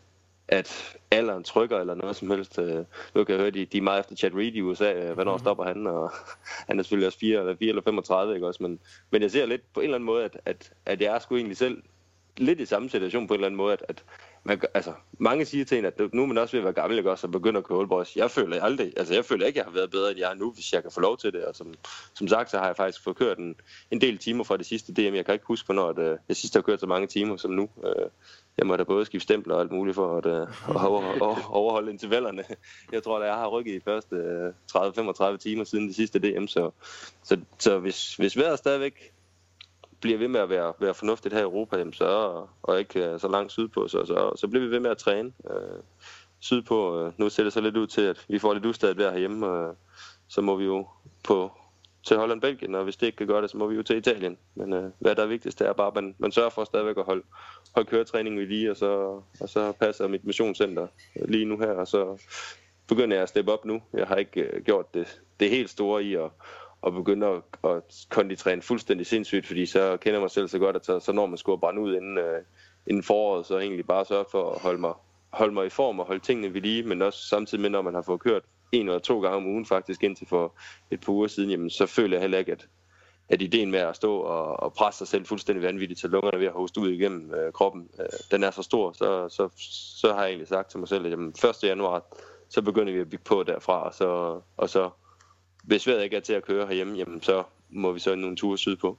at alderen trykker eller noget som helst. Nu kan jeg høre, de, de er meget efter Chad Reed i U S A. Hvornår stopper han? Og han er selvfølgelig også fire eller femogtredive, ikke også? Men, men jeg ser lidt på en eller anden måde, at, at, at jeg er sgu egentlig selv lidt i samme situation på en eller anden måde, at, at man, altså, mange siger til en, at nu er man også ved at være gammel, ikke også, og begynder at køre oldboys. Jeg føler aldrig, altså jeg føler ikke, at jeg har været bedre, end jeg er nu, hvis jeg kan få lov til det. Og som, som sagt, så har jeg faktisk fået kørt en, en del timer fra det sidste D M. Jeg kan ikke huske, hvornår at, jeg sidst har kørt så mange timer som nu. Jeg må da både skifte stempler og alt muligt for at, at over, overholde intervallerne. Jeg tror, at jeg har rykket i første tredive til femogtredive timer siden det sidste D M. Så, så, så hvis, hvis vejret stadigvæk bliver ved med at være, være fornuftigt her i Europa, jamen så, og ikke så langt sydpå, så, så, så bliver vi ved med at træne øh, sydpå. Øh, nu ser det så lidt ud til, at vi får lidt ustadigt vejr herhjemme, øh, så må vi jo på, til Holland Belgien, og hvis det ikke kan gøre det, så må vi jo til Italien. Men øh, hvad der er vigtigst, det er bare, at man, man sørger for stadigvæk at holde, holde køretræningen ved lige, og så, og så passer mit missionscenter lige nu her, og så begynder jeg at steppe op nu. Jeg har ikke øh, gjort det, det helt store i at og begynder at, at konditræne fuldstændig sindssygt, fordi så kender mig selv så godt, at så, så når man skulle brænde ud inden, øh, inden foråret, så egentlig bare sørge for at holde mig, holde mig i form og holde tingene ved lige, men også samtidig med, når man har fået kørt en eller to gange om ugen faktisk indtil for et par uger siden, jamen, så føler jeg heller ikke, at, at ideen med at stå og, og presse sig selv fuldstændig vanvittigt, så lungerne ved at hoste ud igennem øh, kroppen, øh, den er så stor, så, så, så har jeg egentlig sagt til mig selv, at jamen, første januar, så begynder vi at bygge på derfra, og så, og så hvis vejret ikke er til at køre herhjemme, jamen, så må vi så nogle ture sydpå.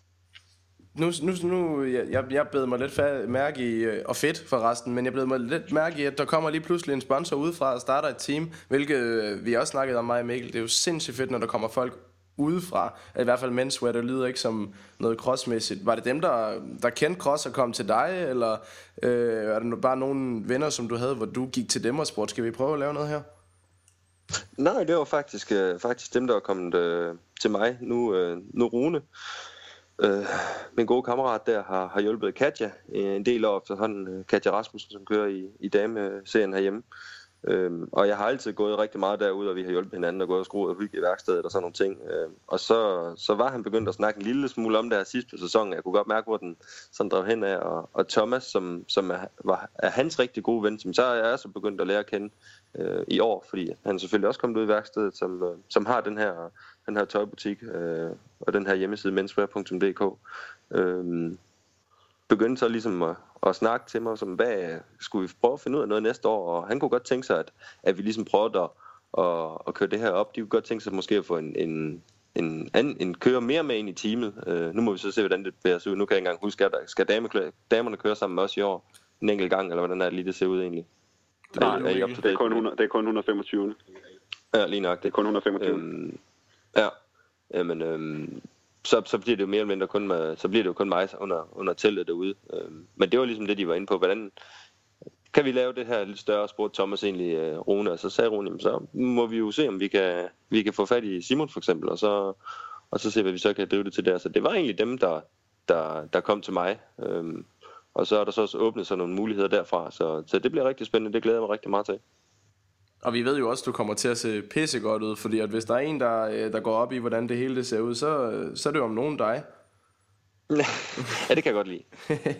Nu, nu, nu jeg, jeg bed mig lidt mærke i, og fedt forresten, men jeg blev mig lidt mærke i, at der kommer lige pludselig en sponsor udefra og starter et team, hvilket vi også snakkede om, mig og Mikkel. Det er jo sindssygt fedt, når der kommer folk udefra, i hvert fald menswear, det lyder ikke som noget crossmæssigt. Var det dem, der, der kendte cross og kom til dig, eller øh, er det bare nogle venner, som du havde, hvor du gik til dem og spurgte, skal vi prøve at lave noget her? Nej, det var faktisk, øh, faktisk dem, der var kommet øh, til mig. Nu, øh, nu Rune, øh, min gode kammerat der, har, har hjulpet Katja en del år efterhånden. Katja Rasmussen, som kører i, i dameserien herhjemme. Øhm, og jeg har altid gået rigtig meget derude, og vi har hjulpet hinanden og gået og skruet og hygge i værkstedet og sådan nogle ting. Øhm, og så, så var han begyndt at snakke en lille smule om det her sidste sæson. Jeg kunne godt mærke, hvor den sådan drev hen af. Og, og Thomas, som, som er, var, er hans rigtig gode ven, som så er jeg så begyndt at lære at kende øh, i år, fordi han selvfølgelig også kommet ud i værkstedet, som, øh, som har den her, den her tøjbutik øh, og den her hjemmeside menswear punktum d k. Øhm, begyndte så ligesom at, at snakke til mig, som hvad skulle vi prøve at finde ud af noget næste år, og han kunne godt tænke sig, at, at vi ligesom prøvede at, at, at køre det her op. De kunne godt tænke sig måske at få en, en, en, en, en kører mere med ind i teamet. Uh, nu må vi så se, hvordan det bliver se ud. Nu kan jeg ikke engang huske, at der, skal dame, damerne køre sammen med os i år en enkelt gang, eller hvordan er det lige, det ser ud egentlig? Nej, er, er det, er kun hundrede, det er kun et hundrede og femogtyve. Ja, lige nok. Det er kun et hundrede og femogtyve. Øhm, ja, jamen... Øhm, Så, så bliver det jo mere eller mindre kun med, så bliver det jo kun mig under, under teltet derude. Øhm, men det var ligesom det, de var inde på. Hvordan kan vi lave det her lidt større, spurgte Thomas egentlig øh, Rune, og så sagde Rune, jamen, så må vi jo se, om vi kan, vi kan få fat i Simon for eksempel, og så, og så se, hvad vi så kan drive det til der. Så det var egentlig dem, der, der, der kom til mig. Øhm, og så er der så også åbnet sig nogle muligheder derfra. Så, så det bliver rigtig spændende, det glæder jeg mig rigtig meget til. Og vi ved jo også, at du kommer til at se pissegodt ud, fordi at hvis der er en, der, der går op i, hvordan det hele det ser ud, så, så er det jo om nogen dig. Ja, det kan jeg godt lide.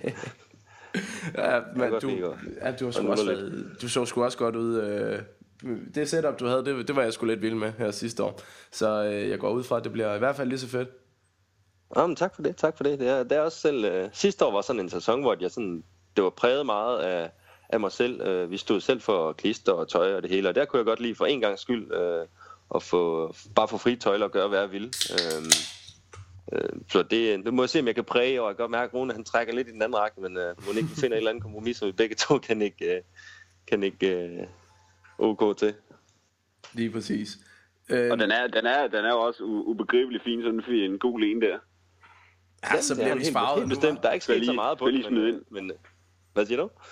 Ja, men du, ja, du, har også været, du så sgu også godt ud. Det setup, du havde, det, det var jeg sgu lidt vild med her sidste år. Så jeg går ud fra, at det bliver i hvert fald lige så fedt. Jamen, tak for det, tak for det. Det er, det er også selv, uh, sidste år var sådan en sæson, hvor jeg sådan, det var præget meget af, af mig selv. Uh, vi stod selv for klister og tøj og det hele, og der kunne jeg godt lide for en gangs skyld uh, at få, bare få fri tøjler og gøre, hvad jeg vil. Uh, uh, så det, det må jeg se, om jeg kan præge, og jeg kan godt mærke, at Rune han trækker lidt i den anden række, men uh, må ikke finde et eller andet kompromis, som vi begge to kan ikke, uh, kan ikke uh, OK til. Lige præcis. Og den er, den er, den er jo også ubegribelig fin, sådan en god en der. Ja, så bliver den farvet. Helt bestemt. Der er ikke sket så meget på den, men, men hvad siger du?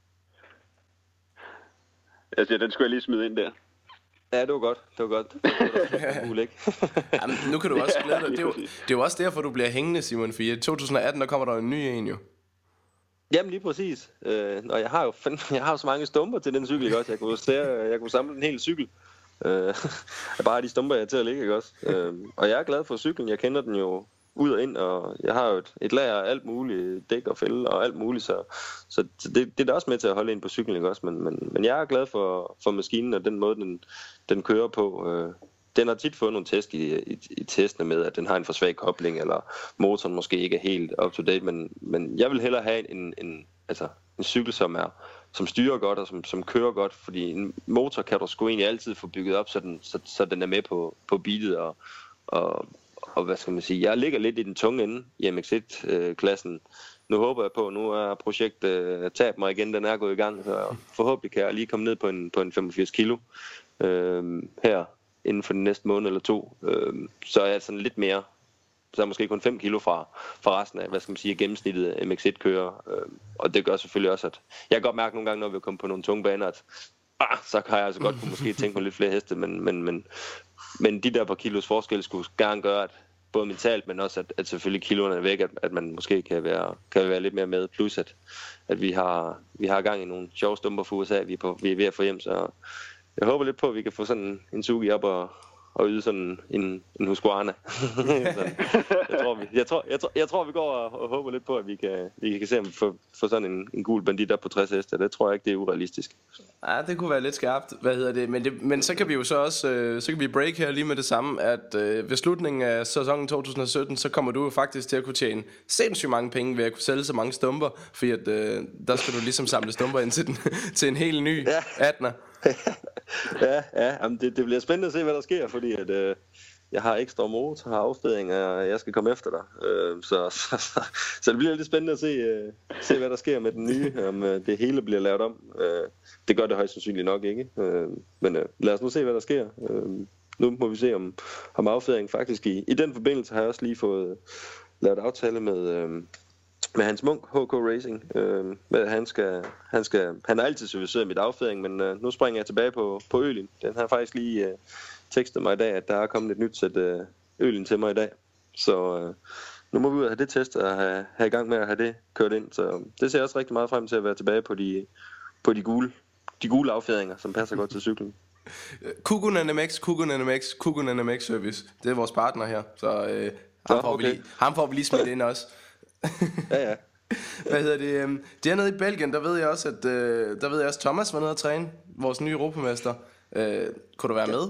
Jeg siger, den skulle jeg lige smide ind der. Ja, det var godt. Det var godt. Jamen, nu kan du også glæde dig. Det er, jo, det er jo også derfor, du bliver hængende, Simon, for i to tusind atten, der kommer der en ny en jo. Jamen lige præcis. Øh, og jeg har jo jeg har jo så mange stumper til den cykel, ikke også? Jeg kunne, stære, jeg kunne samle en hel cykel. Øh, bare de stumper, jeg er til at ligge, ikke også? Øh, og jeg er glad for cyklen. Jeg kender den jo ud og ind, og jeg har jo et, et lager af alt muligt, dæk og fælde og alt muligt, så, så det, det er da også med til at holde ind på cyklen, ikke også? Men, men, men jeg er glad for, for maskinen og den måde, den, den kører på. Øh, den har tit fået nogle tæsk i, i, i testene med, at den har en for svag kobling, eller motoren måske ikke er helt up to date, men, men jeg vil hellere have en, en, altså en cykel, som er som styrer godt og som, som kører godt, fordi en motor kan du sgu egentlig altid få bygget op, så den, så, så den er med på, på beatet, og, og, og hvad skal man sige, jeg ligger lidt i den tunge ende i M X et-klassen. Nu håber jeg på, nu er projektet øh, tab mig igen, den er gået i gang, så forhåbentlig kan jeg lige komme ned på en, på en femogfirs kilo øh, her inden for den næste måned eller to. Øh, så er jeg sådan lidt mere, så er måske kun fem kilo fra, fra resten af, hvad skal man sige, gennemsnittet af M X et-kører. Øh, og det gør selvfølgelig også, at jeg kan godt mærke nogle gange, når vi kommer på nogle tunge baner, at ah, så kan jeg altså godt kunne måske tænke mig lidt flere heste, men, men, men, men de der par kilos forskel skulle gerne gøre, at både mentalt, men også at, at selvfølgelig kiloerne er væk, at, at man måske kan være, kan være lidt mere med, plus at, at vi har vi har gang i nogle sjove stumper for U S A, vi er, på, vi er ved at få hjem, så jeg håber lidt på, at vi kan få sådan en, en Sugi op og, og yde sådan en, en Husqvarna. jeg, tror, vi, jeg, tror, jeg, tror, jeg tror, vi går og, og håber lidt på, at vi kan, vi kan se, om vi får, får sådan en, en gul bandit op på tres heste. Det tror jeg ikke, det er urealistisk. Ja, det kunne være lidt skarpt. Hvad hedder det? Men, det, men så kan vi jo så også øh, så kan vi break her lige med det samme, at øh, ved slutningen af sæsonen to tusind og sytten, så kommer du jo faktisk til at kunne tjene sindssygt mange penge ved at kunne sælge så mange stumper, fordi at, øh, der skal du ligesom samle stumper ind til, den, til en helt ny ja. attener. ja, ja jamen det, det bliver spændende at se, hvad der sker, fordi at, øh, jeg har ekstra motor, har affedring, og jeg skal komme efter dig. Øh, så, så, så, så det bliver lidt spændende at se, øh, se hvad der sker med den nye, om øh, det hele bliver lavet om. Øh, det gør det højst sandsynligt nok ikke, øh, men øh, lad os nu se, hvad der sker. Øh, nu må vi se, om, om affedring faktisk i, i den forbindelse har jeg også lige fået lavet aftale med... Øh, med Hans Munk, H K Racing. Øh, han, skal, han, skal, han har altid serviceret mit affedring, men øh, nu springer jeg tilbage på, på Ølen. Den har faktisk lige øh, tekstet mig i dag, at der er kommet et nyt sæt øh, Ølen til mig i dag. Så øh, nu må vi ud og have det testet og have, have i gang med at have det kørt ind. Så det ser jeg også rigtig meget frem til at være tilbage på de, på de, gule, de gule affedringer, som passer godt til cyklen. Kukun N M X, Kukun N M X, Kukun N M X Service. Det er vores partner her, så øh, ham, ja, får okay. vi lige, ham får vi lige smidt ind også. ja, ja. Hvad hedder det? Dernede i Belgien, der ved jeg også, at øh, der ved jeg også, Thomas var nede at træne, vores nye europamester. Øh, kunne du være ja. med?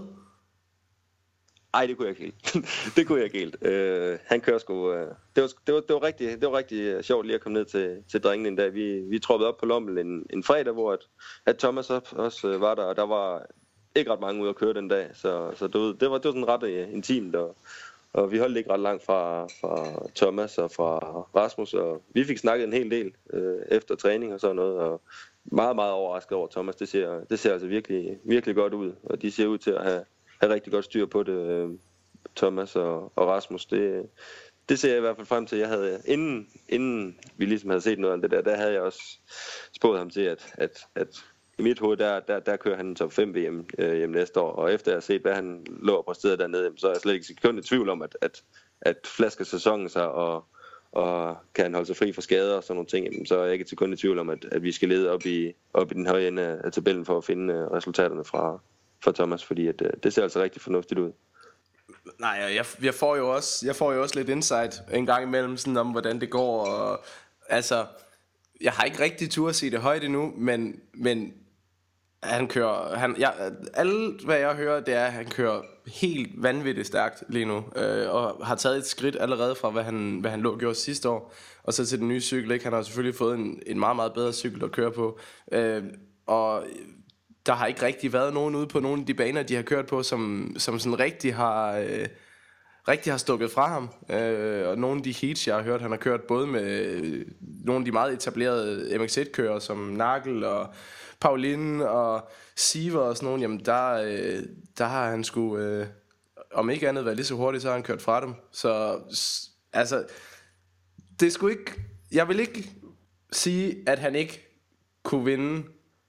Ej, det kunne jeg ikke helt. det kunne jeg ikke helt. Øh, han kører sgu... Øh, det, var, det, var, det, var rigtig, det var rigtig sjovt lige at komme ned til, til drengen en dag. Vi, vi troppede op på Lommel en, en fredag, hvor at, at Thomas også, også var der, og der var ikke ret mange ude at køre den dag. Så, så det, var, det, var, det var sådan ret uh, intimt, og, og vi holdt ikke ret langt fra, fra Thomas og fra Rasmus, og vi fik snakket en hel del øh, efter træning og sådan noget, og meget, meget overrasket over Thomas. Det ser, det ser altså virkelig, virkelig godt ud, og de ser ud til at have, have rigtig godt styr på det, øh, Thomas og, og Rasmus. Det, det ser jeg i hvert fald frem til. Jeg havde, inden, inden vi ligesom havde set noget af det der, der havde jeg også spået ham til, at, at, at i mit hoved, der, der, der kører han en top fem V M øh, hjemme næste år, og efter jeg har set, hvad han lå og præsterede dernede, så er jeg slet ikke sekund i tvivl om, at, at, at flasker sæsonen sig, og, og kan han holde sig fri fra skader og sådan nogle ting, jamen, så er jeg ikke et sekund i tvivl om, at, at vi skal lede op i, op i den høje ende af tabellen for at finde uh, resultaterne fra, fra Thomas, fordi at, uh, det ser altså rigtig fornuftigt ud. Nej, jeg, jeg, får jo også, jeg får jo også lidt insight en gang imellem, sådan om hvordan det går, og altså, jeg har ikke rigtig tur at sige det højt endnu, men, men han kører, han, ja, alt hvad jeg hører, det er, at han kører helt vanvittigt stærkt lige nu, øh, og har taget et skridt allerede fra, hvad han, hvad han lå gjorde sidste år, og så til den nye cykel, ikke? Han har selvfølgelig fået en, en meget, meget bedre cykel at køre på, øh, og der har ikke rigtig været nogen ude på nogle af de baner, de har kørt på, som, som sådan rigtig har... Øh, rigtig har stukket fra ham, øh, og nogle af de heats, jeg har hørt, han har kørt både med øh, nogle af de meget etablerede M X et-kører, som Nagel og Paulin og Siver og sådan nogle, jamen der, øh, der har han sgu, øh, om ikke andet været lige så hurtigt, så har han kørt fra dem. Så s- altså, det er sgu ikke, jeg vil ikke sige, at han ikke kunne vinde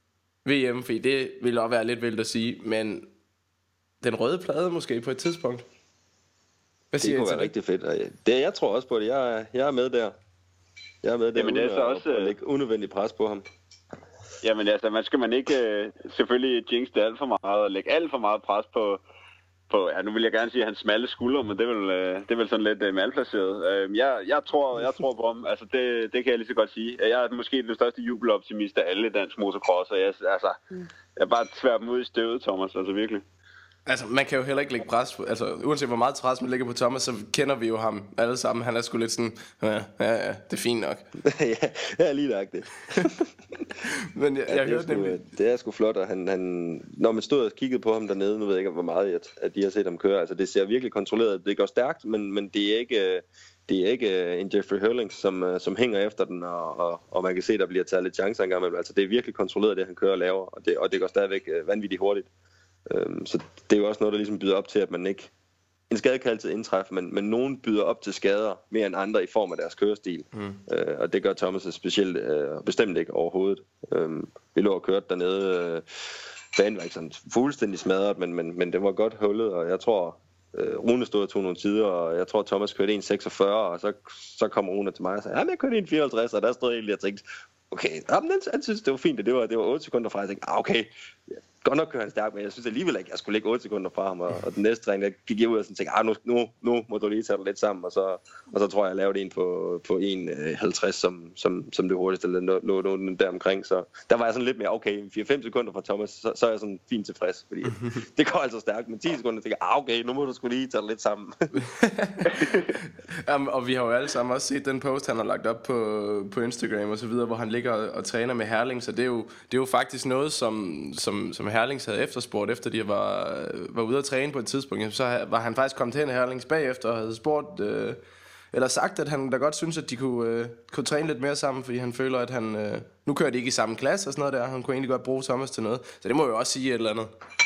V M, fordi det ville også være lidt vildt at sige, men den røde plade måske på et tidspunkt. Hvad det kunne være det? Rigtig fedt. Det, jeg tror også på det. Jeg er, jeg er med der. Jeg er med der. Jamen, det er så også at lægge unødvendig pres på ham. Jamen altså, man skal man ikke uh, selvfølgelig jinx det alt for meget og lægge alt for meget pres på på, ja, nu vil jeg gerne sige hans smalle skulder, men det er vel, øh, det er vel sådan lidt øh, malplaceret. Øh, jeg, jeg, tror, jeg tror på ham, altså det, det kan jeg lige så godt sige. Jeg er måske den største jubeloptimist af alle dansk motocross, og jeg, altså, jeg er bare tvær dem ud i støvet, Thomas, altså virkelig. Altså, man kan jo heller ikke lægge pres på, altså, uanset hvor meget pres man lægger på Thomas, så kender vi jo ham alle sammen. Han er sgu lidt sådan, ja, ja, ja det er fint nok. ja, ja, lige nok det. Men jeg, jeg ja, hørte sgu, nemlig... Det er sgu flot, og han, han, når man stod og kiggede på ham dernede, nu ved jeg ikke, hvor meget at, at de har set ham køre, altså det ser virkelig kontrolleret, det går stærkt, men, men det er ikke... Det er ikke en Jeffrey Hurlings, som, som hænger efter den, og, og, og man kan se, der bliver taget lidt chancer engang. Men altså, det er virkelig kontrolleret, det han kører og laver, og det, og det går stadigvæk vanvittigt hurtigt. Øhm, så det er jo også noget, der ligesom byder op til, at man ikke... En skade kan altid indtræffe, men, men nogen byder op til skader mere end andre i form af deres kørestil. Mm. Øh, og det gør Thomas specielt øh, bestemt ikke overhovedet. Øhm, vi lå og kørte dernede. Øh, banen var ikke sådan fuldstændig smadret, men, men, men det var godt hullet, og jeg tror... Øh, Rune stod og tog nogle tider, og jeg tror Thomas kørte en seksogfyrre, og så, så kom Rune til mig og sagde, ja, men jeg kørte en fireoghalvtreds, og der stod jeg egentlig og tænkte, okay, jamen, han synes det var fint, det var, det var otte sekunder fra, jeg tænkte, ah, okay, godt nok kører han stærkt, men jeg synes alligevel ikke, jeg skulle ligge otte sekunder fra ham, og, og den næste træning, der gik jeg ud og sådan tænkte, ah, nu, nu, nu må du lige tage dig lidt sammen, og så, og så tror jeg, jeg lavede en på, på en halvtreds, som, som, som det hurtigste lå, lå, lå der omkring, så der var jeg sådan lidt mere, okay, fire fem sekunder fra Thomas, så, så er jeg sådan fint tilfreds, fordi det går altså stærkt, men ti sekunder, tænker jeg, ah, okay, nu må du skulle lige tage dig lidt sammen. Jamen, og vi har jo alle sammen også set den post, han har lagt op på, på Instagram og så videre, hvor han ligger og, og træner med Herling, så det er jo, det er jo faktisk noget, som, som, som Herlings havde efterspurgt, efter de var, var ude at træne på et tidspunkt. Så var han faktisk kommet hen i Herlings bagefter og havde spurgt, øh, eller sagt, at han da godt synes, at de kunne, øh, kunne træne lidt mere sammen, fordi han føler, at han, øh, nu kører de ikke i samme klasse og sådan noget der, han kunne egentlig godt bruge Thomas til noget. Så det må jo også sige et eller andet.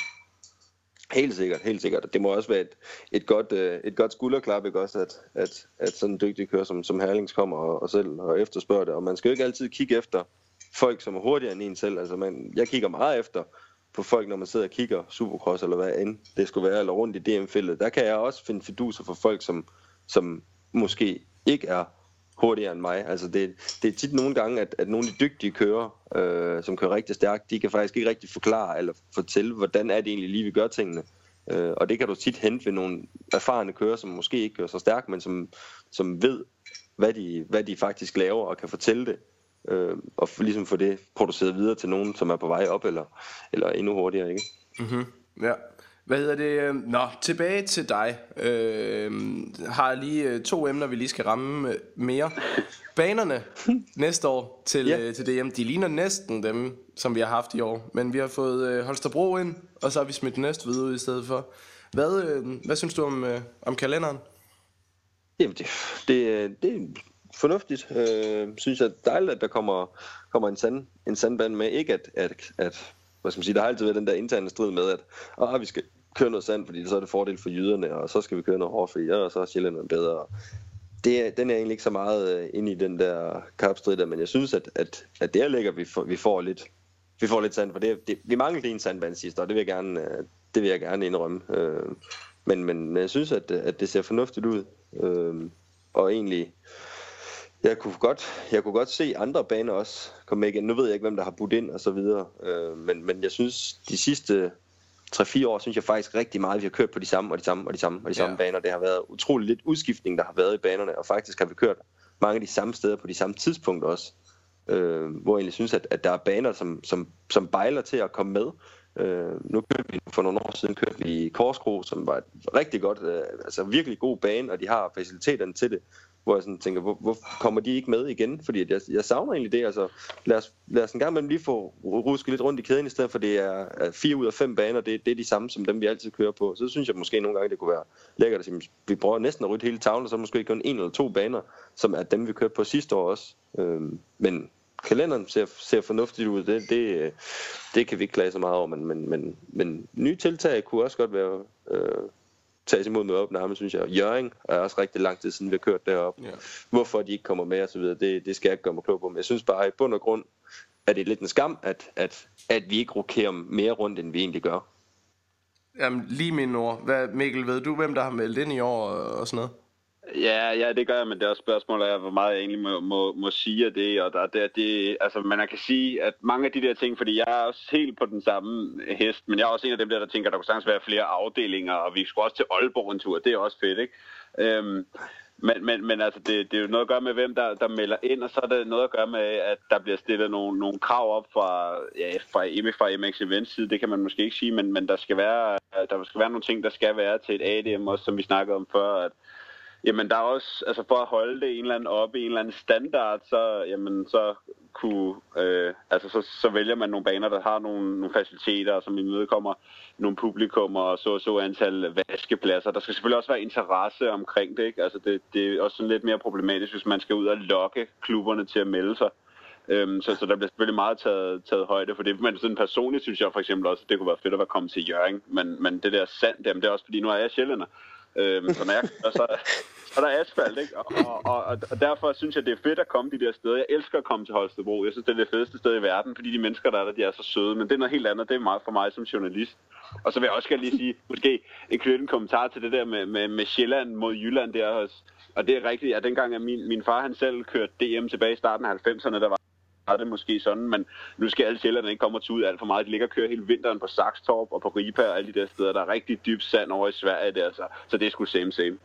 Helt sikkert, helt sikkert. Det må også være et, et, godt, et godt skulderklap, ikke også, at, at, at sådan en dygtig kører som, som Herlings kommer og, og selv og efterspørger det. Og man skal jo ikke altid kigge efter folk, som er hurtigere end en selv. Altså man, jeg kigger meget efter på folk, når man sidder og kigger Supercross eller hvad end det skulle være, eller rundt i D M-feltet. Der kan jeg også finde fiduser for folk, som, som måske ikke er hurtigere end mig. Altså det, det er tit nogle gange, at, at nogle af de dygtige kører, øh, som kører rigtig stærkt, de kan faktisk ikke rigtig forklare eller fortælle, hvordan er det egentlig lige, vi gør tingene. Øh, og det kan du tit hente ved nogle erfarne kører, som måske ikke kører så stærkt, men som, som ved, hvad de, hvad de faktisk laver og kan fortælle det. Øh, og ligesom få det produceret videre til nogen, som er på vej op eller, eller endnu hurtigere, ikke? Mm-hmm. Ja. Hvad hedder det? Nå, tilbage til dig. Øh, har lige to emner, vi lige skal ramme mere. Banerne næste år til, ja. til D M, de ligner næsten dem, som vi har haft i år. Men vi har fået Holstebro ind, og så har vi smidt Næstved ud i stedet for. Hvad, øh, hvad synes du om, øh, om kalenderen? Jamen, det, det, det er fornuftigt. Øh, synes jeg dejligt, at der kommer, kommer en, sand, en sandbane med. Ikke at... at, at hvad skal man sige, der har altid været den der interne strid med, at ah, vi skal køre noget sand, fordi så er det fordel for jyderne, og så skal vi køre noget hårdt for jer, og så er sjællænderne bedre. Det, den er egentlig ikke så meget inde i den der kapstrid der, men jeg synes, at, at, at der ligger vi, for, vi får lidt vi får lidt sand, for det, det, vi manglede en sandbane sidste år, det vil jeg gerne, det vil jeg gerne indrømme. Men, men jeg synes, at, at det ser fornuftigt ud, og egentlig Jeg kunne godt, jeg kunne godt se andre baner også komme med igen. Nu ved jeg ikke, hvem der har budt ind og så videre. Øh, men, men jeg synes, de sidste tre fire år, synes jeg faktisk rigtig meget, vi har kørt på de samme og de samme og de samme og de samme ja. baner. Det har været utroligt lidt udskiftning, der har været i banerne. Og faktisk har vi kørt mange af de samme steder på de samme tidspunkter også. Øh, hvor jeg egentlig synes, at, at der er baner, som, som, som bejler til at komme med. Øh, nu kørte vi for nogle år siden kørte vi i Korskro, som var et rigtig godt, øh, altså virkelig god bane, og de har faciliteterne til det. Hvor jeg sådan tænker, hvor, hvor kommer de ikke med igen? Fordi jeg, jeg savner egentlig det. Altså, lad, os, lad os en gang imellem lige få rusket lidt rundt i kæden, i stedet for det er fire ud af fem baner, det, det er de samme som dem, vi altid kører på. Så synes jeg måske nogle gange, det kunne være lækkert at sige, vi prøver næsten at rydde hele tavlen, og så måske kun en eller to baner, som er dem, vi kørte på sidste år også. Øhm, men kalenderen ser, ser fornuftigt ud. Det, det, det kan vi ikke klage så meget over, men, men, men, men nye tiltag kunne også godt være... Øh, tages imod med åbne arme, synes jeg. Hjørring er også rigtig lang tid siden, vi har kørt deroppe. Ja. Hvorfor de ikke kommer med og så videre, det, det skal jeg ikke gøre mig klog på. Men jeg synes bare, i bund og grund, at det er lidt en skam, at, at, at vi ikke rokerer mere rundt, end vi egentlig gør. Jamen, lige mine ord. Hvad, Mikkel, ved du, hvem der har meldt ind i år og sådan noget? Ja, ja, det gør jeg, men det er også spørgsmålet af, hvor meget jeg egentlig må, må, må sige af det, og der, det, det, altså man kan sige, at mange af de der ting, fordi jeg er også helt på den samme hest, men jeg er også en af dem der, der tænker, at der kunne sagtens være flere afdelinger, og vi skulle også til Aalborg en tur, det er også fedt, ikke? Øhm, men, men, men altså, det, det er jo noget at gøre med, hvem der, der melder ind, og så er det noget at gøre med, at der bliver stillet nogle, nogle krav op fra, ja, fra, fra M X Events side, det kan man måske ikke sige, men, men der, skal være, der skal være nogle ting, der skal være til et A D M også, som vi snakkede om før, at jamen der er også, altså for at holde det en eller anden oppe i en eller anden standard, så, jamen, så, kunne, øh, altså, så, så vælger man nogle baner, der har nogle, nogle faciliteter, som imødekommer nogle publikummer og så så antal vaskepladser. Der skal selvfølgelig også være interesse omkring det, ikke? Altså det, det er også sådan lidt mere problematisk, hvis man skal ud og lokke klubberne til at melde sig. Øhm, så, så der bliver selvfølgelig meget taget, taget højde for det. Men sådan personligt synes jeg for eksempel også, at det kunne være fedt at være kommet til Hjørring. Men, men det der sand, jamen, det er også fordi, nu er jeg sjællænder. Øhm, så når jeg kører, så, så er der asfalt, ikke? Og, og, og, og derfor synes jeg, det er fedt at komme de der steder. Jeg elsker at komme til Holstebro. Jeg synes, det er det fedeste sted i verden, fordi de mennesker, der er der, de er så søde. Men det er noget helt andet. Det er meget for mig som journalist. Og så vil jeg også gerne lige sige, måske en knytte en kommentar til det der med, med, med Sjælland mod Jylland der også. Og det er rigtigt, at dengang at min, min far, han selv kørte D M tilbage i starten af halvfemserne, der var er det måske sådan, men nu skal alle sjældent ikke komme og tage ud alt for meget. De ligger og kører hele vinteren på Saxtorp og på Ripa og alle de der steder. Der er rigtig dybt sand over i Sverige der, så, så det er sgu same same.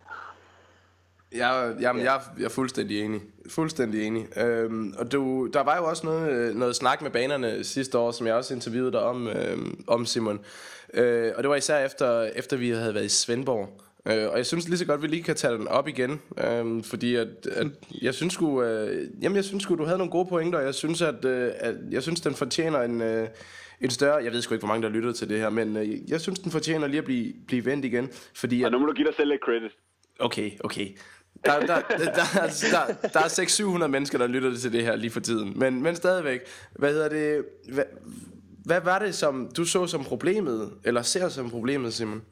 Jeg, jamen, jeg, jeg er fuldstændig enig. Fuldstændig enig. Øhm, og du, der var jo også noget, noget snak med banerne sidste år, som jeg også interviewede dig om, øhm, om Simon. Øh, og det var især efter, efter vi havde været i Svendborg. Øh, og jeg synes lige så godt, at vi lige kan tage den op igen, øh, fordi at, at jeg synes sgu, øh, jamen jeg synes sgu, du havde nogle gode pointer, og jeg synes, at, øh, at jeg synes, den fortjener en, øh, en større, jeg ved sgu ikke, hvor mange der lyttede til det her, men øh, jeg synes, den fortjener lige at blive, blive vendt igen, fordi... At, og nu må du give dig selv lidt credit. Okay, okay. Der, der, der, der, der, der er seks til syv hundrede mennesker, der lytter til det her lige for tiden, men, men stadigvæk, hvad hedder det, hvad, hvad var det, som du så som problemet, eller ser som problemet, Simon?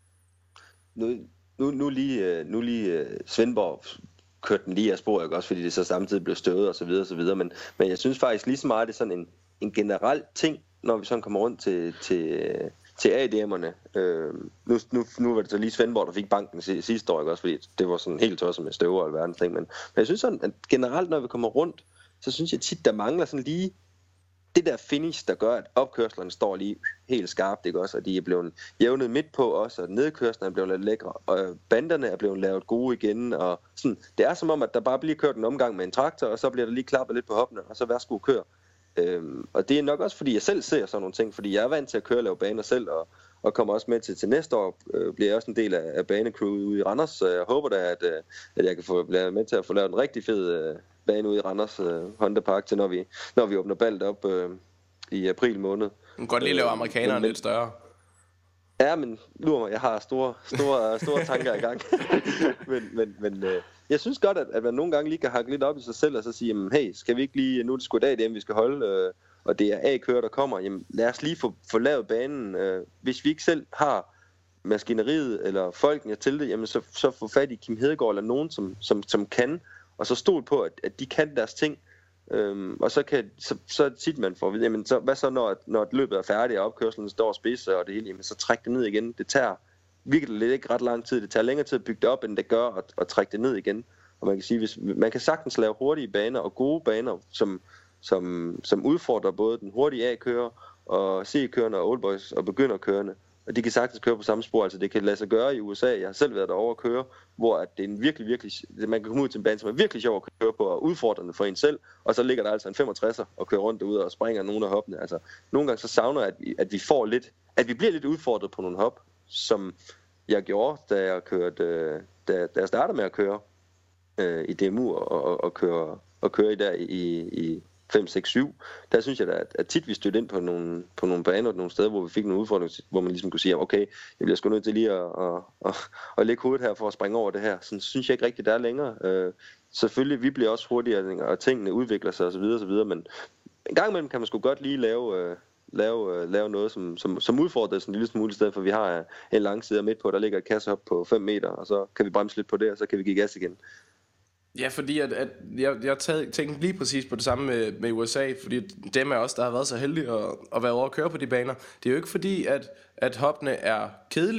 Nu, nu, nu lige, nu lige Svendborg kørte den lige af sporet, også fordi det så samtidig blev støvet og så videre og så videre, men, men jeg synes faktisk lige så meget, det er sådan en, en generel ting, når vi sådan kommer rundt til, til, til A D M'erne. Øh, nu, nu, nu var det så lige Svendborg, der fik banken sidste år, også fordi det var sådan helt tosset med støver og alverdens ting, men, men jeg synes sådan, at generelt, når vi kommer rundt, så synes jeg tit, der mangler sådan lige det der finish, der gør, at opkørslerne står lige helt skarpt, ikke også? Og de er blevet jævnet midt på også, og nedkørslerne er blevet lidt lækre, og banderne er blevet lavet gode igen, og sådan. Det er som om, at der bare bliver kørt en omgang med en traktor, og så bliver der lige klappet lidt på hoppene, og så værsgo kør. Øhm, og det er nok også, fordi jeg selv ser sådan nogle ting, fordi jeg er vant til at køre og lave baner selv, og, og kommer også med til, til næste år, øh, bliver jeg også en del af, af banecrewet ude i Randers, så jeg håber da, at, øh, at jeg kan få blive med til at få lavet en rigtig fed øh, bane ude i Randers øh, Honda Park, til når vi, når vi åbner ballet op øh, i april måned. Du kan godt lige lave amerikanerne men, lidt større. Ja, men lur mig, jeg har store, store, store tanker i gang. men men, men øh, jeg synes godt, at, at man nogle gange lige kan hakke lidt op i sig selv, og så sige, jamen, hey, skal vi ikke lige, nu er det sgu i dag, det er, vi skal holde, øh, og det er A-kører, der kommer, jamen lad os lige få, få lavet banen. Øh, hvis vi ikke selv har maskineriet eller folkene til det, jamen så, så få fat i Kim Hedegaard eller nogen, som, som, som kan, og så stol på, at, at de kan deres ting. Øhm, og så kan så, så tit man får at vide, jamen så, hvad så når, når løbet er færdigt, og opkørslen står spidse og det hele, jamen så træk det ned igen. Det tager virkelig lidt ikke ret lang tid. Det tager længere tid at bygge det op, end det gør at, at trække det ned igen. Og man kan sige, hvis man kan sagtens lave hurtige baner og gode baner, som, som, som udfordrer både den hurtige A-kører og C-kørende og oldboys og begynderkørende. Og de kan sagtens køre på samme spor, altså det kan lade sig gøre i U S A. Jeg har selv været derovre at køre, hvor at det er en virkelig, virkelig, man kan komme ud til en bane, som er virkelig sjov at køre på og udfordrende for en selv, og så ligger der altså en femogtresser og kører rundt derude og springer nogle af hoppene. Altså nogle gange så savner jeg, at vi, at vi får lidt, at vi bliver lidt udfordret på nogle hop, som jeg gjorde, da jeg kørte, da, da jeg startede med at køre øh, i D M U og, og, og køre og køre i der i, i fem, seks, syv, der synes jeg da, at, at tit vi stødte ind på nogle, på nogle baner, nogle steder, hvor vi fik nogle udfordringer, hvor man ligesom kunne sige, okay, jeg bliver sgu nødt til lige at, at, at, at lægge hovedet her for at springe over det her. Sådan synes jeg ikke rigtigt, der er længere. Øh, selvfølgelig, vi bliver også hurtigere, og tingene udvikler sig osv., osv., men en gang imellem kan man sgu godt lige lave, øh, lave, øh, lave noget, som, som, som udfordrer sådan en lille smule, i stedet for vi har en lang side midt på, der ligger et kassehop på fem meter, og så kan vi bremse lidt på det, og så kan vi give gas igen. Ja, fordi at, at jeg, jeg tænkte lige præcis på det samme med, med U S A, fordi dem af os, der har været så heldige at, at være over at køre på de baner, det er jo ikke fordi, at, at hoppene er kedelige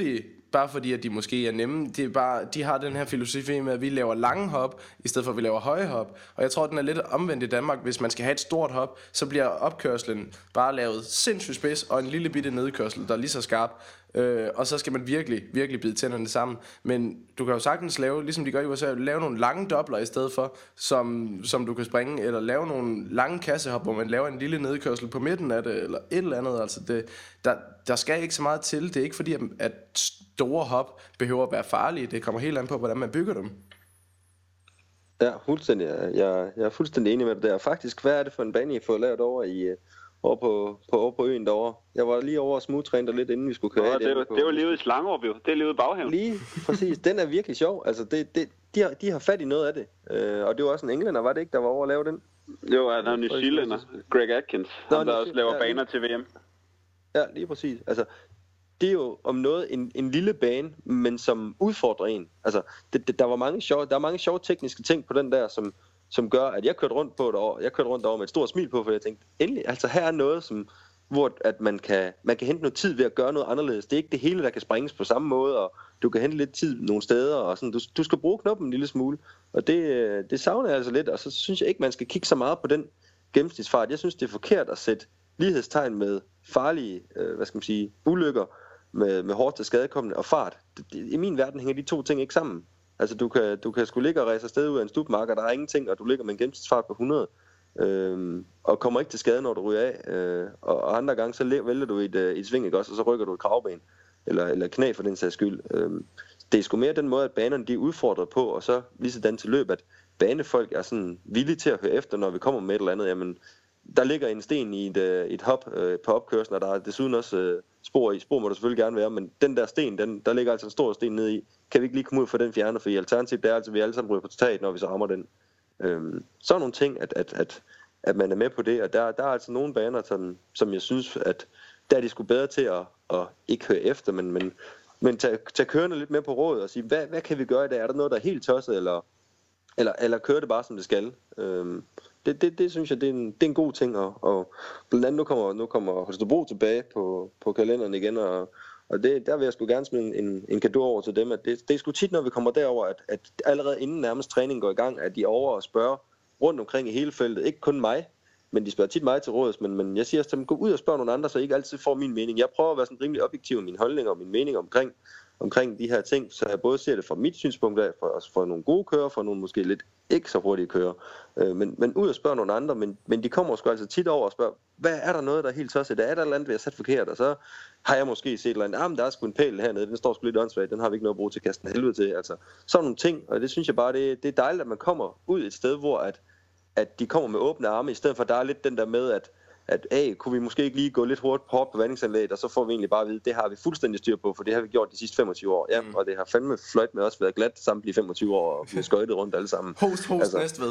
bare fordi at de måske er nemme. Det er bare, de har den her filosofi med, at vi laver lange hop, i stedet for at vi laver høje hop. Og jeg tror, den er lidt omvendt i Danmark. Hvis man skal have et stort hop, så bliver opkørslen bare lavet sindssygt spids, og en lille bitte nedkørsel, der er lige så skarp. Øh, og så skal man virkelig, virkelig bide tænderne sammen. Men du kan jo sagtens lave, ligesom de gør i U S A, lave nogle lange dobler i stedet for, som, som du kan springe, eller lave nogle lange kassehop, hvor man laver en lille nedkørsel på midten af det, eller et eller andet. Altså det, der, der skal ikke så meget til. Det er ikke fordi, at store hop behøver at være farlige. Det kommer helt an på, hvordan man bygger dem. Ja, fuldstændig. Jeg, jeg er fuldstændig enig med det der. Faktisk, hvad er det for en bane, I får lavet over i... Over på, på, over på øen derovre. Jeg var lige over og smooth-træne lidt, inden vi skulle køre. Nå, af. Det, det, var, det var lige ude i Slangerup, jo. Det er lige ude i baghaven. Lige, præcis. Den er virkelig sjov. Altså, det, det, de, har, de har fat i noget af det. Øh, og det var også en englænder, var det ikke, der var over at lave den? Jo, han er New Zealander. Greg Atkins. Nå, han der også laver ja, baner til V M. Ja, lige præcis. Altså, det er jo om noget en, en lille bane, men som udfordrer en. Altså, det, det, der var mange sjove, der er mange sjove tekniske ting på den der, som som gør, at jeg kørte rundt på derovre. Jeg kørte rundt derovre med et stort smil på, for jeg tænkte, endelig, altså her er noget, som, hvor at man kan, man kan hente noget tid ved at gøre noget anderledes. Det er ikke det hele, der kan springes på samme måde, og du kan hente lidt tid nogle steder, og sådan, du, du skal bruge knappen en lille smule, og det, det savner jeg altså lidt, og så synes jeg ikke, man skal kigge så meget på den gennemsnitsfart. Jeg synes, det er forkert at sætte lighedstegn med farlige, øh, hvad skal man sige, ulykker, med, med hårdt til skadekommende og fart. Det, det, i min verden hænger de to ting ikke sammen. Altså, du kan, du kan sgu ligge og ræse afsted ud af en stupmark, og der er ingenting, og du ligger med en gennemsnitsfart på hundrede, øh, og kommer ikke til skade, når du ryger af. Øh, og, og andre gange, så vælger du et, et sving, ikke også, og så rykker du et kravben, eller, eller knæ for den sags skyld. Øh, det er sgu mere den måde, at banerne de er udfordret på, og så lige sådan til løb, at banefolk er sådan villige til at høre efter, når vi kommer med et eller andet. Jamen, der ligger en sten i et, et hop øh, på opkørslen, og der er desuden også øh, spor i. Spor må der selvfølgelig gerne være, men den der sten, den, der ligger altså en stor sten nede i. Kan vi ikke lige komme ud for den fjerner, for i alternativt, det er altså, at vi alle sammen ryger på taget, når vi så rammer den. Øhm, så er nogle ting, at, at, at, at man er med på det, og der, der er altså nogle baner, som, som jeg synes, at der er de sgu bedre til at, at ikke høre efter, men, men, men tage, tage kørende lidt med på råd og sige, hvad, hvad kan vi gøre i dag? Er der noget, der er helt tosset, eller, eller, eller kører det bare, som det skal? Øhm, Det, det, det synes jeg, det er en, det er en god ting, og, og blandt andet nu kommer, nu kommer Holstebro tilbage på, på kalenderen igen, og, og det, der vil jeg sgu gerne smide en, en cadeau over til dem, at det, det er sgu tit, når vi kommer derover, at, at allerede inden nærmest træningen går i gang, at de er over og spørger rundt omkring i hele feltet, ikke kun mig, men de spørger tit mig til råds, men, men jeg siger også til dem, gå ud og spørg nogle andre, så I ikke altid får min mening. Jeg prøver at være sådan rimelig objektiv i mine holdninger og min mening omkring, omkring de her ting, så jeg både ser det fra mit synspunkt af, for, for nogle gode kører, for nogle måske lidt ikke så hurtige kører, øh, men, men ud og spørge nogle andre, men, men de kommer sgu altså tit over og spørger, hvad er der noget, der er helt tosset? Er der et eller andet, vi har sat forkert? Og så har jeg måske set et eller andet, ah, men der er sgu en pæl hernede, den står sgu lidt åndssvagt, den har vi ikke noget at bruge til at kaste en helvede til, altså sådan nogle ting, og det synes jeg bare, det, det er dejligt, at man kommer ud et sted, hvor at, at de kommer med åbne arme, i stedet for at der er lidt den der med, at at hey, kunne vi måske ikke lige gå lidt hurtigt på, på vandingsanlægget, og så får vi egentlig bare at vide, det har vi fuldstændig styr på, for det har vi gjort de sidste femogtyve år. Ja, mm. og det har fandme fløjt med også været glat samtlige femogtyve år, og vi har skøjtet rundt alle sammen. Host, host, altså, næst ved.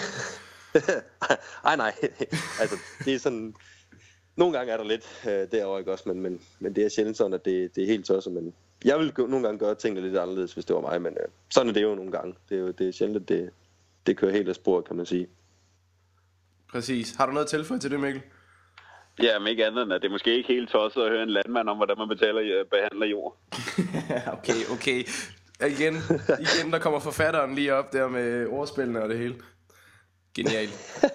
Ej, nej. Altså, det er sådan... Nogle gange er der lidt øh, derovre, ikke også, men, men, men det er sjældent sådan, at det, det er helt tosset, men jeg vil nogle gange gøre tingene lidt anderledes, hvis det var mig, men øh, sådan er det jo nogle gange. Det er jo det er sjældent, at det, det kører helt af sporet, kan man sige. Præcis. Har du noget at tilføje til det, Mikkel? Ja, men ikke andet end, at det er måske ikke helt tosset at høre en landmand om, hvordan man betaler, behandler jord. okay, okay. Igen, igen, der kommer forfatteren lige op der med ordspillene og det hele. Genialt.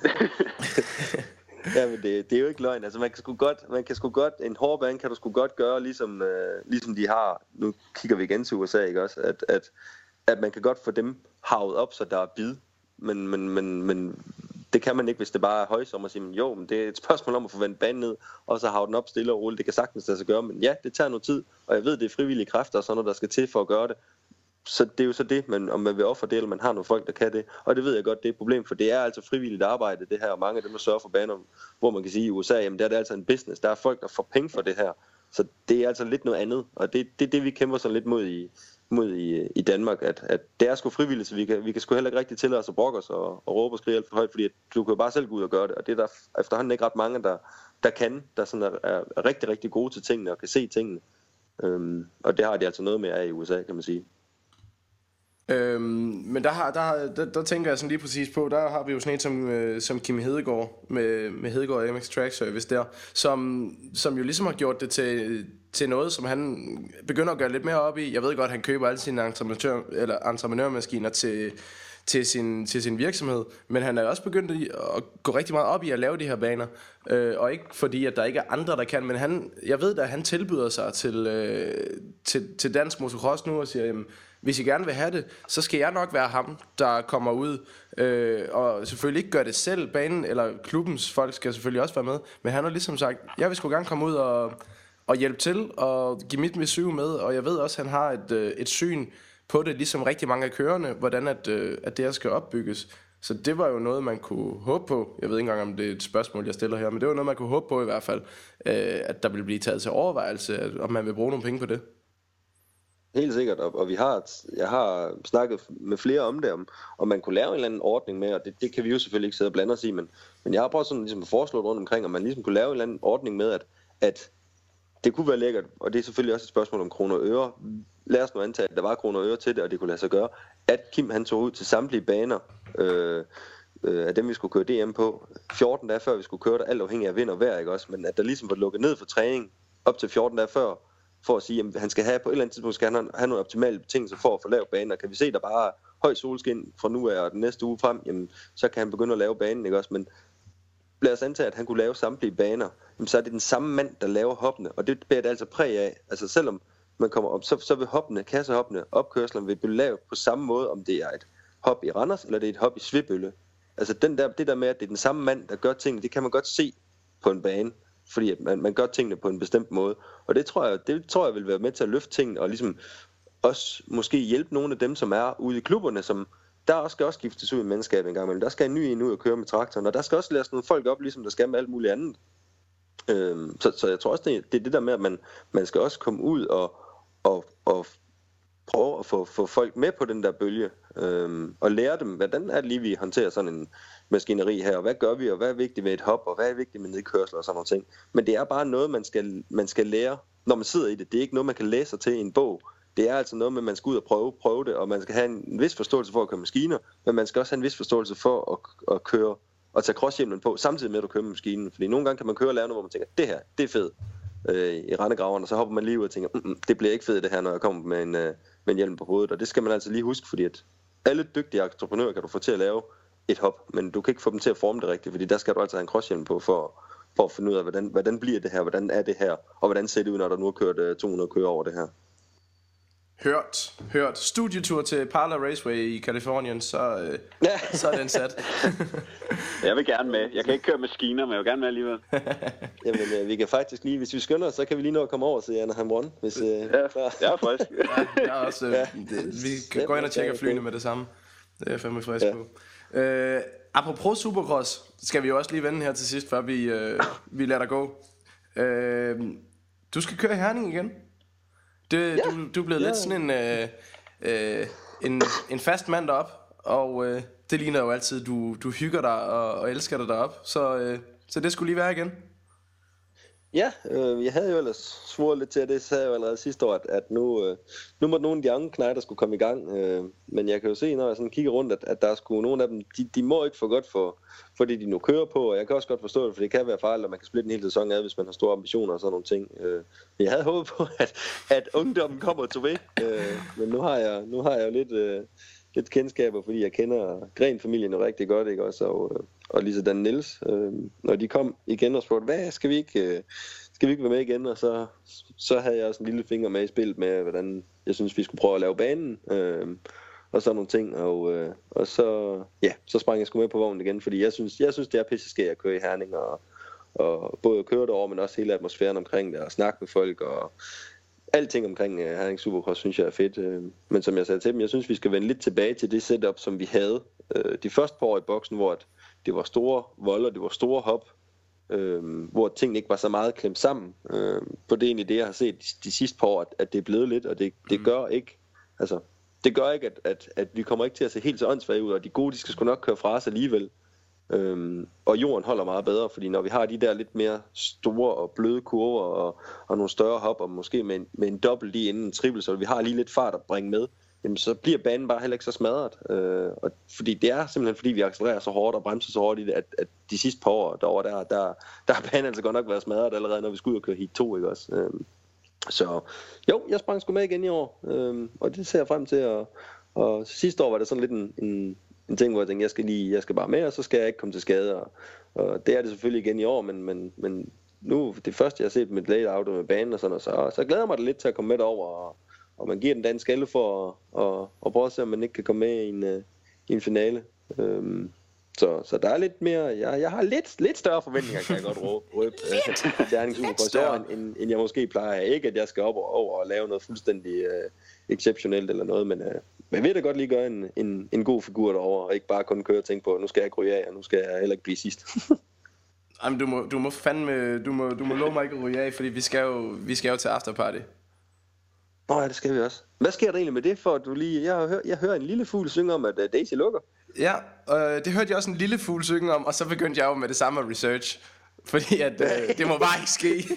Ja, men det, det er jo ikke løgn. Altså man kan sgu godt, man kan sgu godt, en hård bane kan du sgu godt gøre, ligesom, øh, ligesom de har, nu kigger vi igen til U S A, ikke også, at, at, at man kan godt få dem havet op, så der er bid, men, men, men, men det kan man ikke, hvis det bare er højsommer, og sige, men jo, men det er et spørgsmål om at få vandt banen ned, og så have den op stille og roligt. Det kan sagtens lade sig gøre, men ja, det tager noget tid, og jeg ved, det er frivillige kræfter og sådan noget, der skal til for at gøre det. Så det er jo så det, men om man vil ofre det, eller man har nogle folk, der kan det. Og det ved jeg godt, det er et problem, for det er altså frivilligt arbejde, det her, og mange af dem, der sørger for baner, hvor man kan sige i U S A, jamen der er det altså en business, der er folk, der får penge for det her. Så det er altså lidt noget andet, og det er det, det, vi kæmper sådan lidt mod i, mod i, i Danmark, at, at det er sgu frivilligt, så vi kan, vi kan sgu heller ikke rigtig tillade os at brokke os og, og råbe og skrige alt for højt, fordi at du kan jo bare selv gå ud og gøre det, og det er der efterhånden ikke ret mange, der, der kan, der sådan er, er, er rigtig, rigtig gode til tingene og kan se tingene. Øhm, og det har de altså noget med af i U S A, kan man sige. Øhm, men der, har, der, har, der, der tænker jeg sådan lige præcis på, der har vi jo sådan en som, øh, som Kim Hedegaard med, med Hedegaard M X Track Service der, som, som jo ligesom har gjort det til, til noget, som han begynder at gøre lidt mere op i. Jeg ved godt, han køber alle sine entreprenør, eller entreprenørmaskiner til, til, sin, til sin virksomhed, men han er også begyndt at gå rigtig meget op i at lave de her baner, øh, og ikke fordi, at der ikke er andre, der kan, men han, jeg ved da, at han tilbyder sig til, øh, til, til dansk motocross nu og siger, jamen, hvis I gerne vil have det, så skal jeg nok være ham, der kommer ud, øh, og selvfølgelig ikke gøre det selv, banen eller klubbens folk skal selvfølgelig også være med, men han har ligesom sagt, jeg vil sgu gerne komme ud og, og hjælpe til, og give mit besøg med, og jeg ved også, at han har et, øh, et syn på det, ligesom rigtig mange af kørerne, hvordan at, øh, at det her skal opbygges. Så det var jo noget, man kunne håbe på. Jeg ved ikke engang, om det er et spørgsmål, jeg stiller her, men det var noget, man kunne håbe på i hvert fald, øh, at der ville blive taget til overvejelse, at, om man vil bruge nogle penge på det. Helt sikkert, og, og vi har, jeg har snakket med flere om det, om, om man kunne lave en eller anden ordning med, og det, det kan vi jo selvfølgelig ikke sidde og blande os i, men, men jeg har prøvet sådan ligesom at foreslå rundt omkring, om man ligesom kunne lave en eller anden ordning med, at, at det kunne være lækkert, og det er selvfølgelig også et spørgsmål om kroner og øre. Lad os nu antage, at der var kroner og øre til det, og det kunne lade sig gøre, at Kim han tog ud til samtlige baner, øh, øh, af dem vi skulle køre D M på, fjorten dage før vi skulle køre der, alt afhængig af vind og vejr, ikke også, men at der ligesom var lukket ned for træning op til fjorten dage før, for at sige, at han skal have på et eller andet tidspunkt skal han have nogle optimale betingelser for at få lavet banen, og kan vi se, at der bare er høj solskin fra nu af og den næste uge frem, jamen, så kan han begynde at lave banen, ikke også, men lad os antage, at han kunne lave samtlige baner, jamen, så er det den samme mand, der laver hoppene, og det bærer det altså præg af, altså selvom man kommer op, så, så vil hoppene, kassehoppene, opkørslerne vil blive lavet på samme måde, om det er et hop i Randers, eller det er et hop i Svebølle. Altså den der, det der med, at det er den samme mand, der gør tingene, det kan man godt se på en bane, fordi at man, man gør tingene på en bestemt måde. Og det tror jeg, det tror jeg vil være med til at løfte tingene, og ligesom også måske hjælpe nogle af dem, som er ude i klubberne, som der også skal også skiftes ud i mandskab en gang imellem. Der skal en ny en ud og køre med traktoren, og der skal også læres nogle folk op, ligesom der skal med alt muligt andet. Øhm, så, så jeg tror også, det, det er det der med, at man, man skal også komme ud og, og, og prøve at få, få folk med på den der bølge, øhm, og lære dem, hvordan er det lige, vi håndterer sådan en maskineri her, og hvad gør vi, og hvad er vigtigt med et hop, og hvad er vigtigt med nedkørsel og sådan nogle ting. Men det er bare noget, man skal, man skal lære, når man sidder i det. Det er ikke noget, man kan læse sig til i en bog. Det er altså noget med, at man skal ud og prøve, prøve det, og man skal have en vis forståelse for at køre maskiner, men man skal også have en vis forståelse for at, at køre og tage crosshjelmen på, samtidig med at du kører med maskinen. Fordi nogle gange kan man køre og lave noget, hvor man tænker, det her, det er fedt øh, i rendegraverne, og så hopper man lige ud og tænker, mm, det bliver ikke fedt det her, når jeg kommer med en, øh, med en hjelm på hovedet. Og det skal man altså lige huske, fordi at alle dygtige entreprenører kan du få til at lave et hop, men du kan ikke få dem til at forme det rigtigt, fordi der skal du altså have en crosshjelm på for, for at finde ud af, hvordan, hvordan bliver det her, hvordan er det her, og hvordan ser det ud, når der nu er kørt øh, to hundrede kører over det her. Hørt, hørt. Studietur til Parla Raceway i Kalifornien, så, øh, ja. så er den sat. Jeg vil gerne med. Jeg kan ikke køre maskiner, men jeg vil gerne med alligevel. Jamen, øh, vi kan faktisk lige, hvis vi skynder os, så kan vi lige nå at komme over til Anaheim Run. Hvis, øh, ja, jeg er frisk. ja, jeg er også, øh, ja. det, vi kan gå ind og tjekke flyene med det samme. Det er jeg fandme frisk ja. på. Øh, apropos Supercross, skal vi jo også lige vende her til sidst, før vi, øh, vi lader dig gå. Øh, du skal køre i Herning igen. Det, ja. du, du er blevet ja. lidt sådan en, øh, øh, en, en fast mand derop, og øh, det ligner jo altid, du, du hygger dig og, og elsker dig derop, så, øh, så det skulle lige være igen. Ja, øh, jeg havde jo ellers svoret lidt til, at det sagde jeg jo allerede sidste år, at, at nu, øh, nu måtte nogle af de andre knejder skulle komme i gang, øh, men jeg kan jo se, når jeg sådan kigger rundt, at, at der er sgu nogle af dem, de, de må ikke få godt for, fordi de nu kører på, og jeg kan også godt forstå det, for det kan være fejl, og man kan splitte en hel sæson af, hvis man har store ambitioner og sådan nogle ting. Øh, jeg havde håbet på, at, at ungdommen kommer til væk, øh, men nu har jeg, nu har jeg jo lidt... Øh, lidt kendskaber, fordi jeg kender Gren-familien jo rigtig godt, ikke også, og, og lige sådan Niels, øh, når de kom igen og spurgte, hvad, skal vi ikke, øh, skal vi ikke være med igen, og så, så havde jeg også en lille finger med i spillet med, hvordan jeg synes, vi skulle prøve at lave banen, øh, og sådan nogle ting, og, øh, og så, ja, så sprang jeg sgu med på vognen igen, fordi jeg synes, jeg synes det er pisse skægt at køre i Herning, og, og både at køre derover, men også hele atmosfæren omkring det, og snakke med folk, og alting omkring uh, Herning Supercross synes jeg er fedt, uh, men som jeg sagde til dem, jeg synes vi skal vende lidt tilbage til det setup, som vi havde uh, de første par år i boksen, hvor at det var store volder, det var store hop, uh, hvor tingene ikke var så meget klemt sammen. Uh, på det er egentlig det, jeg har set de, de sidste par år, at, at det er blevet lidt, og det, det mm. gør ikke, altså det gør ikke, at, at, at vi kommer ikke til at se helt så åndssvage ud, og de gode, de skal sgu nok køre fra os alligevel. Øhm, og jorden holder meget bedre, fordi når vi har de der lidt mere store og bløde kurver og, og nogle større hop, og måske med en, med en dobbelt lige inden en triple, så vi har lige lidt fart at bringe med, jamen så bliver banen bare heller ikke så smadret. Øh, og fordi det er simpelthen fordi vi accelererer så hårdt og bremser så hårdt i det, at, at de sidste par år derovre, der, der, der har banen altså godt nok været smadret allerede, når vi skulle ud og køre heat to, ikke også? Øh, så jo, jeg sprang sgu med igen i år, øh, og det ser jeg frem til. Og, og sidste år var det sådan lidt en, en, en ting, hvor jeg tænkte, jeg skal lige, jeg skal bare med, og så skal jeg ikke komme til skade. Og, og det er det selvfølgelig igen i år, men, men, men nu, det første jeg har set med layout med banen og sådan, og så, så glæder jeg mig da lidt til at komme med derover, og, og man giver den danske alle for at, at, at prøve at se, om man ikke kan komme med i en, uh, i en finale. Um, så, så der er lidt mere, jeg, jeg har lidt, lidt større forventninger, kan jeg godt røbe, uh, til Herning Supercross, end, end, end jeg måske plejer. Ikke at jeg skal op og over og lave noget fuldstændig uh, exceptionelt eller noget, men, uh, men jeg vil da godt lige gøre en, en, en god figur derover, og ikke bare kun køre og tænke på, nu skal jeg ikke ryge af, og nu skal jeg heller ikke blive sidst. Jamen, du må, du må fandme, du må, du må love mig ikke at ryge af, fordi vi skal jo, vi skal jo til afterparty. Nå ja, det skal vi også. Hvad sker der egentlig med det, for at du lige... Jeg, hører, jeg hører en lille fugl synge om, at uh, Daisy lukker. Ja, øh, det hørte jeg også en lille fugl synge om, og så begyndte jeg jo med det samme research. Fordi at øh, det må bare ikke ske.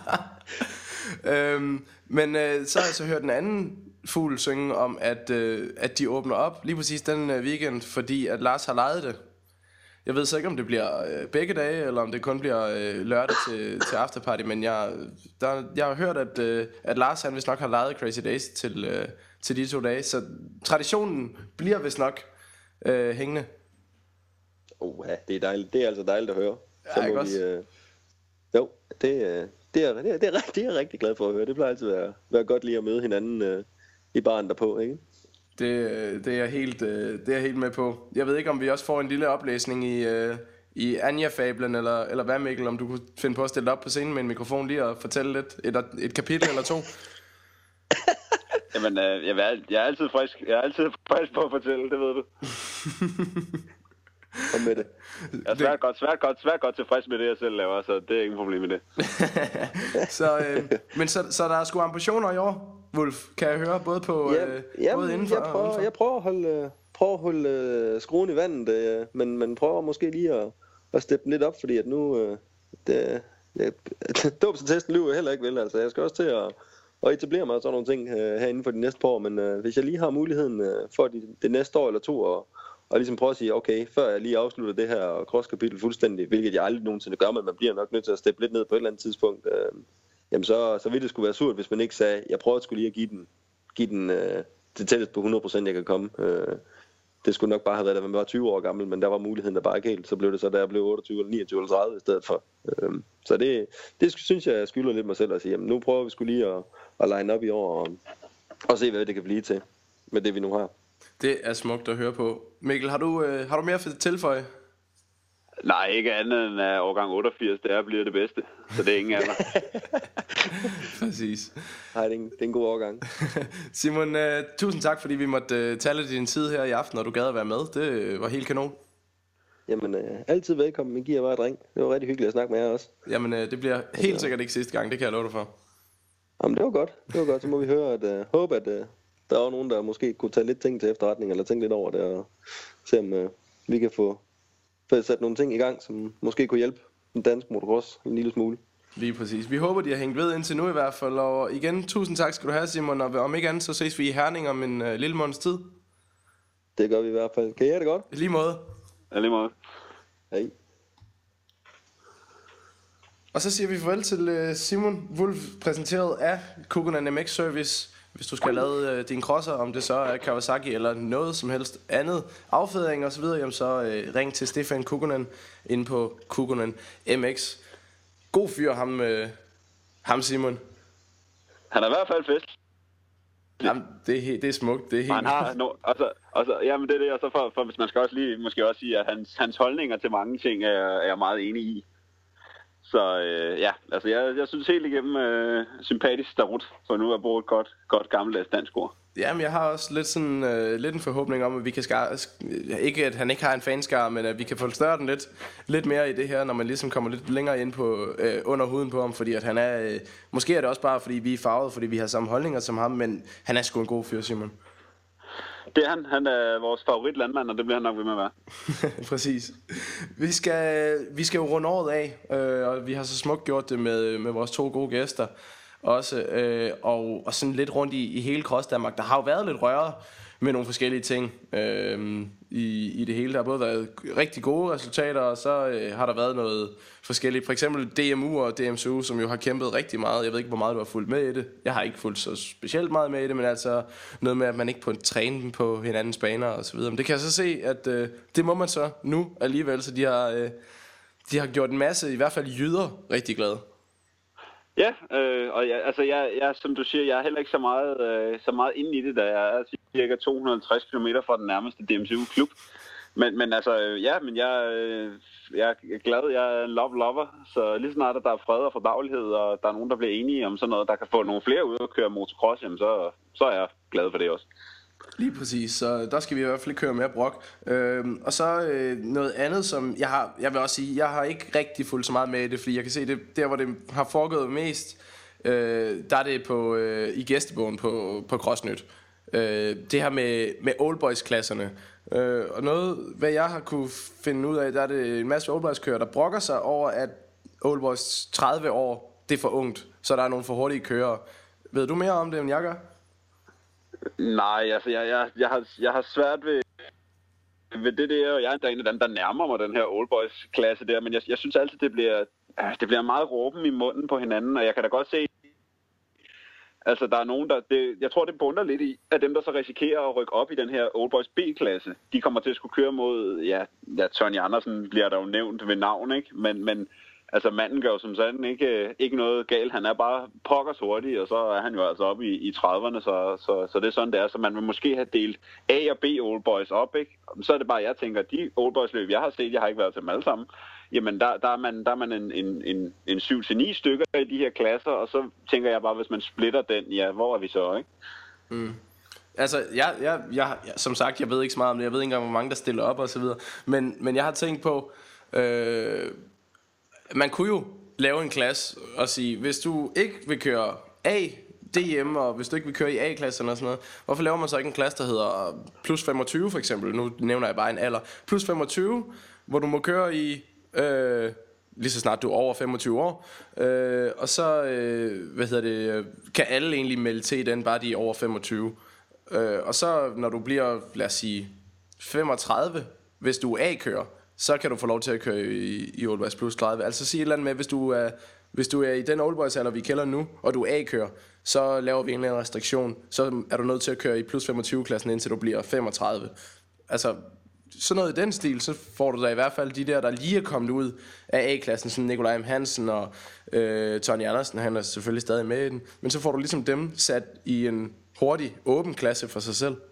øhm, men øh, så har jeg så hørt en anden fugl synge om, at, øh, at de åbner op lige præcis den øh, weekend, fordi at Lars har lejet det. Jeg ved så ikke, om det bliver øh, begge dage, eller om det kun bliver øh, lørdag til, til afterparty, men jeg, der, jeg har hørt, at, øh, at Lars han vist nok har lejet Crazy Days til, øh, til de to dage, så traditionen bliver vist nok øh, hængende. Oh, ja, det er dejligt. Det er altså dejligt at høre. Så ja, må vi, øh... Jo, det, øh, det, er, det, er, det, er, det er jeg rigtig glad for at høre. Det plejer altid at være, være godt lige at møde hinanden øh, i baren derpå, ikke? Det, det, er helt, det er jeg helt med på. Jeg ved ikke, om vi også får en lille oplæsning i, uh, i Anja-fablen, eller, eller hvad, Mikkel, om du kunne finde på at stille op på scenen med en mikrofon lige og fortælle lidt, et, et kapitel eller to. Jamen, øh, jeg, er, jeg er altid frisk. Jeg er altid frisk på at fortælle, det ved du. Kom med det. Jeg er svært godt, svært godt, svært godt tilfreds med det, jeg selv laver, så det er ingen problem med det. så, øh, men så, så der er sgu ambitioner i år, Wulf, kan jeg høre, både på ja, øh, jamen, både indenfor jeg prøver, og udenfor. Jeg prøver at holde, prøver at holde øh, skruen i vandet, øh, men, men prøver måske lige at, at steppe lidt op, fordi at nu, øh, det, det, dåbsattesten lyver heller ikke vel, altså jeg skal også til at, at etablere mig og sådan nogle ting øh, herinde for de næste par år, men øh, hvis jeg lige har muligheden øh, for de, det næste år eller to, og, og ligesom prøve at sige, okay, før jeg lige afslutter det her crosskapitel fuldstændig, hvilket jeg aldrig nogensinde gør, men man bliver nok nødt til at steppe lidt ned på et eller andet tidspunkt, øh, jamen så, så ville det skulle være surt, hvis man ikke sagde, jeg prøver skulle lige at give den, give den øh, det tættest på hundrede procent, jeg kan komme. Øh, det skulle nok bare have været, da man var tyve år gammel, men der var muligheden der bare ikke helt. Så blev det så, da jeg blev otteogtyve eller niogtyve eller tredive i stedet for. Øh, så det, det synes jeg, jeg skylder lidt mig selv at sige, jamen nu prøver vi skulle lige at, at line op i år, og, og se, hvad det kan blive til med det, vi nu har. Det er smukt at høre på. Mikkel, har du, øh, har du mere for at tilføje? Nej, ikke andet end at årgang otteogfirs, det er bliver det bedste. Så det er ingen alder. Præcis. Nej, det er en, det er en god årgang. Simon, uh, tusind tak, fordi vi måtte uh, tale din tid her i aften, og du gad at være med. Det uh, var helt kanon. Jamen, uh, altid velkommen. Vi giver bare et ring. Det var rigtig hyggeligt at snakke med jer også. Jamen, uh, det bliver helt ja. sikkert ikke sidste gang, det kan jeg love dig for. Jamen, det var godt. Det var godt. Så må vi høre, at uh, håbe, at uh, der var nogen, der måske kunne tage lidt ting til efterretning, eller tænke lidt over det, og se om uh, vi kan få sat nogle ting i gang, som måske kunne hjælpe den danske motocross en lille smule. Lige præcis. Vi håber, de har hængt ved indtil nu i hvert fald. Og igen, tusind tak skal du have, Simon. Og om ikke andet, så ses vi i Herning om en uh, lille måneds tid. Det gør vi i hvert fald. Kan I have det godt? I lige måde. Ja, lige måde. Hej. Og så siger vi farvel til uh, Simon Wulf, præsenteret af Kukunen M X Service. Hvis du skal lave øh, dine crosser, om det så er Kawasaki eller noget som helst andet, affedring og så videre, jamen så øh, ring til Stefan Kukunen inde på Kukunen M X. God fyr, ham, øh, ham Simon. Han er i hvert fald fest. Jamen, det er, he- det er smukt, det er helt... Han har no, altså, altså, jamen det er det, og så for, for hvis man skal også lige, måske også sige, at hans, hans holdninger til mange ting er, er jeg meget enig i. Så øh, ja, altså jeg, jeg synes helt igennem øh, sympatisk starut, for nu at bruge et godt, godt gammeldags dansk ord. Jamen jeg har også lidt sådan øh, lidt en forhåbning om, at vi kan skare, ikke at han ikke har en fanskare, men at vi kan få større den lidt, lidt mere i det her, når man ligesom kommer lidt længere ind på øh, under huden på ham, fordi at han er, øh, måske er det også bare fordi vi er farvet, fordi vi har samme holdninger som ham, men han er sgu en god fyr, Simon. Det er han. Han er vores favorit landmand, og det bliver han nok ved med at være. Præcis. Vi skal, vi skal jo runde året af, øh, og vi har så smukt gjort det med, med vores to gode gæster. også, øh, og, og sådan lidt rundt i, i hele Cross Danmark. Der har jo været lidt røre med nogle forskellige ting øh, i, i det hele. Der har både været rigtig gode resultater, og så øh, har der været noget forskelligt. For eksempel D M U og D M S U, som jo har kæmpet rigtig meget. Jeg ved ikke, hvor meget du har fulgt med i det. Jeg har ikke fulgt så specielt meget med i det, men altså noget med, at man ikke på træne på hinandens baner og så videre. Men det kan jeg så se, at øh, det må man så nu alligevel, så de har, øh, de har gjort en masse, i hvert fald jyder, rigtig glade. Ja, øh, og jeg, altså jeg, jeg, som du siger, jeg er heller ikke så meget, øh, så meget inde i det, da jeg er cirka to hundrede og halvtreds kilometer fra den nærmeste D M S U-klub. Men, men altså, øh, ja, men jeg, øh, jeg er glad, jeg er en love lover, så lige snart at der er fred og fordaglighed, og der er nogen, der bliver enige om sådan noget, der kan få nogle flere ud og køre motocross, jamen så, så er jeg glad for det også. Lige præcis, så der skal vi i hvert fald køre mere brok. Øhm, og så øh, noget andet, som jeg har, jeg vil også sige, jeg har ikke rigtig fulgt så meget med i det, fordi jeg kan se, det der hvor det har foregået mest, øh, der er det på, øh, i gæstebogen på, på Crossnyt. Øh, det her med, med oldboys-klasserne. Øh, og noget, hvad jeg har kunne finde ud af, der er det en masse oldboys-kører, der brokker sig over, at oldboys tredive år, det er for ungt, så der er nogle for hurtige kører. Ved du mere om det, end jeg gør? Nej, altså jeg, jeg, jeg, har, jeg har svært ved, ved det der, og jeg er en af dem, der nærmer mig den her oldboys-klasse der, men jeg, jeg synes altid, det bliver, det bliver meget råben i munden på hinanden, og jeg kan da godt se, altså der er nogen, der, det, jeg tror det bunder lidt i, at dem, der så risikerer at rykke op i den her oldboys B-klasse, de kommer til at skulle køre mod, ja, ja Tony Andersen bliver der jo nævnt ved navn, ikke, men, men altså manden gør jo som sådan ikke, ikke noget galt, han er bare pokkers hurtig, og så er han jo altså oppe i, i trediverne, så, så, så det er sådan det er, så man vil måske have delt A og B oldboys op, ikke? Så er det bare, jeg tænker, de oldboys løb, jeg har set, jeg har ikke været til dem alle sammen, jamen der, der er man, der er man en, en, en, en syv til ni stykker i de her klasser, og så tænker jeg bare, hvis man splitter den, ja, hvor er vi så, ikke? Mm. Altså, jeg, jeg, jeg, som sagt, jeg ved ikke så meget om det, jeg ved ikke engang, hvor mange der stiller op og så videre, men, men jeg har tænkt på, øh, man kunne jo lave en klasse og sige, hvis du ikke vil køre A, D M, og hvis du ikke vil køre i A-klassen og sådan noget, hvorfor laver man så ikke en klasse, der hedder plus femogtyve for eksempel? Nu nævner jeg bare en alder. Plus femogtyve, hvor du må køre i, øh, lige så snart du er over femogtyve år, øh, og så, øh, hvad hedder det, kan alle egentlig melde til den, bare de er over femogtyve. Øh, og så, når du bliver, lad os sige, femogtredive, hvis du er A-kører, så kan du få lov til at køre i, i Oldboys plus tredive. Altså sige et eller andet med, hvis du er, hvis du er i den Oldboys alder, vi kender nu, og du er A-kører, så laver vi en eller anden restriktion. Så er du nødt til at køre i plus femogtyve-klassen, indtil du bliver femogtredive. Altså, sådan noget i den stil, så får du da i hvert fald de der, der lige er kommet ud af A-klassen, sådan Nikolaj M. Hansen og øh, Tony Andersen, han er selvfølgelig stadig med i den. Men så får du ligesom dem sat i en hurtig, åben klasse for sig selv.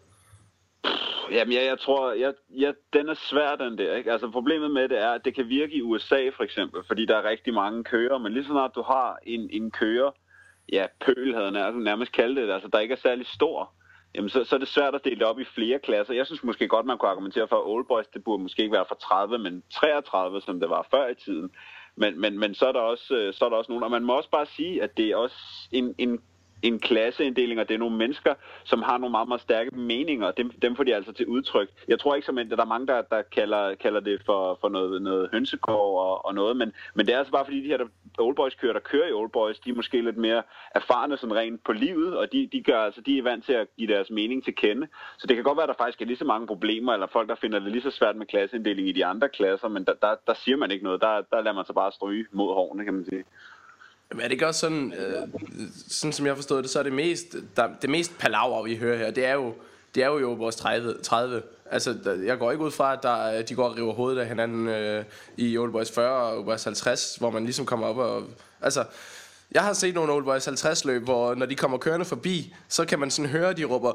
Jamen, jeg, jeg tror, jeg, jeg, den er svær, den der, ikke? Altså, problemet med det er, at det kan virke i U S A, for eksempel, fordi der er rigtig mange kører, men lige så snart du har en, en kører, ja, pøl havde jeg nærmest kaldt det, altså, der ikke er særlig stor, jamen, så, så er det svært at dele op i flere klasser. Jeg synes måske godt, man kunne argumentere for, at Oldboys, det burde måske ikke være for tredive, men treogtredive, som det var før i tiden. Men, men, men så, er der også, så er der også nogen, og man må også bare sige, at det er også en, en en klasseinddeling, og det er nogle mennesker, som har nogle meget, meget stærke meninger, dem, dem får de altså til udtryk. Jeg tror ikke, som at der er mange, der, der kalder, kalder det for, for noget, noget hønsegård og, og noget, men, men det er altså bare fordi, de her oldboys-kører, der kører i oldboys, de er måske lidt mere erfarne sådan rent på livet, og de, de, gør, altså, de er vant til at give deres mening til kende. Så det kan godt være, at der faktisk er lige så mange problemer, eller folk, der finder det lige så svært med klasseinddeling i de andre klasser, men der, der, der siger man ikke noget. Der, der lader man sig bare stryge mod hårene, kan man sige. Men er det ikke også sådan, øh, sådan som jeg forstod det, så er det mest, der, det mest palaver, vi hører her, det er jo, det er jo, jo vores tredive. Altså, der, jeg går ikke ud fra, at der, de går og river hovedet af hinanden øh, i Oldboys fyrre og Oldboys halvtreds, hvor man ligesom kommer op og... Altså, jeg har set nogle Oldboys halvtreds løb, hvor når de kommer kørende forbi, så kan man sådan høre, de råber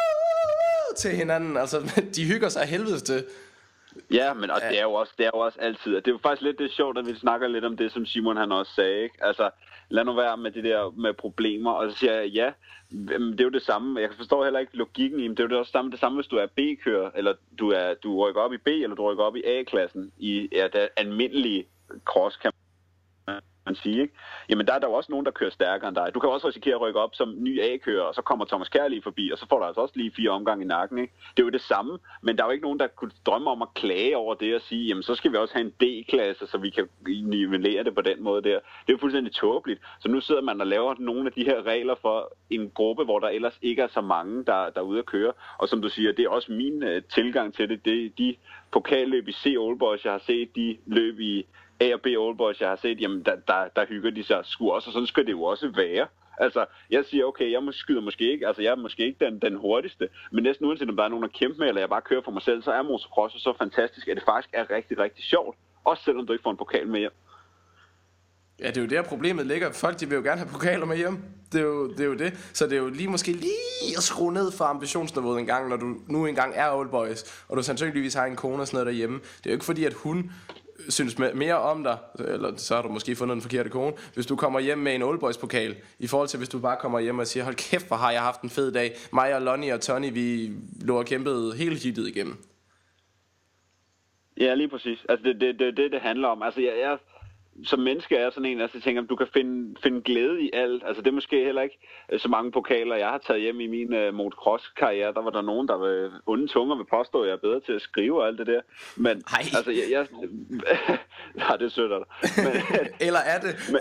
Woo! Til hinanden. Altså, de hygger sig af helvedes til. Ja, men og det er jo også det er jo også altid. Det er jo faktisk lidt det er sjovt, at vi snakker lidt om det, som Simon han også sagde, ikke? Altså, lad nu være med det der med problemer. Og så siger jeg, ja, det er jo det samme. Jeg forstår heller ikke logikken i, men det er jo det samme, det samme, hvis du er B-kører, eller du er du rykker op i B, eller du rykker op i A-klassen i ja, det almindelige cross, kan man man sige, ikke? Jamen der er der jo også nogen, der kører stærkere end dig. Du kan også risikere at rykke op som ny A-kører, og så kommer Thomas Kjær lige forbi, og så får du altså også lige fire omgange i nakken, ikke? Det er jo det samme, men der er jo ikke nogen, der kunne drømme om at klage over det og sige, jamen så skal vi også have en D-klasse, så vi kan nivellere det på den måde der. Det er jo fuldstændig tåbeligt. Så nu sidder man og laver nogle af de her regler for en gruppe, hvor der ellers ikke er så mange, der, der er ude at køre. Og som du siger, det er også min uh, tilgang til det. Det de pokalløb i C All Boys, jeg har set, de løb i A og B All Boys, jeg har set, jamen der, der, der hygger de sig sgu også, og sådan skal det jo også være. Altså, jeg siger, okay, jeg skyder måske ikke, altså jeg er måske ikke den, den hurtigste, men næsten uanset om der er nogen at kæmpe med, eller jeg bare kører for mig selv, så er motocross så fantastisk, at det faktisk er rigtig, rigtig sjovt. Også selvom du ikke får en pokal med hjem. Ja, det er jo der problemet ligger. Folk, de vil jo gerne have pokaler med hjem. Det er jo det, er jo det. Så det er jo lige måske lige at skrue ned for ambitionsniveauet en gang, når du nu engang er old boys, og du sandsynligvis har en kone og sådan noget derhjemme. Det er jo ikke fordi, at hun synes mere om dig, eller så har du måske fundet den forkerte kone, hvis du kommer hjem med en old boys pokal, i forhold til hvis du bare kommer hjem og siger, hold kæft, hvor har jeg haft en fed dag. Mig og Lonnie og Tony, vi lå og kæmpede hele hittet igennem. Ja, lige præcis. Altså det det det det, det handler om. Altså jeg, jeg som menneske er sådan en, altså jeg tænker, du kan finde, finde glæde i alt. Altså det er måske heller ikke så mange pokaler, jeg har taget hjem i min uh, motocross-karriere. Der var der nogen, der var onde tunger vil påstå, at jeg er bedre til at skrive og alt det der. Men Ej. altså jeg... jeg ja, det støtter dig. Men, eller er det? men,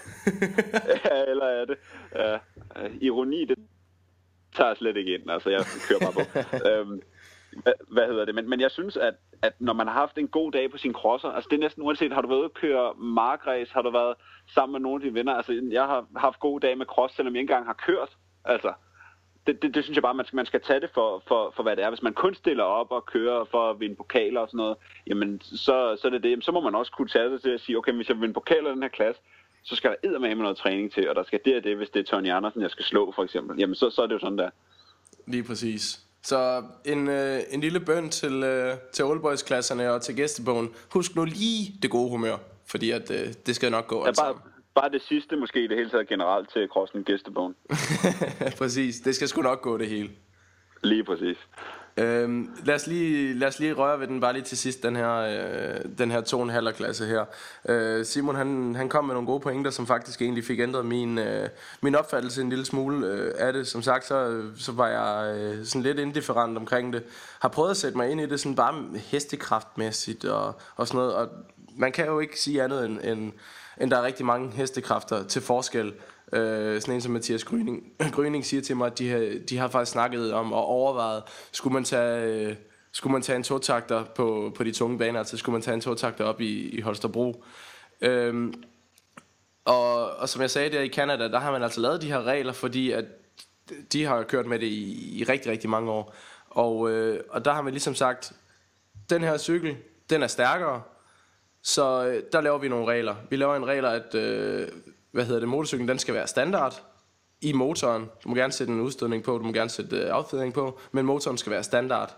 ja, eller er det. Uh, uh, ironi, det tager jeg slet ikke ind. Altså jeg kører bare på. um, hvad, hvad hedder det? Men, men jeg synes, at at når man har haft en god dag på sin crosser, altså det er næsten uanset, har du været ude at køre markræs, har du været sammen med nogle af dine venner, altså jeg har haft gode dage med cross, selvom jeg ikke engang har kørt, altså det, det, det synes jeg bare, man skal, man skal tage det for, for, for hvad det er. Hvis man kun stiller op og kører for at vinde pokaler og sådan noget, jamen så, så er det det, jamen, så må man også kunne tage det til at sige, okay, hvis jeg vil vinde pokaler i den her klasse, så skal der eddermame noget træning til, og der skal det og det, hvis det er Tony Andersen, jeg skal slå for eksempel, jamen så, så er det jo sådan der. Lige præcis. Så en, øh, en lille bøn til, øh, til oldboys-klasserne og til gæstebogen. Husk nu lige det gode humør, fordi at, øh, det skal nok gå. Ja, bare, bare det sidste måske i det hele taget generelt til crossen gæstebogen. Præcis, det skal sgu nok gå det hele. Lige præcis. Øhm, lad, os lige, lad os lige røre ved den bare lige til sidst, den her, øh, den her to og en halv klasse her. øh, Simon han, han kom med nogle gode pointer, som faktisk egentlig fik ændret min, øh, min opfattelse en lille smule øh, af det. Som sagt, så, så var jeg øh, sådan lidt indifferent omkring det. Har prøvet at sætte mig ind i det sådan bare hestekraftmæssigt og, og sådan noget. Og man kan jo ikke sige andet end, end, end der er rigtig mange hestekræfter til forskel. Øh, sådan en som Mathias Gryning, Gryning siger til mig, at de har, de har faktisk snakket om og overvejet, skulle man tage, øh, skulle man tage en totakter på, på de tunge baner, altså skulle man tage en totakter op i, i Holstebro. Øh, og, og som jeg sagde der i Canada, der har man altså lavet de her regler, fordi at de har kørt med det i, i rigtig, rigtig mange år. Og, øh, og der har man ligesom sagt, den her cykel, den er stærkere, så øh, der laver vi nogle regler. Vi laver en regel, at øh, hvad hedder det, motorcyklen, den skal være standard i motoren. Du må gerne sætte en udstødning på, du må gerne sætte øh, affjedring på, men motoren skal være standard.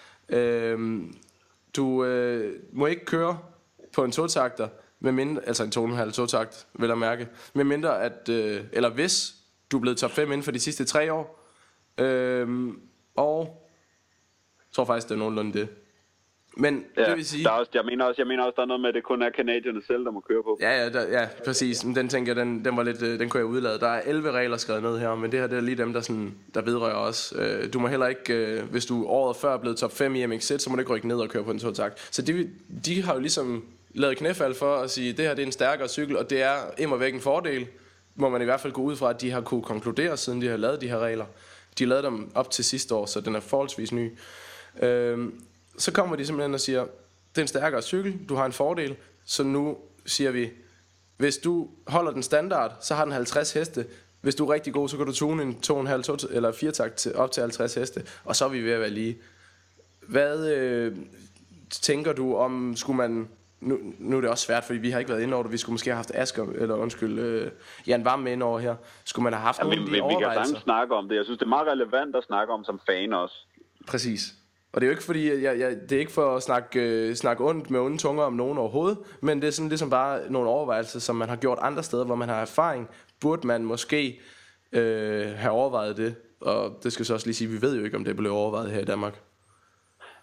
Øh, du øh, må ikke køre på en totakter, med mindre, altså en to komma fem totakt, vil jeg mærke, med mindre at, øh, eller hvis du er blevet top fem inden for de sidste tre år, øh, og jeg tror faktisk, det er nogenlunde det. Men ja, det vil sige, der er også, jeg mener også, jeg mener også, der er noget med, at det kun er canadierne selv, der må køre på. Ja, ja, der, ja, præcis. Men den tænker jeg, den, den var lidt, den kunne jeg udlade. Der er elleve regler skrevet ned her, men det her det er lige dem, der sådan, der vedrører os. Du må heller ikke, hvis du året før er blevet top fem i M X Z, så må du ikke rykke ned og køre på en totakt. Så de, de har jo ligesom lavet knæfald for at sige, det her det er en stærkere cykel, og det er immervæk en fordel. Må man i hvert fald gå ud fra, at de har kunne konkludere, siden de har lavet de her regler. De lavede dem op til sidste år, så den er forholdsvis ny. Øhm, Så kommer de simpelthen og siger, det er en stærkere cykel, du har en fordel. Så nu siger vi, hvis du holder den standard, så har den halvtreds heste. Hvis du er rigtig god, så kan du tune en to komma fem eller fire takt til, op til halvtreds heste. Og så er vi ved at være lige. Hvad øh, tænker du om, skulle man... Nu, nu er det også svært, fordi vi har ikke været inde over det. Vi skulle måske have haft Asger, eller undskyld, øh, Jan Varm med ind over her. Skulle man have haft ja, nogle af de overvejelser? Vi kan sagtens snakke om det. Jeg synes, det er meget relevant at snakke om som fan også. Præcis. Og det er jo ikke fordi, jeg, jeg, det er ikke for at snakke, øh, snakke ondt med onde tunger om nogen overhovedet, men det er sådan ligesom bare nogle overvejelser, som man har gjort andre steder, hvor man har erfaring. Burde man måske øh, have overvejet det? Og det skal så også lige sige, vi ved jo ikke, om det blev overvejet her i Danmark.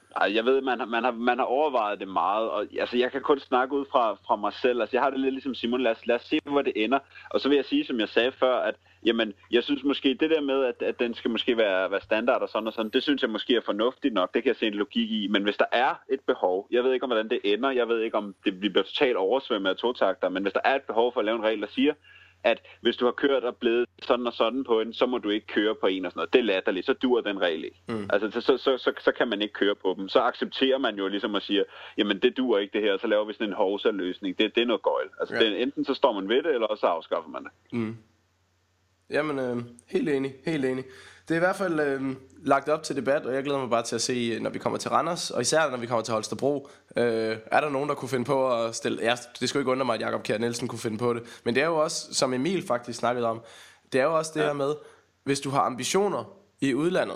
Ej, jeg ved, man har, man har, man har overvejet det meget, og altså, jeg kan kun snakke ud fra, fra mig selv. Altså, jeg har det lidt ligesom Simon, lad os, lad os se, hvor det ender. Og så vil jeg sige, som jeg sagde før, at jamen, jeg synes måske, det der med, at, at den skal måske være, være standard og sådan og sådan, det synes jeg måske er fornuftigt nok. Det kan jeg se en logik i. Men hvis der er et behov, jeg ved ikke, om hvordan det ender, jeg ved ikke, om det bliver totalt oversvømmet af totakter, men hvis der er et behov for at lave en regel, der siger, at hvis du har kørt og blevet sådan og sådan på en, så må du ikke køre på en og sådan noget. Det er latterligt, så dur den regel ikke. Mm. Altså, så, så, så, så kan man ikke køre på dem. Så accepterer man jo ligesom at sige, jamen det dur ikke det her, så laver vi sådan en hovsa-løsning. Det, det er noget gøjl. Altså, ja. det, enten så står man ved det, eller så afskaffer man det. Mm. Jamen, øh, helt enig, helt enig. Det er i hvert fald øh, lagt op til debat, og jeg glæder mig bare til at se, når vi kommer til Randers, og især når vi kommer til Holstebro. Øh, er der nogen, der kunne finde på at stille... Ja, det skulle ikke undre mig, at Jakob Kjær Nielsen kunne finde på det. Men det er jo også, som Emil faktisk snakkede om, det er jo også det ja. her med, hvis du har ambitioner i udlandet,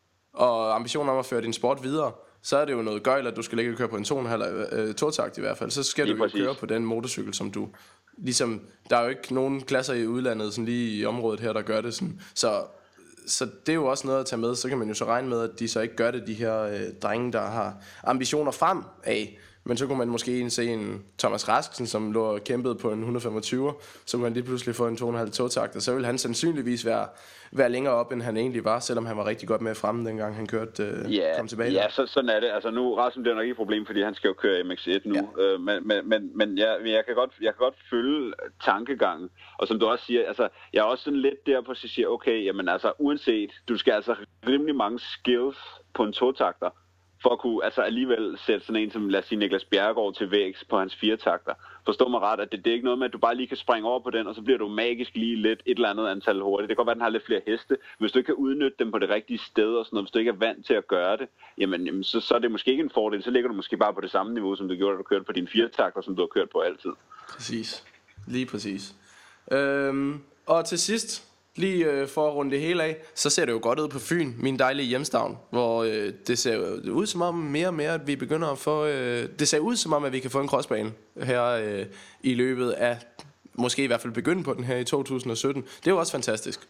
og ambitioner om at føre din sport videre, så er det jo noget gøjl, at du skal ligge og køre på en to komma fem øh, totakt i hvert fald. Så skal lige du jo køre på den motorcykel, som du... Ligesom, der er jo ikke nogen klasser i udlandet, sådan lige i området her, der gør det sådan. Så... Så det er jo også noget at tage med. Så kan man jo så regne med, at de så ikke gør det, de her øh, drenge, der har ambitioner frem af. Men så kunne man måske se en Thomas Rasksen, som lå og kæmpede på en et hundrede femogtyve. Så kunne han lige pludselig få en to komma fem totakt, og så ville han sandsynligvis være, være længere op, end han egentlig var, selvom han var rigtig godt med fremme, dengang han kørte, øh, yeah, kom tilbage. Ja, så, sådan er det. Altså nu, Rasksen bliver nok ikke et problem, fordi han skal jo køre M X et nu. Ja. Øh, men men, men, men jeg, jeg, kan godt, jeg kan godt følge tankegangen. Og som du også siger, altså, jeg er også sådan lidt der på, at sige, okay, jamen altså, uanset, du skal altså rimelig mange skills på en totakter, for at kunne altså alligevel sætte sådan en som, lad os sige, Niklas Bjerregaard til vægs på hans fire takter. Forstå mig ret, at det, det er ikke noget med, at du bare lige kan springe over på den, og så bliver du magisk lige lidt et eller andet antal hurtigt. Det kan godt være, at den har lidt flere heste, men hvis du ikke kan udnytte dem på det rigtige sted og sådan noget, hvis du ikke er vant til at gøre det, jamen, jamen så, så er det måske ikke en fordel. Så ligger du måske bare på det samme niveau, som du gjorde, da du kørte på dine fire takter, som du har kørt på altid. Præcis. Lige præcis. Øhm, og til sidst... Lige øh, for at runde det hele af, så ser det jo godt ud på Fyn, min dejlige hjemstavn, hvor øh, det ser ud som om mere og mere, at vi begynder at få... Øh, det ser ud som om, at vi kan få en crossbane her øh, i løbet af, måske i hvert fald begynde på den her i to tusind og sytten. Det er jo også fantastisk.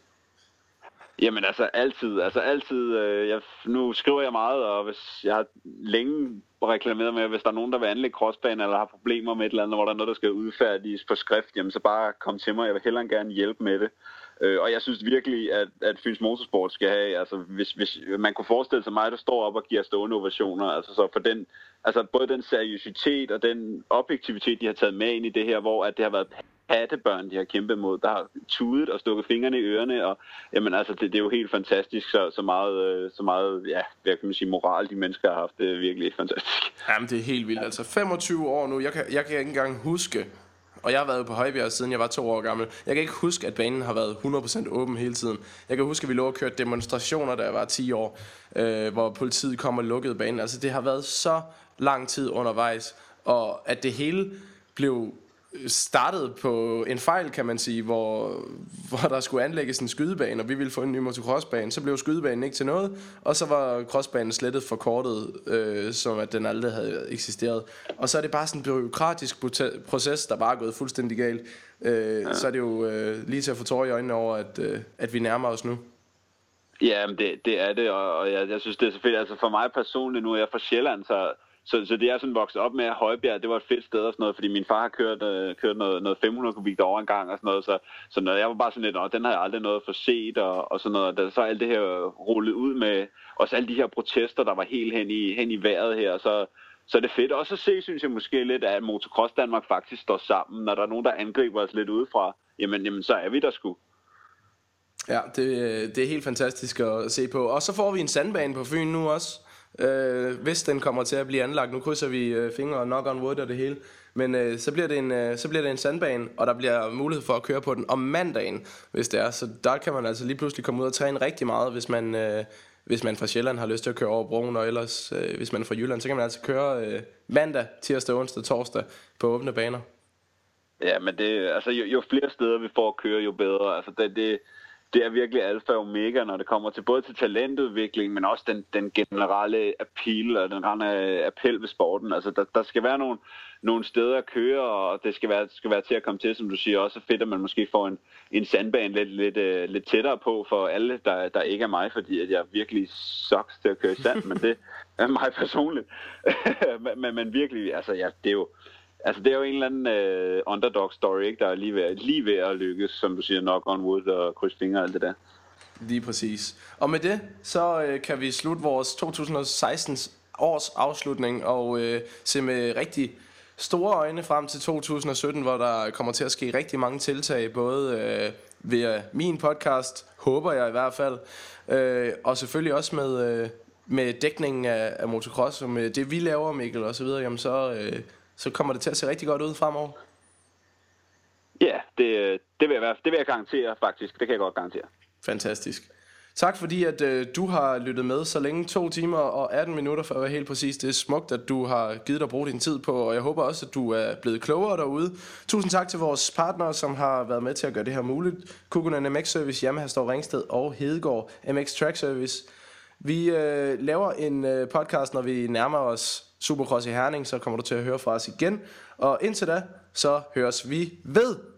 Jamen altså altid, altså altid, øh, jeg, nu skriver jeg meget, og hvis jeg har længe reklameret med, at hvis der er nogen, der vil anlægge crossbane, eller har problemer med et eller andet, hvor der er noget, der skal udfærdiges på skrift, jamen så bare kom til mig, jeg vil hellere gerne hjælpe med det. Øh, og jeg synes virkelig, at, at Fyns Motorsport skal have, altså hvis, hvis man kunne forestille sig mig, der står op og giver stående ovationer, altså så for den, altså både den seriøsitet og den objektivitet, de har taget med ind i det her, hvor at det har været pattebørn, de har kæmpet mod, der har tudet og stukket fingrene i ørerne, og jamen altså, det, det er jo helt fantastisk, så, så meget, så meget, ja, hvad kan man sige, moral, de mennesker har haft, det er virkelig fantastisk. Jamen, det er helt vildt, altså femogtyve år nu, jeg kan, jeg kan ikke engang huske, og jeg har været på Højbjerg siden jeg var to år gammel. Jeg kan ikke huske, at banen har været hundrede procent åben hele tiden. Jeg kan huske, at vi lå og kørte demonstrationer, da jeg var ti år, øh, hvor politiet kom og lukkede banen. Altså, det har været så lang tid undervejs, og at det hele blev startet på en fejl, kan man sige, hvor, hvor der skulle anlægges en skydebane, og vi ville få en ny motocrossbane. Så blev skydebanen ikke til noget, og så var crossbanen slettet forkortet, øh, som at den aldrig havde eksisteret. Og så er det bare sådan en bureaukratisk proces, der bare er gået fuldstændig galt. Øh, ja. Så er det jo øh, lige til at få tårer i øjnene over, at, øh, at vi nærmer os nu. Ja, men det, det er det, og jeg, jeg synes, det er så fedt. Altså for mig personligt, nu er jeg fra Sjælland, så Så, så det er sådan vokset op med, at Højbjerg, det var et fedt sted og sådan noget, fordi min far har kørt, øh, kørt noget, noget fem hundrede kubik derovre en gang og sådan noget, så, så når jeg var bare sådan lidt, åh, den har jeg aldrig noget for set og, og sådan noget, og da så alt det her rullet ud med, også alle de her protester, der var helt hen i, hen i vejret her, så, så er det fedt også at se, synes jeg måske lidt, at Motocross Danmark faktisk står sammen, når der er nogen, der angriber os lidt udefra, jamen, jamen så er vi der sgu. Ja, det, det er helt fantastisk at se på, og så får vi en sandbane på Fyn nu også. Øh, hvis den kommer til at blive anlagt. Nu krydser vi øh, fingre og knock on wood og det hele. Men øh, så, bliver det en, øh, så bliver det en sandbane, og der bliver mulighed for at køre på den om mandagen, hvis det er. Så der kan man altså lige pludselig komme ud og træne rigtig meget, hvis man, øh, hvis man fra Sjælland har lyst til at køre over broen. Og ellers, øh, hvis man er fra Jylland, så kan man altså køre øh, mandag, tirsdag, onsdag, torsdag på åbne baner. Ja, men det, altså, jo, jo flere steder vi får at køre, jo bedre. Altså det, det det er virkelig alfa og omega, når det kommer til både til talentudvikling, men også den, den generelle appeal og den generelle appel ved sporten. Altså, der, der skal være nogle, nogle steder at køre, og det skal være, skal være til at komme til, som du siger. Også fedt, at man måske får en, en sandbane lidt, lidt, uh, lidt tættere på for alle, der, der ikke er mig, fordi at jeg virkelig sucks til at køre i sand, men det er mig personligt. men, men virkelig, altså ja, det er jo... Altså, det er jo en eller anden øh, underdog story, ikke? Der er lige ved, lige ved at lykkes, som du siger, knock on wood og kryds fingre og alt det der. Lige præcis. Og med det, så øh, kan vi slutte vores to tusind og seksten års afslutning og øh, se med rigtig store øjne frem til to tusind og sytten, hvor der kommer til at ske rigtig mange tiltag, både øh, via min podcast, håber jeg i hvert fald, øh, og selvfølgelig også med, øh, med dækningen af, af motocross, og med det vi laver, Mikkel, og så videre, jamen så... Øh, så kommer det til at se rigtig godt ud fremover. Ja, det, det, vil jeg være, det vil jeg garantere faktisk. Det kan jeg godt garantere. Fantastisk. Tak fordi at øh, du har lyttet med så længe. To timer og atten minutter for at være helt præcis. Det er smukt at du har givet dig at bruge din tid på. Og jeg håber også at du er blevet klogere derude. Tusind tak til vores partnere som har været med til at gøre det her muligt. Kukunen M X Service, Yamaha Store Ringsted og Hedegaard M X Track Service. Vi øh, laver en øh, podcast når vi nærmer os Supercross i Herning. Så kommer du til at høre fra os igen. Og indtil da så høres vi ved.